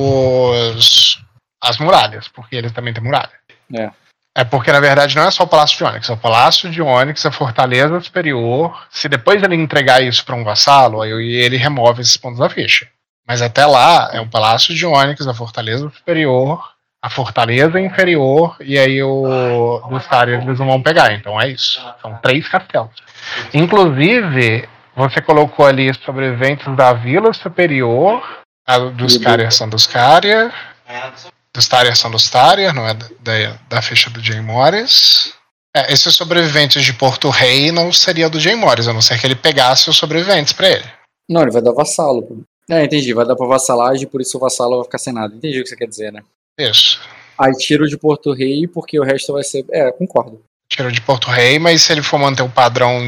S3: as muralhas, porque eles também têm muralha. É porque, na verdade, não é só o Palácio de Onyx. É o Palácio de Onyx, a Fortaleza Superior. Se depois ele entregar isso para um vassalo, aí ele remove esses pontos da ficha. Mas até lá, é o Palácio de Onyx, a Fortaleza Superior, a Fortaleza Inferior, e aí os Tarias eles não vão pegar. Então é isso. São 3 castelos. Inclusive, você colocou ali sobreviventes da Vila Superior, dos Tarias são dos Tarias. Dos Tarias são dos Tarias, não é da ficha do Jay Morris. Esses sobreviventes de Porto Rei não seria do Jay Morris, a não ser que ele pegasse os sobreviventes pra ele.
S1: Não, ele vai dar vassalo. Entendi. Vai dar pra vassalagem, por isso o vassalo vai ficar sem nada. Entendi o que você quer dizer, né?
S3: Isso.
S1: Aí tiro de Porto Rei, porque o resto vai ser... concordo.
S3: Tiro de Porto Rei, mas se ele for manter o padrão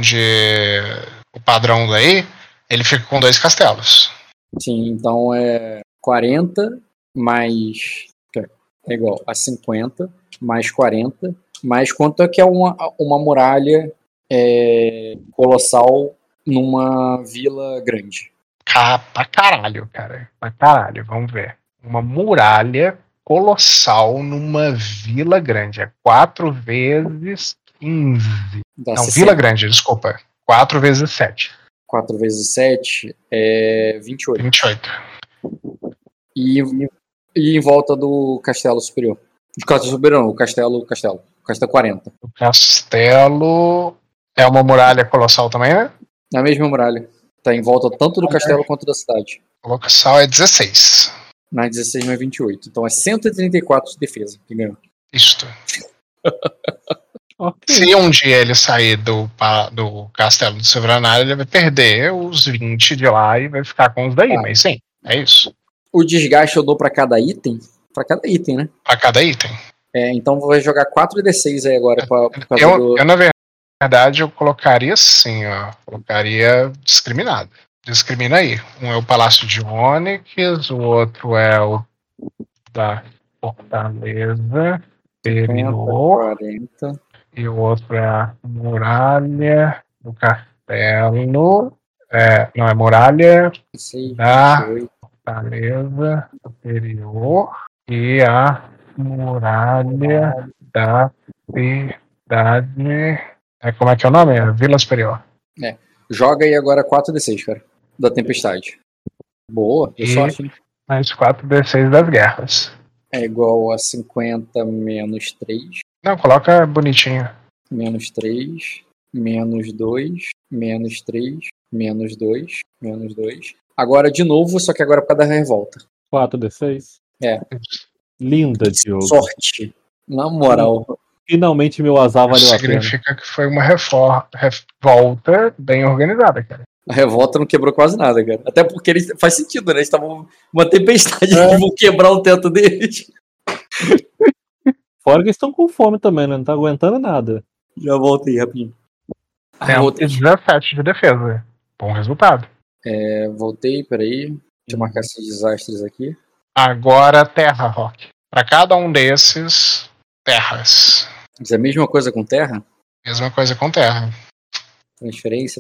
S3: daí, ele fica com 2 castelos.
S1: Sim, então é 40 mais... É igual a 50, mais 40, mais quanto é que é uma muralha colossal numa vila grande?
S3: Pra caralho, cara. Pra caralho, vamos ver. Uma muralha colossal numa vila grande. É 4 vezes 15.
S1: Dá
S3: Não,
S1: 60.
S3: vila grande, desculpa. 4 vezes 7.
S1: 4 vezes 7 é 28.
S3: 28.
S1: E em volta do Castelo Superior. De Castelo Superior não, o Castelo 40.
S3: O castelo é uma muralha colossal também, né?
S1: Na mesma muralha. Tá em volta tanto do castelo quanto da cidade.
S3: O colossal é 16.
S1: Mais 16 mais 28. Então é 134 de defesa que ganhou.
S3: Isto.
S2: Ok.
S3: Se um dia ele sair do castelo do Silveranário, ele vai perder os 20 de lá e vai ficar com os daí. Mas sim, é isso.
S1: O desgaste eu dou pra cada item? Pra cada item, né?
S3: Pra cada item.
S1: Então vou jogar 4d6 aí agora.
S3: Eu, na verdade, eu colocaria assim, ó. Colocaria discriminado. Discrimina aí. Um é o Palácio de Onyx, o outro é o da Fortaleza Superior,
S1: 40.
S3: e o outro é a Muralha do Castelo. Não, é Muralha
S1: 6,
S3: da
S1: 28.
S3: Fortaleza Superior e a Muralha da Cidade. Como é que é o nome? Vila Superior.
S1: Joga aí agora 4d6, cara. Da tempestade. Boa, deu sorte, hein?
S3: Mais 4d6 das guerras.
S1: É igual a 50 menos 3.
S3: Não, coloca bonitinho.
S1: Menos 3. Menos 2. Menos 3. Menos 2. Menos 2. Agora de novo, só que agora por causa da revolta.
S2: 4d6. Linda, Diogo.
S1: Sorte. Na moral.
S2: Finalmente meu azar valeu a pena.
S3: Significa que foi uma revolta bem organizada, cara.
S1: A revolta não quebrou quase nada, cara. Até porque eles, faz sentido, né? Eles estavam uma tempestade que vão quebrar o teto deles.
S2: Fora que eles estão com fome também, né? Não tá aguentando nada.
S1: Já voltei rapidinho.
S3: Tem 17 de defesa. Bom resultado.
S1: Voltei, peraí. Deixa eu marcar esses desastres aqui.
S3: Agora terra, Rock. Pra cada um desses, terras.
S1: Isso é a mesma coisa com terra?
S3: Mesma coisa com terra.
S1: Transferência.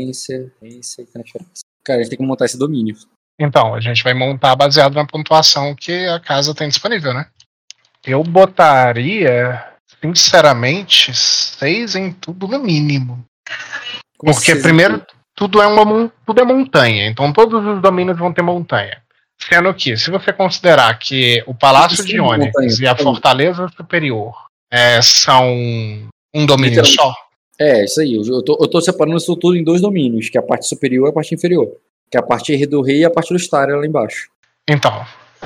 S1: Cara, a gente tem que montar esse domínio.
S3: Então, a gente vai montar baseado na pontuação que a casa tem disponível, né? Eu botaria sinceramente, 6 em tudo no mínimo.
S1: Como
S3: Porque
S1: assim?
S3: primeiro, tudo é montanha. Então todos os domínios vão ter montanha. Sendo que, se você considerar que o Palácio de Ônix e a Fortaleza Superior são um domínio só.
S1: Isso aí. Eu tô separando isso tudo em 2 domínios, que é a parte superior e a parte inferior. Que é a parte do rei e a parte do Staria lá embaixo.
S3: Então,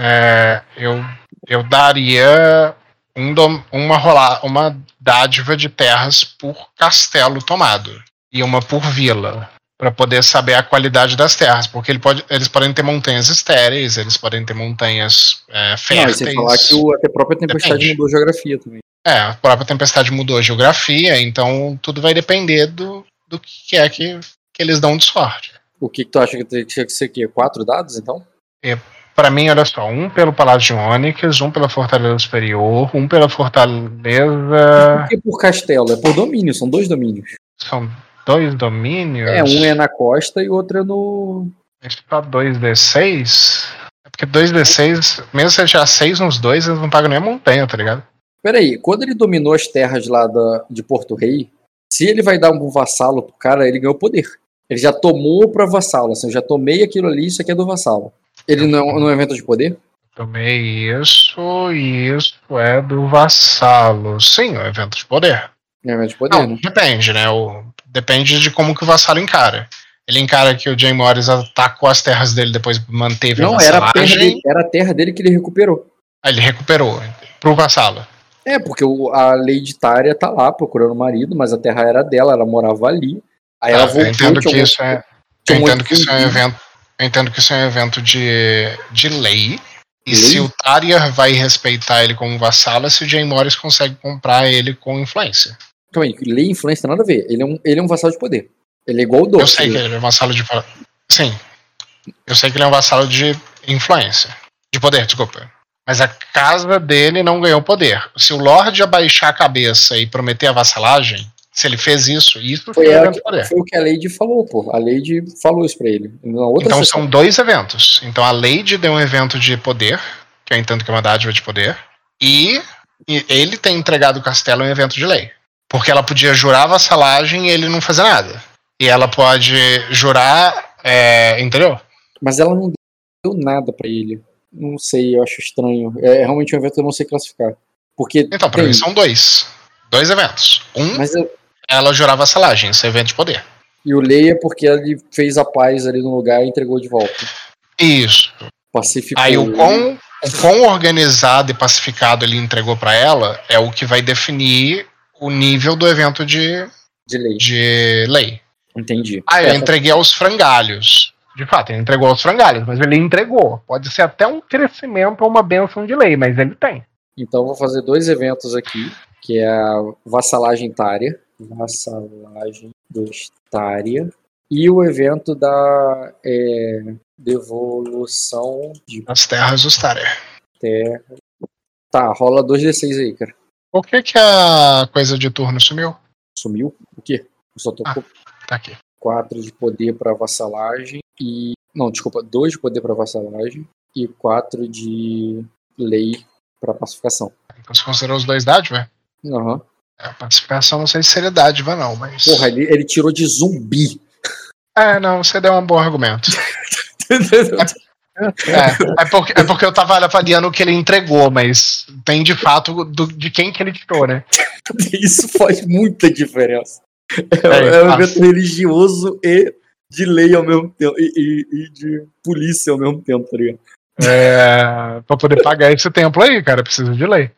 S3: eu daria uma dádiva de terras por castelo tomado. E uma por vila. Para poder saber a qualidade das terras. Porque eles podem ter montanhas estéreis, eles podem ter montanhas férteis.
S1: Não, sem falar que até a própria tempestade mudou a geografia também.
S3: A própria tempestade mudou a geografia, então tudo vai depender do que é que eles dão de sorte.
S1: O que tu acha que tinha que ser aqui? 4 dados, então?
S3: Pra mim, olha só, 1 pelo Palácio de Ônix, 1 pela Fortaleza Superior, 1 pela Fortaleza...
S1: Por que por castelo? É por domínio, são 2 domínios.
S3: São 2 domínios?
S1: Um é na costa e o outro é no...
S3: Esse pra 2d6? É porque 2d6, mesmo se já 6 nos 2, eles não pagam nem a montanha, tá ligado?
S1: Peraí, quando ele dominou as terras lá de Porto Rei, se ele vai dar um vassalo pro cara, ele ganhou poder. Ele já tomou pra vassalo, assim, eu já tomei aquilo ali, isso aqui é do vassalo. Ele não é um evento de poder?
S3: Tomei isso e isso é do vassalo. Sim, é um evento de poder.
S1: É um evento de poder,
S3: Não,
S1: né?
S3: depende, né? Depende de como que o vassalo encara. Ele encara que o Jay Morris atacou as terras dele, depois manteve a vassalagem.
S1: Era a terra dele que ele recuperou.
S3: Aí ele recuperou pro vassalo.
S1: Porque a Lady Tária tá lá procurando o marido, mas a terra era dela, ela morava ali. Aí ela voltou.
S3: Eu entendo que isso é um evento de lei. E se o Tarrier vai respeitar ele como vassalo, se o Jay Morris consegue comprar ele com influência.
S1: Então, lei e influência tem nada a ver. Ele é um vassalo de poder. Ele é igual o Dorf.
S3: Eu sei que ele é um vassalo de... Sim. Eu sei que ele é um vassalo de influência. De poder, desculpa. Mas a casa dele não ganhou poder. Se o Lorde abaixar a cabeça e prometer a vassalagem, se ele fez isso foi um evento de poder.
S1: Foi o que a Lady falou, pô. A Lady falou isso pra ele.
S3: Então são 2 eventos. Então a Lady deu um evento de poder, que eu entendo que é uma dádiva de poder, e ele tem entregado o castelo em evento de lei. Porque ela podia jurar a vassalagem e ele não fazer nada. E ela pode jurar, entendeu?
S1: Mas ela não deu nada pra ele. Não sei, eu acho estranho. É realmente um evento que eu não sei classificar. Porque
S3: então, pra mim são 2. 2 eventos. Ela jurar vassalagem, esse é evento de poder.
S1: E o lei é porque ele fez a paz ali no lugar e entregou de volta.
S3: Isso.
S1: Pacificou.
S3: Aí o quão organizado e pacificado ele entregou pra ela é o que vai definir o nível do evento de lei.
S1: Entendi.
S3: Eu entreguei aos frangalhos. De fato, ele entregou aos frangalhos, mas ele entregou. Pode ser até um crescimento ou uma bênção de lei, mas ele tem.
S1: Então eu vou fazer 2 eventos aqui, que é a vassalagem Tária. Vassalagem do Tária. E o evento da devolução de
S3: as terras dos Tária.
S1: Tá, rola 2d6 aí, cara.
S3: Por que a coisa de turno sumiu?
S1: Sumiu? O quê? Eu só tocou.
S3: Tá aqui. 4
S1: de poder pra vassalagem e... Não, desculpa, 2 de poder pra vassalagem e 4 de lei pra pacificação.
S3: Então você considerou os 2 dádiva?
S1: Aham.
S3: A pacificação não sei se seria dádiva não, mas...
S1: Porra, ele tirou de zumbi.
S3: Não, você deu um bom argumento. É porque eu tava avaliando o que ele entregou, mas tem de fato de quem que ele tirou, né?
S1: Isso faz muita diferença. É um evento religioso e de lei ao mesmo tempo. E de polícia ao mesmo tempo, tá ligado?
S3: Pra poder pagar esse templo aí, cara, precisa de lei.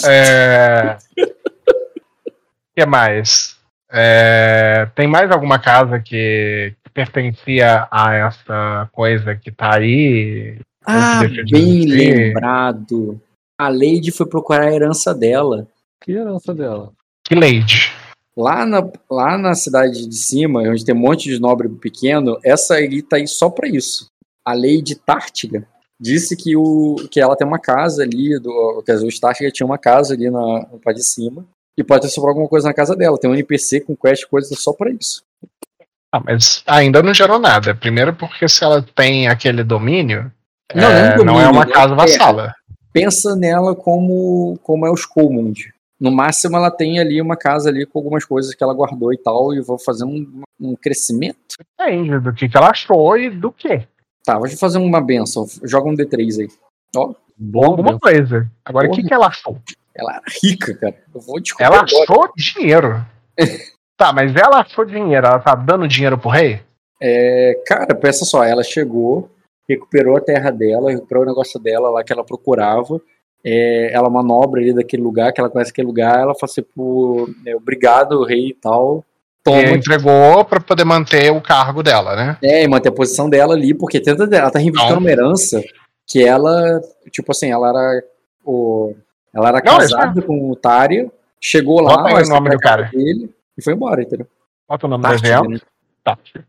S3: O que mais? Tem mais alguma casa que pertencia a essa coisa que tá aí?
S1: Bem lembrado. A Lady foi procurar a herança dela.
S2: Que herança dela?
S3: Que Lady?
S1: Lá na cidade de cima, onde tem um monte de nobre pequeno, essa aí tá aí só pra isso. A Lady Tartiga disse que ela tem uma casa ali, quer dizer, o Tartiga tinha uma casa ali no pé de cima, e pode ter sobrado alguma coisa na casa dela. Tem um NPC com quest, coisa só pra isso.
S3: Mas ainda não gerou nada. Primeiro porque se ela tem aquele domínio,
S1: não é
S3: uma casa vassala.
S1: Pensa nela como é os Command. No máximo ela tem ali uma casa ali com algumas coisas que ela guardou e tal, e vou fazer um crescimento.
S3: Depende do que ela achou e do quê.
S1: Tá, vou fazer uma benção. Joga um D3 aí. Ó,
S3: Ou alguma coisa. Agora, o que ela achou?
S1: ela era rica, cara. Eu vou descobrir
S3: Ela
S1: agora.
S3: achou dinheiro. Tá, mas ela achou dinheiro. Ela tá dando dinheiro pro rei?
S1: Cara, pensa só, ela chegou, recuperou a terra dela, recuperou o negócio dela lá que ela procurava. Ela manobra ali daquele lugar, que ela conhece aquele lugar, ela fala assim, obrigado, rei e tal. Toma.
S3: E entregou pra poder manter o cargo dela, né?
S1: E manter a posição dela ali, porque ela tá reivindicando uma herança que ela, tipo assim, ela era casada com o Tária, chegou lá,
S3: bota aí o nome do cara
S1: dele, e foi embora, entendeu?
S3: Bota o nome do evento.
S1: Tática.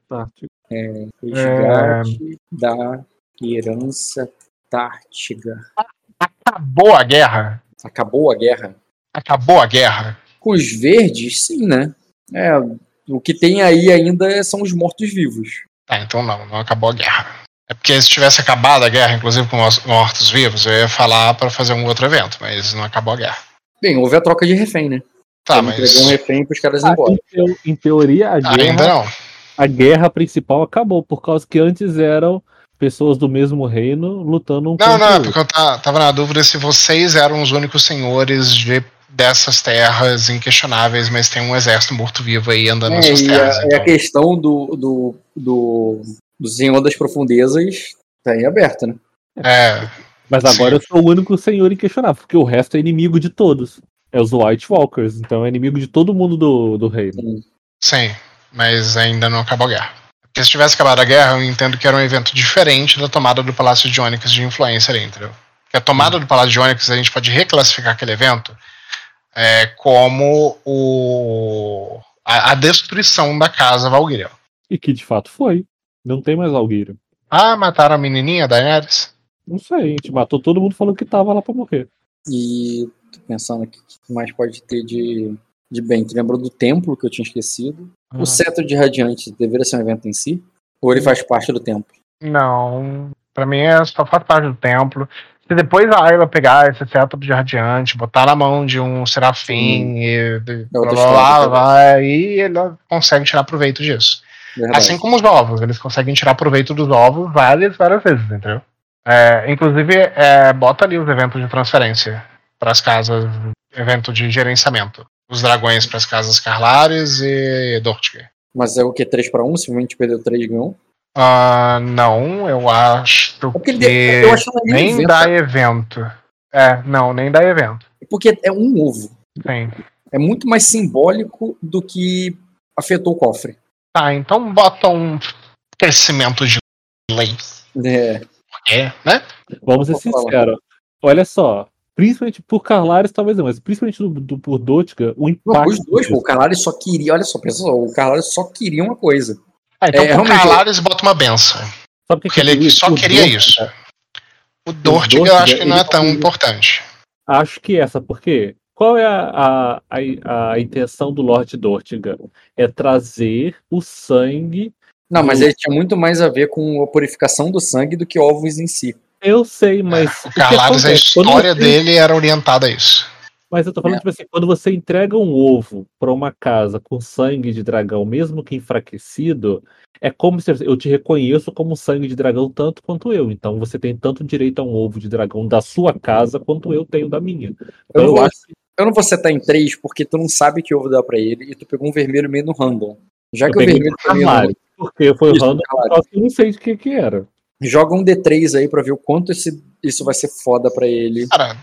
S1: Resgate da herança Tártiga.
S3: Acabou a guerra?
S1: Acabou a guerra?
S3: Acabou a guerra?
S1: Com os verdes, sim, né? O que tem aí ainda são os mortos-vivos.
S3: Então não acabou a guerra. É porque se tivesse acabado a guerra, inclusive com os mortos-vivos, eu ia falar pra fazer um outro evento, mas não acabou a guerra.
S1: Bem, houve a troca de refém, né?
S3: Tá,
S1: ele entregou um refém pros caras ir embora.
S2: Em teoria,
S3: ainda não.
S2: A guerra principal acabou, por causa que antes eram pessoas do mesmo reino lutando um contra o outro.
S3: Porque eu tava na dúvida se vocês eram os únicos senhores dessas terras inquestionáveis, mas tem um exército morto-vivo aí andando nas suas terras.
S1: A questão do Senhor das Profundezas tá em aberto, né?
S2: Mas agora eu sou o único senhor inquestionável, porque o resto é inimigo de todos. É os White Walkers, então é inimigo de todo mundo do reino.
S3: Sim, mas ainda não acabou a guerra. Porque se tivesse acabado a guerra, eu entendo que era um evento diferente da tomada do Palácio de Ônix de influência ali, entendeu? Porque a tomada do Palácio de Ônix, a gente pode reclassificar aquele evento como a destruição da casa Valguiriel.
S2: E que de fato foi. Não tem mais Valguiriel.
S3: Mataram a menininha, Daenerys?
S2: Não sei, a gente matou todo mundo falando que tava lá pra morrer.
S1: E tô pensando aqui, o que mais pode ter de bem? Tu lembrou do templo que eu tinha esquecido? O cetro de Radiante deveria ser um evento em si? Ou ele faz parte do templo?
S3: Não, pra mim só faz parte do templo. Se depois a Ayla pegar esse cetro de Radiante, botar na mão de um serafim aí ele consegue tirar proveito disso. Verdade. Assim como os ovos, eles conseguem tirar proveito dos ovos várias vezes, entendeu? Inclusive, bota ali os eventos de transferência para as casas, evento de gerenciamento. Os dragões para as casas Carlares e Dortger.
S1: Mas é o que? 3-1? Simplesmente perdeu 3 e ganhou?
S3: Não, eu acho que
S1: eu acho que
S3: nem evento, dá evento. Não, nem dá evento.
S1: Porque é um ovo.
S3: Sim.
S1: É muito mais simbólico do que afetou o cofre.
S3: Tá, então bota um crescimento de lei. Né?
S2: Vamos ser sinceros. Olha só. Principalmente por Carlares, talvez não, mas principalmente por Dortger, o impacto.
S1: Os dois, o Carlares só queria, olha só, pensa só, o Carlares só queria uma coisa.
S3: Então o Carlares bota uma benção. Porque ele só queria isso. O Dortger eu acho que não é tão importante.
S2: Acho que porque qual é a intenção do Lord Dortger? É trazer o sangue.
S1: Não, mas ele tinha muito mais a ver com a purificação do sangue do que ovos em si.
S2: Eu sei, mas...
S3: O Carlares, a história dele era orientada a isso.
S2: Mas eu tô falando, tipo assim, quando você entrega um ovo pra uma casa com sangue de dragão, mesmo que enfraquecido, é como se eu te reconheço como sangue de dragão tanto quanto eu. Então você tem tanto direito a um ovo de dragão da sua casa quanto eu tenho da minha. Então,
S1: eu não vou setar em 3 porque tu não sabe que ovo dá pra ele e tu pegou um vermelho meio no random. Já que o vermelho foi meio no...
S2: Porque foi o random, eu não sei de que era.
S1: Joga um D3 aí pra ver o quanto isso vai ser foda pra ele.
S3: Cara,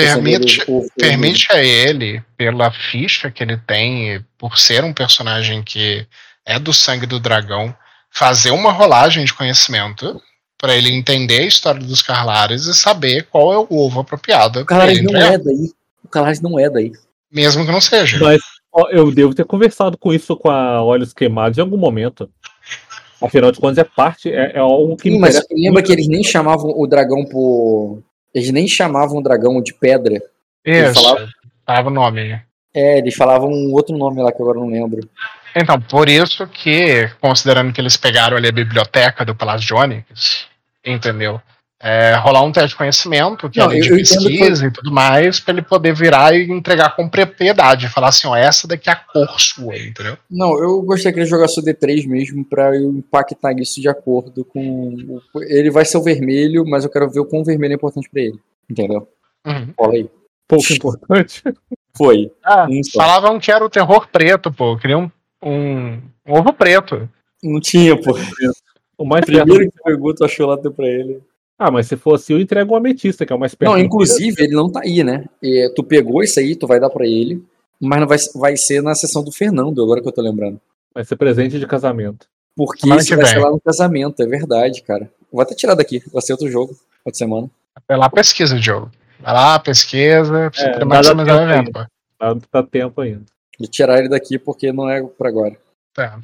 S3: permite a ele, pela ficha que ele tem, por ser um personagem que é do sangue do dragão, fazer uma rolagem de conhecimento pra ele entender a história dos Carlares e saber qual é o ovo apropriado.
S1: O Carlares não é daí. O Carlares não é daí.
S3: Mesmo que não seja.
S2: Mas eu devo ter conversado com isso com a Olhos Queimados em algum momento. Afinal de contas, é algo que...
S1: Sim, mas lembra que eles nem chamavam o dragão por... Eles nem chamavam o dragão de pedra.
S3: Isso, falava o nome.
S1: Eles falavam um outro nome lá que agora eu não lembro.
S3: Então, por isso que, considerando que eles pegaram ali a biblioteca do Palácio de Ônix, entendeu? rolar um teste de conhecimento, que
S1: Não,
S3: é de
S1: eu entendo
S3: pesquisa e tudo mais, pra ele poder virar e entregar com propriedade. Falar assim, ó, essa daqui é a cor sua, entendeu?
S1: Não, eu gostaria que ele jogasse o D3 mesmo pra eu impactar isso de acordo com... Ele vai ser o vermelho, mas eu quero ver o quão vermelho é importante pra ele. Entendeu?
S3: Uhum.
S1: Fala aí.
S2: Pouco importante.
S1: Foi. Só.
S3: Falavam que era o terror preto, pô. Queriam um ovo preto.
S1: Não tinha, pô.
S2: O mais
S1: Primeiro
S2: perto.
S1: que pegou, tu achou lá, deu pra ele.
S2: Ah, mas se fosse eu entrego o ametista, que é o mais perto.
S1: Não, inclusive, ele não tá aí, né? Tu pegou isso aí, tu vai dar pra ele, mas não vai ser na sessão do Fernando, agora que eu tô lembrando.
S2: Vai ser presente de casamento.
S1: Porque
S3: Semana
S1: isso
S3: que
S1: vai
S3: vem.
S1: ser lá no casamento, é verdade, cara. Vou até tirar daqui, vai ser outro jogo, outra semana.
S3: Vai lá, pesquisa, Diogo. Vai lá, pesquisa. Precisa
S2: É,
S3: mais
S2: dá
S3: mais
S2: tempo
S3: um evento, pô.
S2: Tá tempo ainda.
S1: Vou tirar ele daqui porque não é pra agora.
S3: Tá.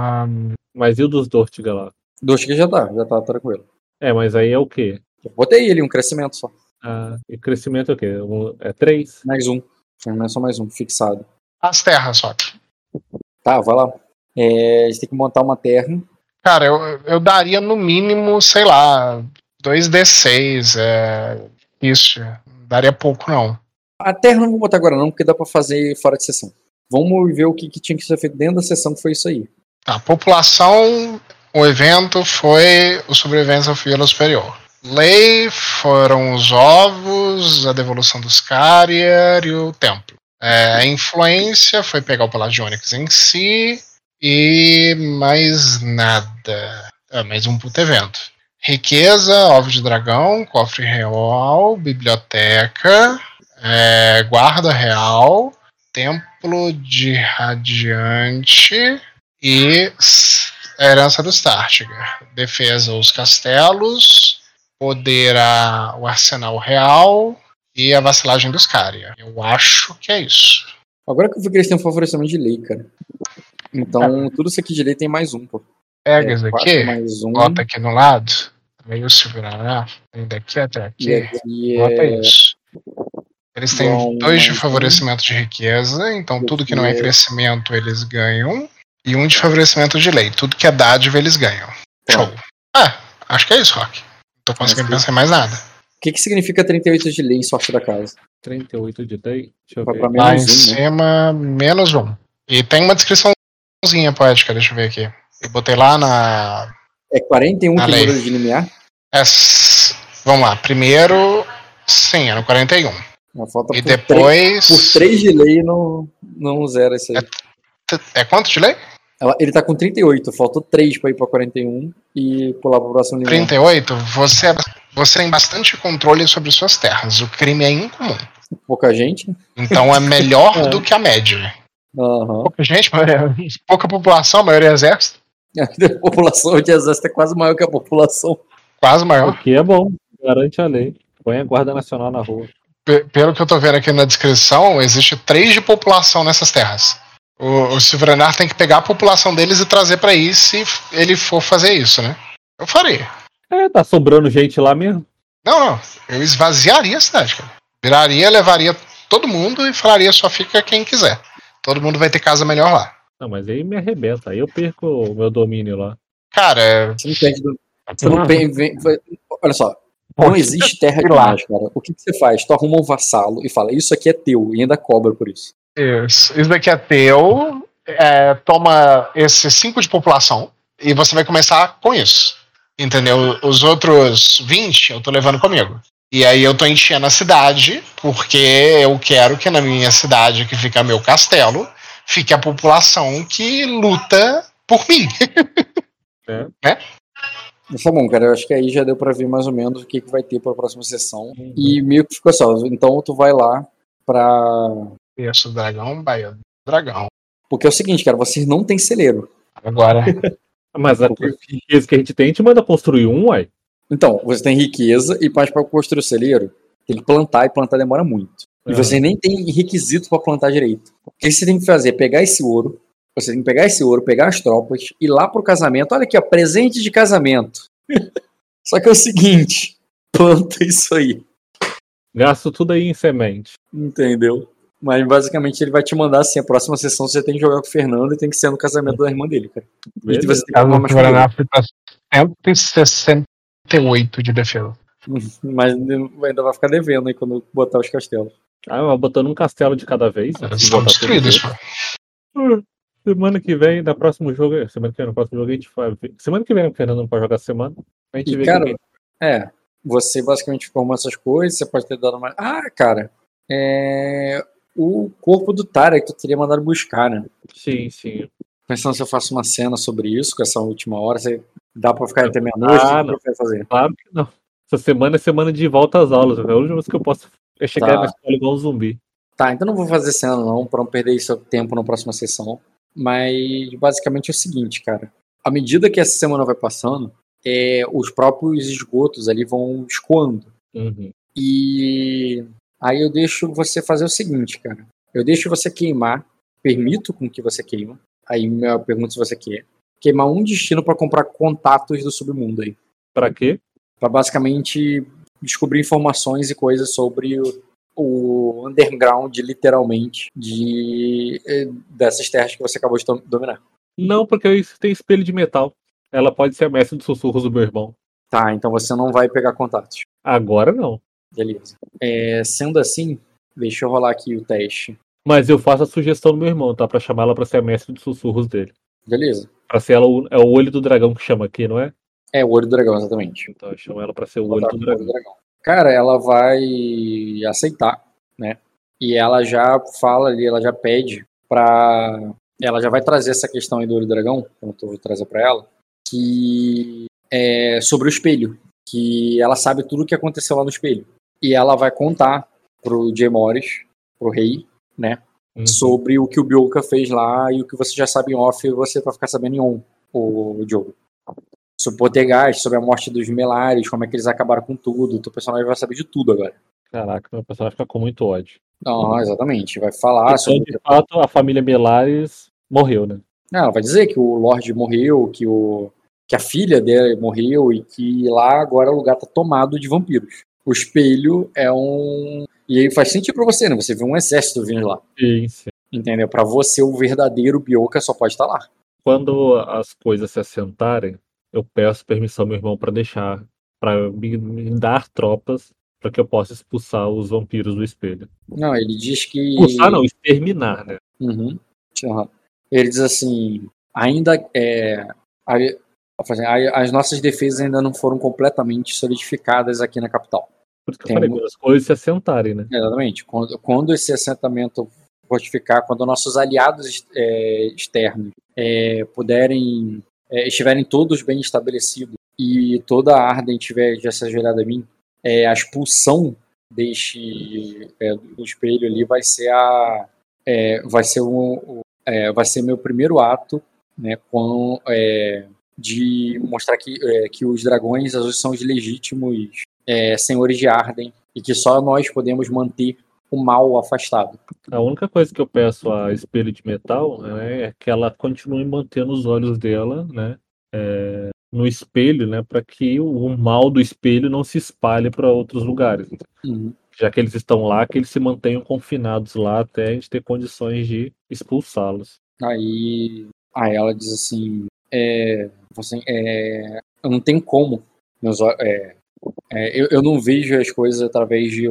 S2: Mas e o dos Dortiga lá?
S1: Dois que já tá tranquilo.
S2: Mas aí é o quê?
S1: Eu botei ele, um crescimento só.
S2: E crescimento é o quê? É 3?
S1: Mais um. Não é só mais um, fixado.
S3: As terras só.
S1: Tá, vai lá. A gente tem que montar uma terra.
S3: Cara, eu daria no mínimo, sei lá, 2d6. Isso. Daria pouco, não.
S1: A terra não vou botar agora não, porque dá pra fazer fora de sessão. Vamos ver o que tinha que ser feito dentro da sessão, que foi isso aí.
S3: Tá, população, o evento foi o sobrevivência ao Fiel Superior. Lei foram os ovos, a devolução dos Carrier e o templo. A influência foi pegar o Palácio de Onyx em si e mais nada. Mais um puto evento. Riqueza, ovo de dragão, cofre real, biblioteca, guarda real, templo de radiante e a herança do Startiger. Defesa os castelos, poder o arsenal real e a vassalagem dos Caria. Eu acho que é isso.
S1: Agora que eu vi que eles têm um favorecimento de lei, cara. Então, tudo isso aqui de lei tem mais um, pô.
S3: Pega isso aqui,
S1: mais um.
S3: bota aqui no lado, meio segurar, vem daqui até aqui,
S1: E aqui
S3: bota isso. Eles têm
S1: Bom,
S3: 2 de
S1: mais
S3: favorecimento de riqueza, então tudo que não é
S1: Aqui
S3: crescimento eles ganham, e 1 de favorecimento de lei. Tudo que é dádiva eles ganham. Show. Acho que é isso, Rock. Não tô conseguindo pensar em mais nada.
S1: O que significa 38 de lei em sorte da casa?
S2: 38 de lei? Deixa eu
S1: Vai
S2: ver.
S1: pra
S3: Lá em
S1: menos um, né?
S3: cima, -1. E tem uma descriçãozinha poética, deixa eu ver aqui. Eu botei lá na...
S1: É 41
S3: Na
S1: que
S3: lei.
S1: muda de limiar?
S3: Vamos lá, primeiro, sim, era o 41.
S1: Falta
S3: E
S1: por
S3: depois...
S1: Por 3 de lei não zera isso aí.
S3: É quanto de lei?
S1: Ele tá com 38, faltou 3 pra ir pra 41 e pular pra próximo limiar.
S3: 38, você tem bastante controle sobre suas terras. O crime é incomum.
S1: Pouca gente.
S3: Então é melhor do que a média.
S1: Aham.
S3: Pouca gente, pouca população, a maioria é exército.
S1: A população de exército é quase maior que a população.
S3: Quase
S2: O
S3: maior.
S2: que é bom, garante a lei. Põe a Guarda Nacional na rua.
S3: Pelo que eu tô vendo aqui na descrição, existe 3 de população nessas terras. O Silveranar tem que pegar a população deles e trazer pra aí se ele for fazer isso, né? Eu faria.
S2: Tá sobrando gente lá mesmo.
S3: Não. Eu esvaziaria a cidade, cara. Viraria, levaria todo mundo e falaria só fica quem quiser. Todo mundo vai ter casa melhor lá.
S2: Não, mas aí me arrebenta. Aí eu perco o meu domínio lá.
S3: Cara,
S1: Você não perde Você não olha só, não existe terra demais, cara. O que você faz? Tu arruma um vassalo e fala, isso aqui é teu, e ainda cobra por isso.
S3: isso daqui é teu, toma esse 5 de população e você vai começar com isso. Entendeu? Os outros 20 eu tô levando comigo. E aí eu tô enchendo a cidade, porque eu quero que na minha cidade, que fica meu castelo, fique a população que luta por mim. Né?
S1: Tá bom, cara, eu acho que aí já deu pra ver mais ou menos o que vai ter pra próxima sessão. E meio que ficou só, então tu vai lá pra...
S3: Isso, dragão, baia, dragão.
S1: Porque é o seguinte, cara, vocês não têm celeiro.
S3: Agora...
S2: Mas a riqueza que a gente gente manda construir um, uai.
S1: Então, você tem riqueza e para construir o celeiro, tem que plantar, e plantar demora muito. E você nem tem requisito pra plantar direito. O que você tem que fazer? Pegar esse ouro, pegar as tropas, ir lá pro casamento. Olha aqui, ó, presente de casamento. Só que é o seguinte, planta isso aí.
S2: Gasto tudo aí em semente.
S1: Entendeu? Mas basicamente ele vai te mandar assim, a próxima sessão você tem que jogar com o Fernando e tem que ser no casamento da irmã dele, cara. E você tem que arrumar mais coisa.
S3: 168 de defesa.
S1: Mas ainda vai ficar devendo aí quando botar os castelos.
S2: Mas botando um castelo de cada vez.
S3: Eles estão destruídos, pô.
S2: Semana que vem, no próximo jogo a gente vai ver. Semana que vem, o Fernando não pode jogar semana. A gente
S1: E,
S2: vê
S1: cara,
S2: quem.
S1: você basicamente formou essas coisas, você pode ter dado uma. Cara, o corpo do Tarek tu teria mandado buscar, né?
S2: Sim, sim.
S1: Pensando se eu faço uma cena sobre isso, com essa última hora, dá pra ficar até meia-noite, o que você vai fazer?
S2: Claro que não. Essa semana é semana de volta às aulas, velho. A única coisa que eu posso é chegar na escola igual um zumbi.
S1: Tá, então não vou fazer cena não, pra não perder seu tempo na próxima sessão. Mas basicamente é o seguinte, cara. À medida que essa semana vai passando, os próprios esgotos ali vão escoando.
S2: Uhum.
S1: E aí eu deixo você fazer o seguinte, cara. Eu deixo você queimar, permito com que você queima. Aí eu pergunto se você quer. Queimar um destino pra comprar contatos do submundo aí.
S2: Pra quê?
S1: Pra basicamente descobrir informações e coisas sobre o underground, literalmente, dessas terras que você acabou de dominar.
S2: Não, porque isso tem espelho de metal. Ela pode ser a mestre dos sussurros do meu irmão.
S1: Tá, então você não vai pegar contatos.
S2: Agora não.
S1: Beleza. Sendo assim, deixa eu rolar aqui o teste.
S2: Mas eu faço a sugestão do meu irmão, tá? Pra chamar ela pra ser a mestre dos sussurros dele.
S1: Beleza.
S2: Pra ser ela é o olho do dragão que chama aqui, não é?
S1: É o olho do dragão, exatamente.
S2: Então eu chamo ela pra ser o olho do dragão.
S1: Cara, ela vai aceitar, né? E ela já fala ali, ela já pede pra. Ela já vai trazer essa questão aí do olho do dragão, que eu vou trazer pra ela, que é sobre o espelho. Que ela sabe tudo o que aconteceu lá no espelho. E ela vai contar pro Jay Morris, pro rei, né? Sobre o que o Bioka fez lá e o que você já sabe em off, você vai ficar sabendo em on, o jogo. Sobre o Poltergeist, sobre a morte dos Melares, como é que eles acabaram com tudo. O teu personagem vai saber de tudo agora.
S2: Caraca, meu personagem fica com muito ódio.
S1: Não, exatamente. Vai falar
S2: então,
S1: sobre.
S2: De fato, a família Melares morreu, né?
S1: Não, ela vai dizer que o Lorde morreu, que a filha dele morreu e que lá agora o lugar tá tomado de vampiros. O espelho é um. E aí faz sentido pra você, né? Você vê um exército vindo lá.
S2: Sim.
S1: Entendeu? Pra você, o verdadeiro Bioka só pode estar lá.
S2: Quando as coisas se assentarem, eu peço permissão ao meu irmão pra me dar tropas para que eu possa expulsar os vampiros do espelho.
S1: Não, ele diz que.
S2: Expulsar não, exterminar, né?
S1: Uhum. Ele diz assim, ainda as nossas defesas ainda não foram completamente solidificadas aqui na capital.
S2: Por isso que eu falei, quando as coisas se assentarem, né?
S1: Exatamente. Quando esse assentamento fortificar, quando nossos aliados externos estiverem todos bem estabelecidos e toda a Arden tiver já se ajoelhado a mim, a expulsão do espelho ali vai ser meu primeiro ato, né, de mostrar que os dragões azuis são os legítimos senhores de Arden e que só nós podemos manter o mal afastado.
S2: A única coisa que eu peço a espelho de metal, né, é que ela continue mantendo os olhos dela, né, no espelho, né, para que o mal do espelho não se espalhe para outros lugares.
S1: Uhum.
S2: Já que eles estão lá, que eles se mantenham confinados lá até a gente ter condições de expulsá-los.
S1: Aí ela diz assim, eu não tenho como, eu não vejo as coisas através de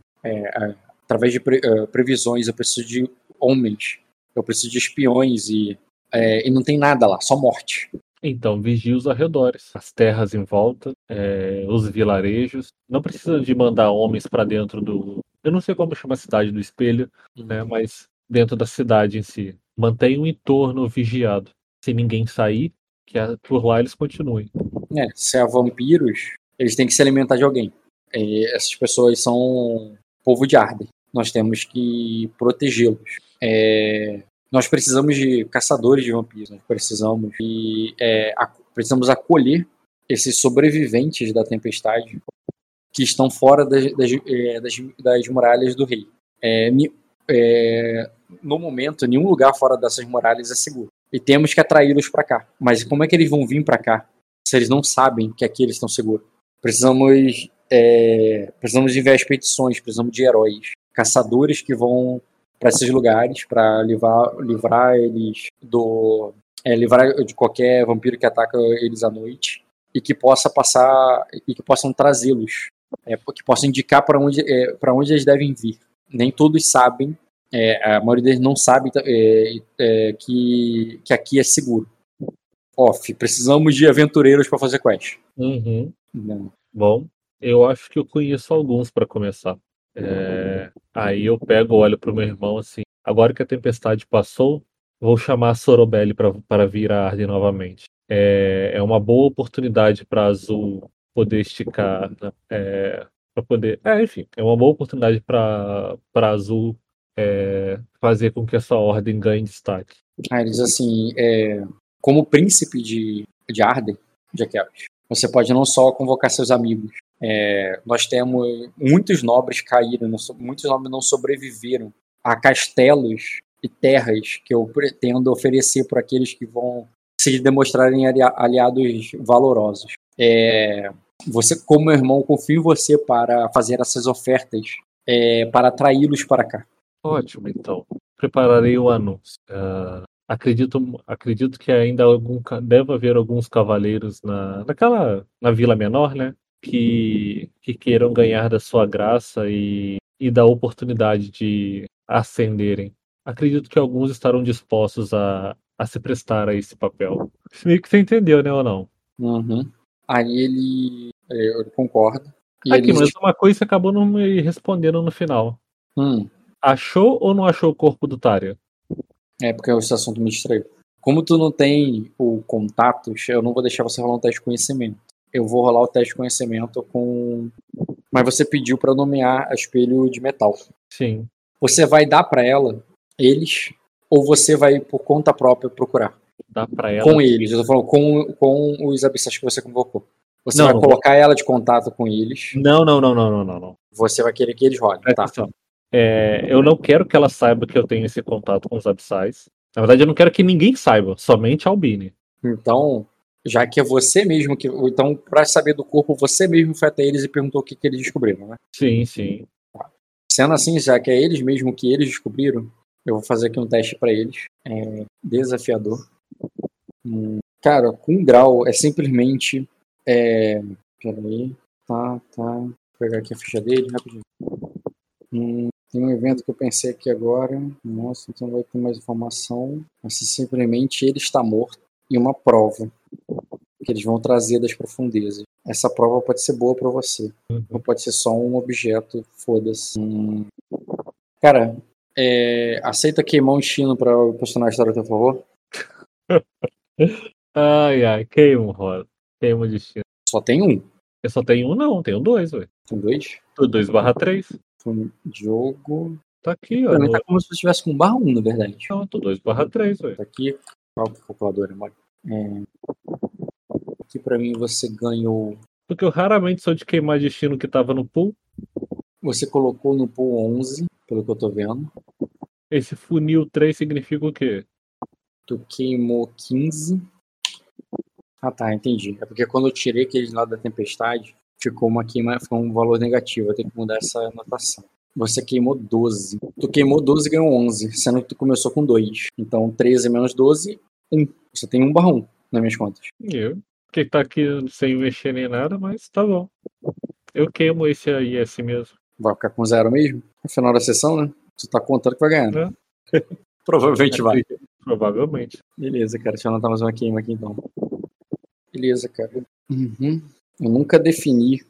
S1: previsões, eu preciso de homens, eu preciso de espiões e não tem nada lá, só morte.
S2: Então, vigie os arredores, as terras em volta, os vilarejos. Não precisa de mandar homens para dentro do... Eu não sei como chama a cidade do espelho, né? Mas dentro da cidade em si. Mantenha o entorno vigiado. Se ninguém sair, que por lá eles continuem.
S1: Se há vampiros, eles têm que se alimentar de alguém. Essas pessoas são povo de Arden. Nós temos que protegê-los. Nós precisamos de caçadores de vampiros. Nós precisamos acolher esses sobreviventes da tempestade que estão fora das muralhas do rei. No momento, nenhum lugar fora dessas muralhas é seguro. E temos que atraí-los para cá. Mas como é que eles vão vir para cá se eles não sabem que aqui eles estão seguros? Precisamos enviar expedições, precisamos de heróis, caçadores que vão para esses lugares para livrar eles livrar de qualquer vampiro que ataca eles à noite e que possam trazê-los que possam indicar para onde eles devem vir. Nem todos sabem, a maioria deles não sabe que aqui é seguro. Precisamos de aventureiros para fazer quest.
S2: Uhum.
S1: Não.
S2: Bom, eu acho que eu conheço alguns para começar. Aí eu olho pro meu irmão assim. Agora que a tempestade passou, vou chamar a Sorobelli para vir a Arden novamente. É uma boa oportunidade para Azul poder esticar, né? Para poder. Enfim, é uma boa oportunidade para Azul fazer com que essa ordem ganhe destaque.
S1: Ele diz assim, como príncipe de Arden, Jaqueline, você pode não só convocar seus amigos. Nós temos muitos nobres caíram, muitos nobres não sobreviveram a castelos e terras que eu pretendo oferecer para aqueles que vão se demonstrarem aliados valorosos. Você, como meu irmão, confio em você para fazer essas ofertas, para atraí-los para cá.
S2: Ótimo, então. Prepararei o anúncio. Acredito que ainda deve haver alguns cavaleiros na vila menor, né? Que queiram ganhar da sua graça e da oportunidade de ascenderem. Acredito que alguns estarão dispostos a se prestar a esse papel. Meio que você entendeu, né, ou não?
S1: Uhum. Aí ele concorda. E
S2: Aqui,
S1: ele
S2: mas
S1: diz,
S2: uma coisa você acabou não me respondendo no final. Achou ou não achou o corpo do Tária?
S1: Porque esse assunto me distraiu. Como tu não tem o contato, eu não vou deixar você rolar um teste de conhecimento. Eu vou rolar o teste de conhecimento Mas você pediu para nomear a espelho de metal.
S2: Sim.
S1: Você vai dar para ela eles ou você vai por conta própria procurar?
S2: Dá pra ela.
S1: Com eles, eu tô falando com os abissais que você convocou. Você
S2: Não,
S1: vai colocar ela de contato com eles.
S2: Não.
S1: Você vai querer que eles rolem, tá?
S2: Atenção. Eu não quero que ela saiba que eu tenho esse contato com os abissais. Na verdade, eu não quero que ninguém saiba, somente a Albine.
S1: Então, já que é você mesmo que. Então, pra saber do corpo, você mesmo foi até eles e perguntou o que eles descobriram, né?
S2: Sim, sim.
S1: Sendo assim, já que é eles mesmo que eles descobriram, eu vou fazer aqui um teste pra eles. Desafiador. Cara, com grau é simplesmente. Peraí. Tá. Vou pegar aqui a ficha dele rapidinho. Tem um evento que eu pensei aqui agora. Nossa, então vai ter mais informação. Mas simplesmente ele está morto. E uma prova que eles vão trazer das profundezas. Essa prova pode ser boa pra você. Ou pode ser só um objeto. Foda-se. Cara, aceita queimar um destino para o personagem estar a teu favor?
S2: Ai, queima, Roda. Queima o destino.
S1: Só tem um.
S2: Eu só tenho um, não. Tenho dois, velho.
S1: Tem dois?
S2: 2/3.
S1: Jogo.
S2: Tá aqui, ó.
S1: Pra mim tá como se você tivesse com /1, na verdade.
S2: Não, tô 2/3, velho.
S1: Tá aqui. Qual é a calculadora, mano? Aqui pra mim você ganhou.
S2: Porque eu raramente sou de queimar destino que tava no pool.
S1: Você colocou no pool 11, pelo que eu tô vendo.
S2: Esse funil 3 significa o quê?
S1: Tu queimou 15. Ah, tá, entendi. É porque quando eu tirei aquele lado da tempestade, ficou um valor negativo. Eu tenho que mudar essa anotação. Você queimou 12. Tu queimou 12 e ganhou 11, sendo que tu começou com 2. Então, 13 menos 12, 1. Você tem 1/1 nas minhas contas.
S2: Porque tá aqui sem mexer nem nada, mas tá bom. Eu queimo esse aí, esse mesmo.
S1: Vai ficar com 0 mesmo? No final da sessão, né? Tu tá contando que vai ganhar, né? Provavelmente vai.
S2: Provavelmente.
S1: Beleza, cara. Deixa eu anotar mais uma queima aqui, então. Beleza, cara. Eu nunca defini...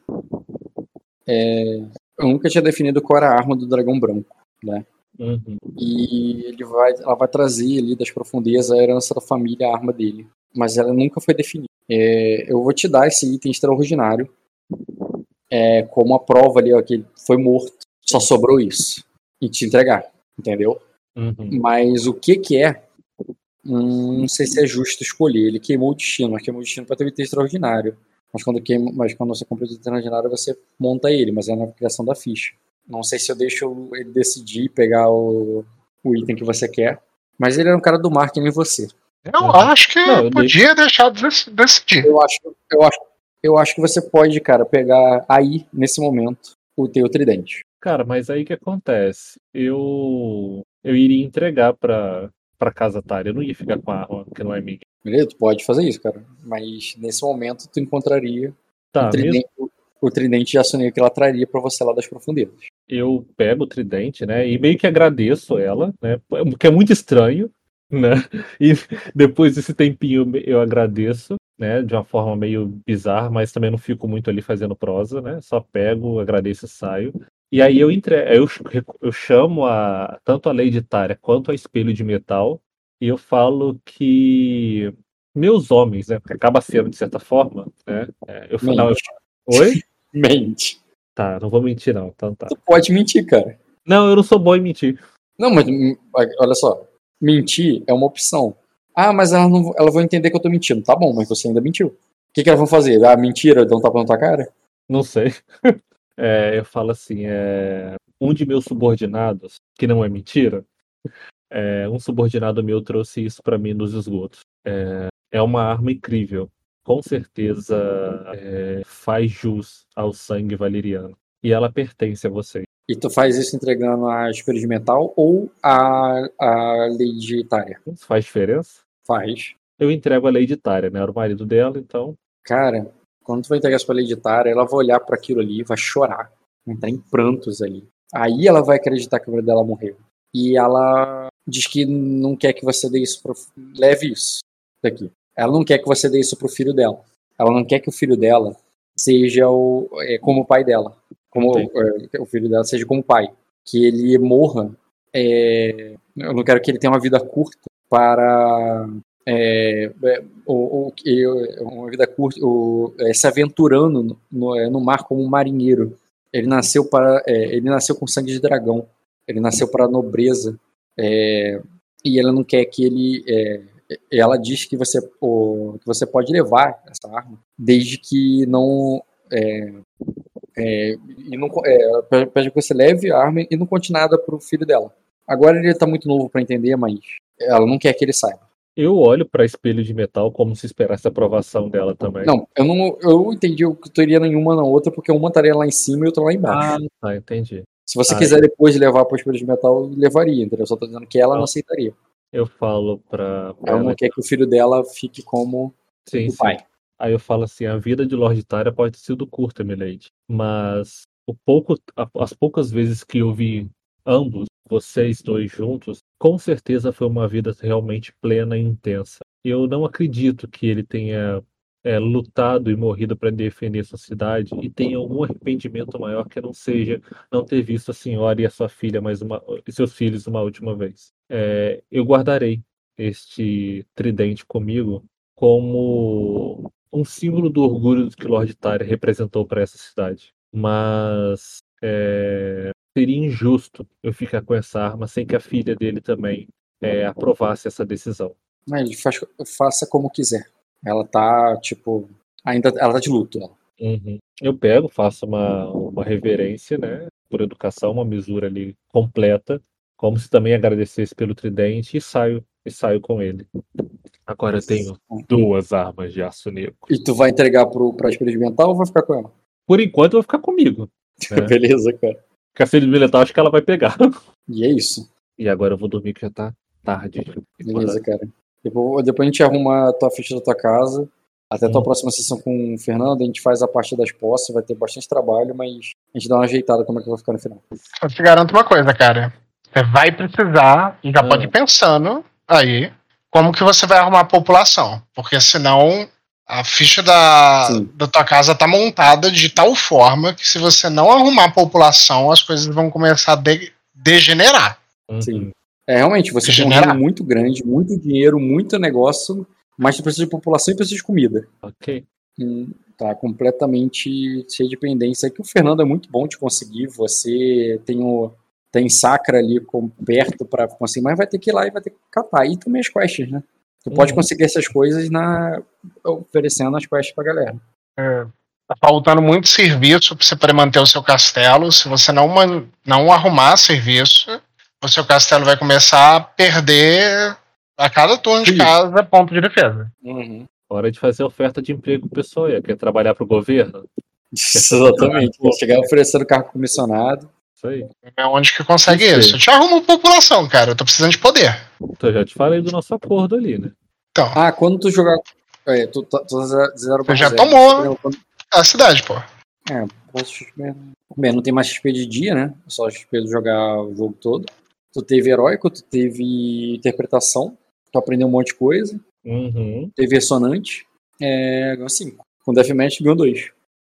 S1: Eu nunca tinha definido qual era a arma do dragão branco, né? E ela vai trazer ali das profundezas a herança da família, a arma dele. Mas ela nunca foi definida. Eu vou te dar esse item extraordinário como a prova ali, ó, que ele foi morto. Só sobrou isso. E te entregar, entendeu? Mas o que é? Não sei se é justo escolher. Ele queimou o destino, mas queimou o destino para ter um item extraordinário. Mas quando você compra o item extraordinário, você monta ele, mas é na criação da ficha. Não sei se eu deixo ele decidir pegar o item que você quer. Mas ele era um cara do mar que nem você.
S3: Eu acho que podia deixar de decidir.
S1: Eu acho que você pode, cara, pegar aí, nesse momento, o teu tridente.
S2: Cara, mas aí o que acontece? Eu iria entregar pra casa Tária. Eu não ia ficar com a arma, que não é minha.
S1: Beleza? Tu pode fazer isso, cara. Mas nesse momento tu encontraria
S2: Tá,
S1: um tridente. o tridente de aço negro que ela traria pra você lá das profundezas.
S2: Eu pego o tridente, né? E meio que agradeço ela, né? Porque é muito estranho, né? E depois desse tempinho eu agradeço, né? De uma forma meio bizarra, mas também não fico muito ali fazendo prosa, né? Só pego, agradeço e saio. E aí eu chamo tanto a Lady Tária quanto a Espelho de Metal e eu falo que meus homens, né? Porque acaba sendo de certa forma, né?
S1: Mente.
S2: Oi?
S1: Mente.
S2: Tá, não vou mentir não, então tá.
S1: Tu pode mentir, cara.
S2: Não, eu não sou bom em mentir.
S1: Não, mas olha só. Mentir é uma opção. Ah, mas ela vai entender que eu tô mentindo. Tá bom, mas você ainda mentiu. O que elas vão fazer? Ah, mentira, dar um tapa na tua cara?
S2: Não sei. Eu falo assim, um de meus subordinados, que não é mentira, um subordinado meu trouxe isso pra mim nos esgotos. É uma arma incrível. Com certeza faz jus ao sangue valeriano. E ela pertence a você.
S1: E tu faz isso entregando a Espelho de Metal ou a Lady Tária?
S2: Isso faz diferença?
S1: Faz.
S2: Eu entrego a Lady Tária, né? Era o marido dela, então.
S1: Cara, quando tu vai entregar isso pra Lady Tária, ela vai olhar para aquilo ali, vai chorar, vai entrar em prantos ali. Aí ela vai acreditar que a mulher dela morreu. E ela diz que não quer que você dê isso leve isso daqui. Ela não quer que você dê isso pro filho dela. Ela não quer que o filho dela seja como o pai dela. Como o filho dela seja como o pai. Que ele morra. Eu não quero que ele tenha uma vida curta para uma vida curta, se aventurando no mar como um marinheiro. Ele nasceu com sangue de dragão. Ele nasceu para a nobreza. E ela não quer que ele. Ela diz que você pode levar essa arma, desde que não. Ela pede que você leve a arma e não conte nada pro filho dela. Agora ele tá muito novo para entender, mas ela não quer que ele saiba.
S2: Eu olho pra Espelho de Metal como se esperasse a aprovação dela também.
S1: Não, eu entendi que eu teria nenhuma na outra, porque uma estaria lá em cima e outra lá embaixo.
S2: Tá, entendi.
S1: Se você quiser depois levar pro Espelho de Metal, levaria, entendeu? Eu só tô dizendo que ela não aceitaria.
S2: Eu falo pra
S1: ela não quer que o filho dela fique como o pai.
S2: Aí eu falo assim, a vida de Lord Tária pode ter sido curta, milady, mas as poucas vezes que eu vi ambos, vocês dois juntos, com certeza foi uma vida realmente plena e intensa. Eu não acredito que ele tenha lutado e morrido para defender sua cidade e tenha algum arrependimento maior que não seja não ter visto a senhora e a sua filha e seus filhos uma última vez. Eu guardarei este tridente comigo como um símbolo do orgulho que Lord Tária representou para essa cidade. Mas seria injusto eu ficar com essa arma sem que a filha dele também aprovasse essa decisão.
S1: Mas ele faça como quiser. Ela tá, ela tá de luto. Ela.
S2: Uhum. Eu pego, faço uma reverência, né? Por educação, uma mesura ali completa, como se também agradecesse pelo tridente e saio com ele. Agora eu tenho 2 armas de aço negro.
S1: E tu vai entregar pra Espelho de Metal ou vai ficar com ela?
S2: Por enquanto eu vou ficar comigo. Né?
S1: Beleza, cara.
S2: Porque a Espelho de Metal acho que ela vai pegar.
S1: E é isso.
S2: E agora eu vou dormir que já tá tarde.
S1: Beleza, cara. Depois a gente arruma a tua ficha da tua casa. Até a tua próxima sessão com o Fernando, a gente faz a parte das posses, vai ter bastante trabalho, mas a gente dá uma ajeitada como é que vai ficar no final.
S3: Eu te garanto uma coisa, cara. Você vai precisar, e já pode ir pensando aí, como que você vai arrumar a população. Porque senão a ficha da tua casa tá montada de tal forma que se você não arrumar a população, as coisas vão começar a degenerar.
S1: Sim. Realmente, você tem um reino muito grande, muito dinheiro, muito negócio, mas tu precisa de população e precisa de comida.
S2: Ok.
S1: Tá completamente cheio de dependência. É que o Fernando é muito bom de conseguir. Você tem Sacra ali perto pra conseguir, mas vai ter que ir lá e vai ter que catar. E também as quests, né? Tu pode conseguir essas coisas oferecendo as quests pra galera.
S3: Tá faltando muito serviço pra você poder manter o seu castelo. Se você não arrumar serviço, o seu castelo vai começar a perder a cada turno de casa ponto de defesa.
S2: Hora de fazer oferta de emprego pro pessoal aí. Quer trabalhar pro governo?
S1: Exatamente. Quer chegar oferecendo cargo comissionado.
S2: Isso aí.
S3: É onde que consegue isso. Eu te arrumo população, cara. Eu tô precisando de poder.
S2: Eu já te falei do nosso acordo ali, né?
S3: Então.
S1: Quando tu jogar. Tu
S3: já tomou a cidade, pô.
S1: Posso XP. Bem, não tem mais XP de dia, né? Só XP de jogar o jogo todo. Tu teve heróico, tu teve interpretação, tu aprendeu um monte de coisa.
S2: Uhum.
S1: Teve ressonante. Ganhou 5. Com Deathmatch ganhou 2.